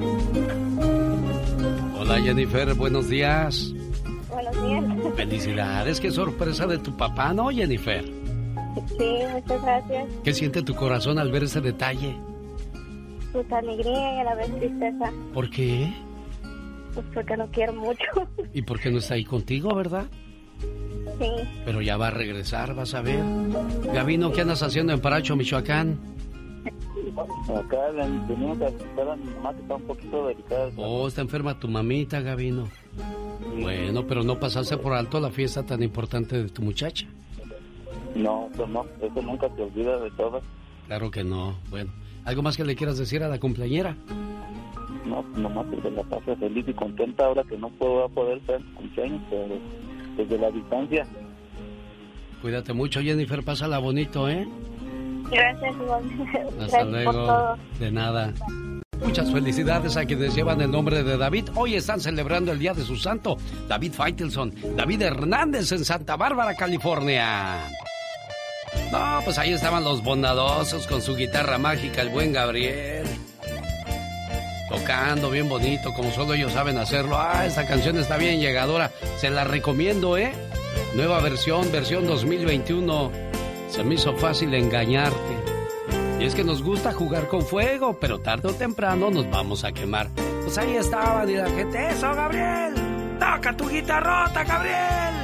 Hola Jennifer, buenos días. Buenos días. Felicidades, qué sorpresa de tu papá, ¿no, Jennifer? Sí, muchas gracias. ¿Qué siente tu corazón al ver ese detalle? Pues alegría y a la vez tristeza. ¿Por qué? Pues porque lo quiero mucho. ¿Y por qué no está ahí contigo, verdad? Sí. Pero ya va a regresar, vas a ver. Gabino, ¿qué andas haciendo en Paracho, Michoacán? Acá venimos a visitar a mi mamá que está un poquito delicada. Oh, está enferma tu mamita, Gabino. Sí. Bueno, pero no pasaste por alto la fiesta tan importante de tu muchacha. No, eso no, eso nunca te olvida de todo. Claro que no. Bueno, ¿algo más que le quieras decir a la cumpleañera? No, nomás que la pase feliz y contenta ahora que no puedo poder ser cumpleaños, pero desde la distancia. Cuídate mucho, Jennifer, pásala bonito, ¿eh? Gracias, igualmente. Hasta luego. De nada. Muchas felicidades a quienes llevan el nombre de David. Hoy están celebrando el día de su santo, David Faitelson, David Hernández en Santa Bárbara, California. No, pues ahí estaban los bondadosos con su guitarra mágica, el buen Gabriel. Tocando bien bonito, como solo ellos saben hacerlo. Ah, esta canción está bien llegadora. Se la recomiendo, ¿eh? Nueva versión, versión dos mil veintiuno. Se me hizo fácil engañarte. Y es que nos gusta jugar con fuego, pero tarde o temprano nos vamos a quemar. Pues ahí estaban y la gente, ¡eso, Gabriel! ¡Toca tu guitarrota, Gabriel!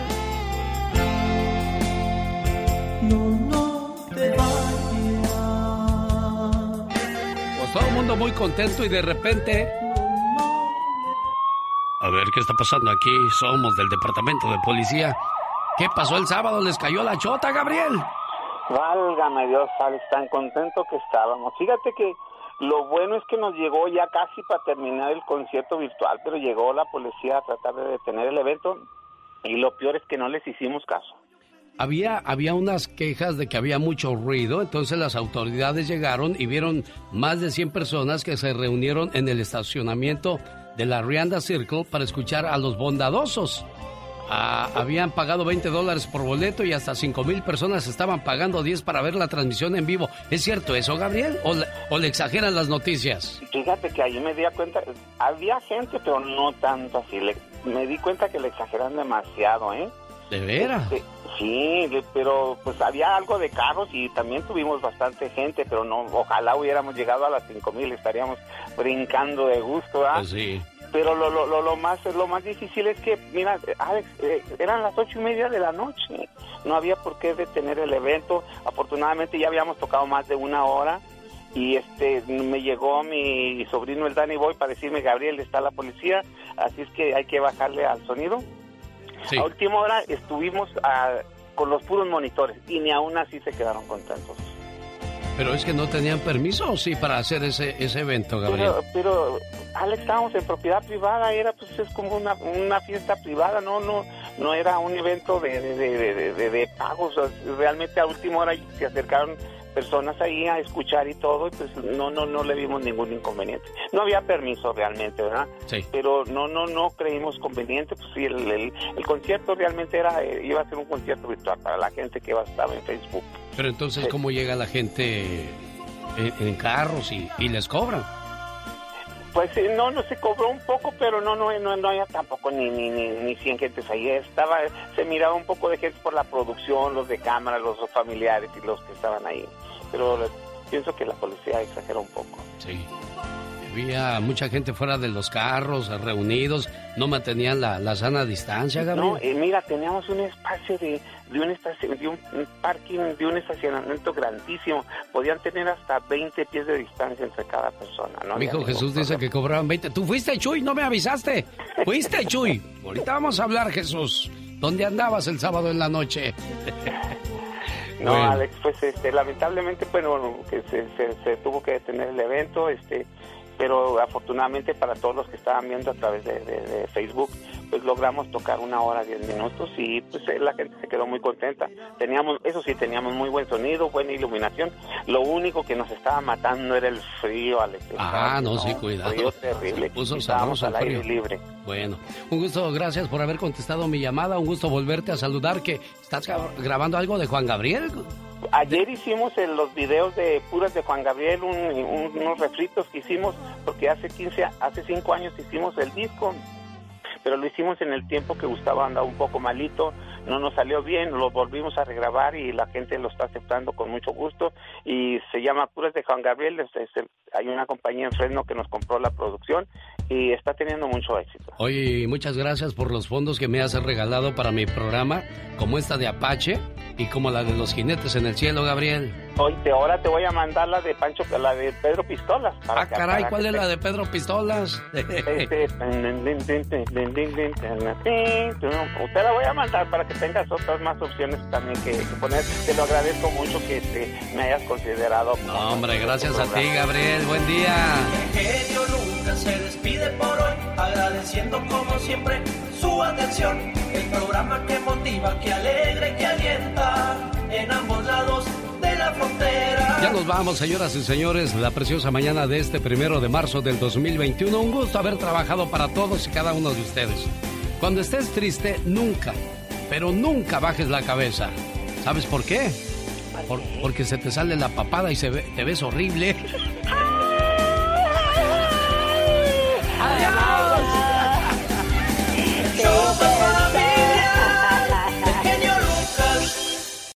No, no te vayas. Pues todo el mundo muy contento y de repente... A ver, ¿qué está pasando aquí? Somos del departamento de policía. ¿Qué pasó el sábado? ¿Les cayó la chota, Gabriel? Válgame Dios, Alex, tan contento que estábamos. Fíjate que lo bueno es que nos llegó ya casi para terminar el concierto virtual, pero llegó la policía a tratar de detener el evento y lo peor es que no les hicimos caso. Había, había unas quejas de que había mucho ruido, entonces las autoridades llegaron y vieron más de cien personas que se reunieron en el estacionamiento de la Rianda Circle para escuchar a los bondadosos. Ah, habían pagado veinte dólares por boleto y hasta cinco mil personas estaban pagando diez para ver la transmisión en vivo. ¿Es cierto eso, Gabriel? ¿O le, o le exageran las noticias? Fíjate que ahí me di cuenta, había gente, pero no tanto así. Le, me di cuenta que le exageran demasiado, ¿eh? ¿De veras? Este, sí, pero pues había algo de carros y también tuvimos bastante gente, pero no, ojalá hubiéramos llegado a las cinco mil, estaríamos brincando de gusto, ¿ah? Pues sí. Pero lo, lo, lo, lo más lo más difícil es que, mira, Alex, eh, eran las ocho y media de la noche. No había por qué detener el evento. Afortunadamente ya habíamos tocado más de una hora. Y este me llegó mi sobrino, el Danny Boy, para decirme, Gabriel, está la policía. Así es que hay que bajarle al sonido. Sí. A última hora estuvimos a, con los puros monitores. Y ni aún así se quedaron contentos. Pero es que no tenían permiso, ¿o sí, para hacer ese ese evento, Gabriel? Pero, pero Alex, estábamos en propiedad privada, era pues es como una, una fiesta privada, no no no era un evento de de, de, de, de pagos. Realmente a última hora se acercaron personas ahí a escuchar y todo, y pues no no no le vimos ningún inconveniente. No había permiso realmente, ¿verdad? Sí. Pero no no no creímos conveniente, pues sí, el, el, el concierto realmente era iba a ser un concierto virtual para la gente que estaba en Facebook. Pero entonces, ¿cómo llega la gente en, en carros y, y les cobran? Pues no, no se cobró un poco, pero no no no, no había tampoco ni, ni ni ni cien gentes ahí. Estaba, se miraba un poco de gente por la producción, los de cámara, los familiares y los que estaban ahí. Pero pienso que la policía exageró un poco. Sí. Había mucha gente fuera de los carros, reunidos, no mantenían la, la sana distancia, Gabriel. No, eh, mira, teníamos un espacio de, de, un estaci- de un parking, de un estacionamiento grandísimo. Podían tener hasta veinte pies de distancia entre cada persona, ¿no? Mi hijo Jesús dice que cobraban veinte. ¿Tú fuiste, Chuy? ¿No me avisaste? ¿Fuiste, Chuy? Ahorita vamos a hablar, Jesús. ¿Dónde andabas el sábado en la noche? No, bueno. Alex, pues este, lamentablemente, bueno, que se, se, se tuvo que detener el evento, este... pero afortunadamente para todos los que estaban viendo a través de, de, de Facebook, pues logramos tocar una hora, diez minutos y pues la gente se quedó muy contenta. Teníamos, eso sí, teníamos muy buen sonido, buena iluminación. Lo único que nos estaba matando era el frío, Alex. Ah, no, no, sí, cuidado. Frío terrible. Se puso Estábamos sabroso al el aire frío. libre. Bueno, un gusto, gracias por haber contestado mi llamada, un gusto volverte a saludar. Que ¿estás grabando algo de Juan Gabriel? Ayer hicimos el, los videos de puras de Juan Gabriel, un, un, unos refritos que hicimos, porque hace quince, hace cinco años hicimos el disco, pero lo hicimos en el tiempo que Gustavo andaba un poco malito, no nos salió bien, lo volvimos a regrabar y la gente lo está aceptando con mucho gusto y se llama Puras de Juan Gabriel. Es, es el, hay una compañía en Fresno que nos compró la producción y está teniendo mucho éxito. Oye, muchas gracias por los fondos que me has regalado para mi programa, como esta de Apache y como la de los jinetes en el cielo, Gabriel. Hoy te, ahora te voy a mandar la de Pancho, la de Pedro Pistolas. Ah, que, caray, ¿cuál es te... la de Pedro Pistolas? Este, te la voy a mandar para que tengas otras más opciones también que, que poner. Te lo agradezco mucho que te, me hayas considerado. No, hombre, gracias a ti, Gabriel. Buen día. El genio Lucas se despide por hoy, agradeciendo como siempre su atención. El programa que motiva, que alegra y que alienta en ambos lados de la frontera. Ya nos vamos, señoras y señores, la preciosa mañana de este primero de marzo del dos mil veintiuno. Un gusto haber trabajado para todos y cada uno de ustedes. Cuando estés triste, nunca, pero nunca bajes la cabeza. ¿Sabes por qué? Por, porque se te sale la papada y se ve, te ves horrible.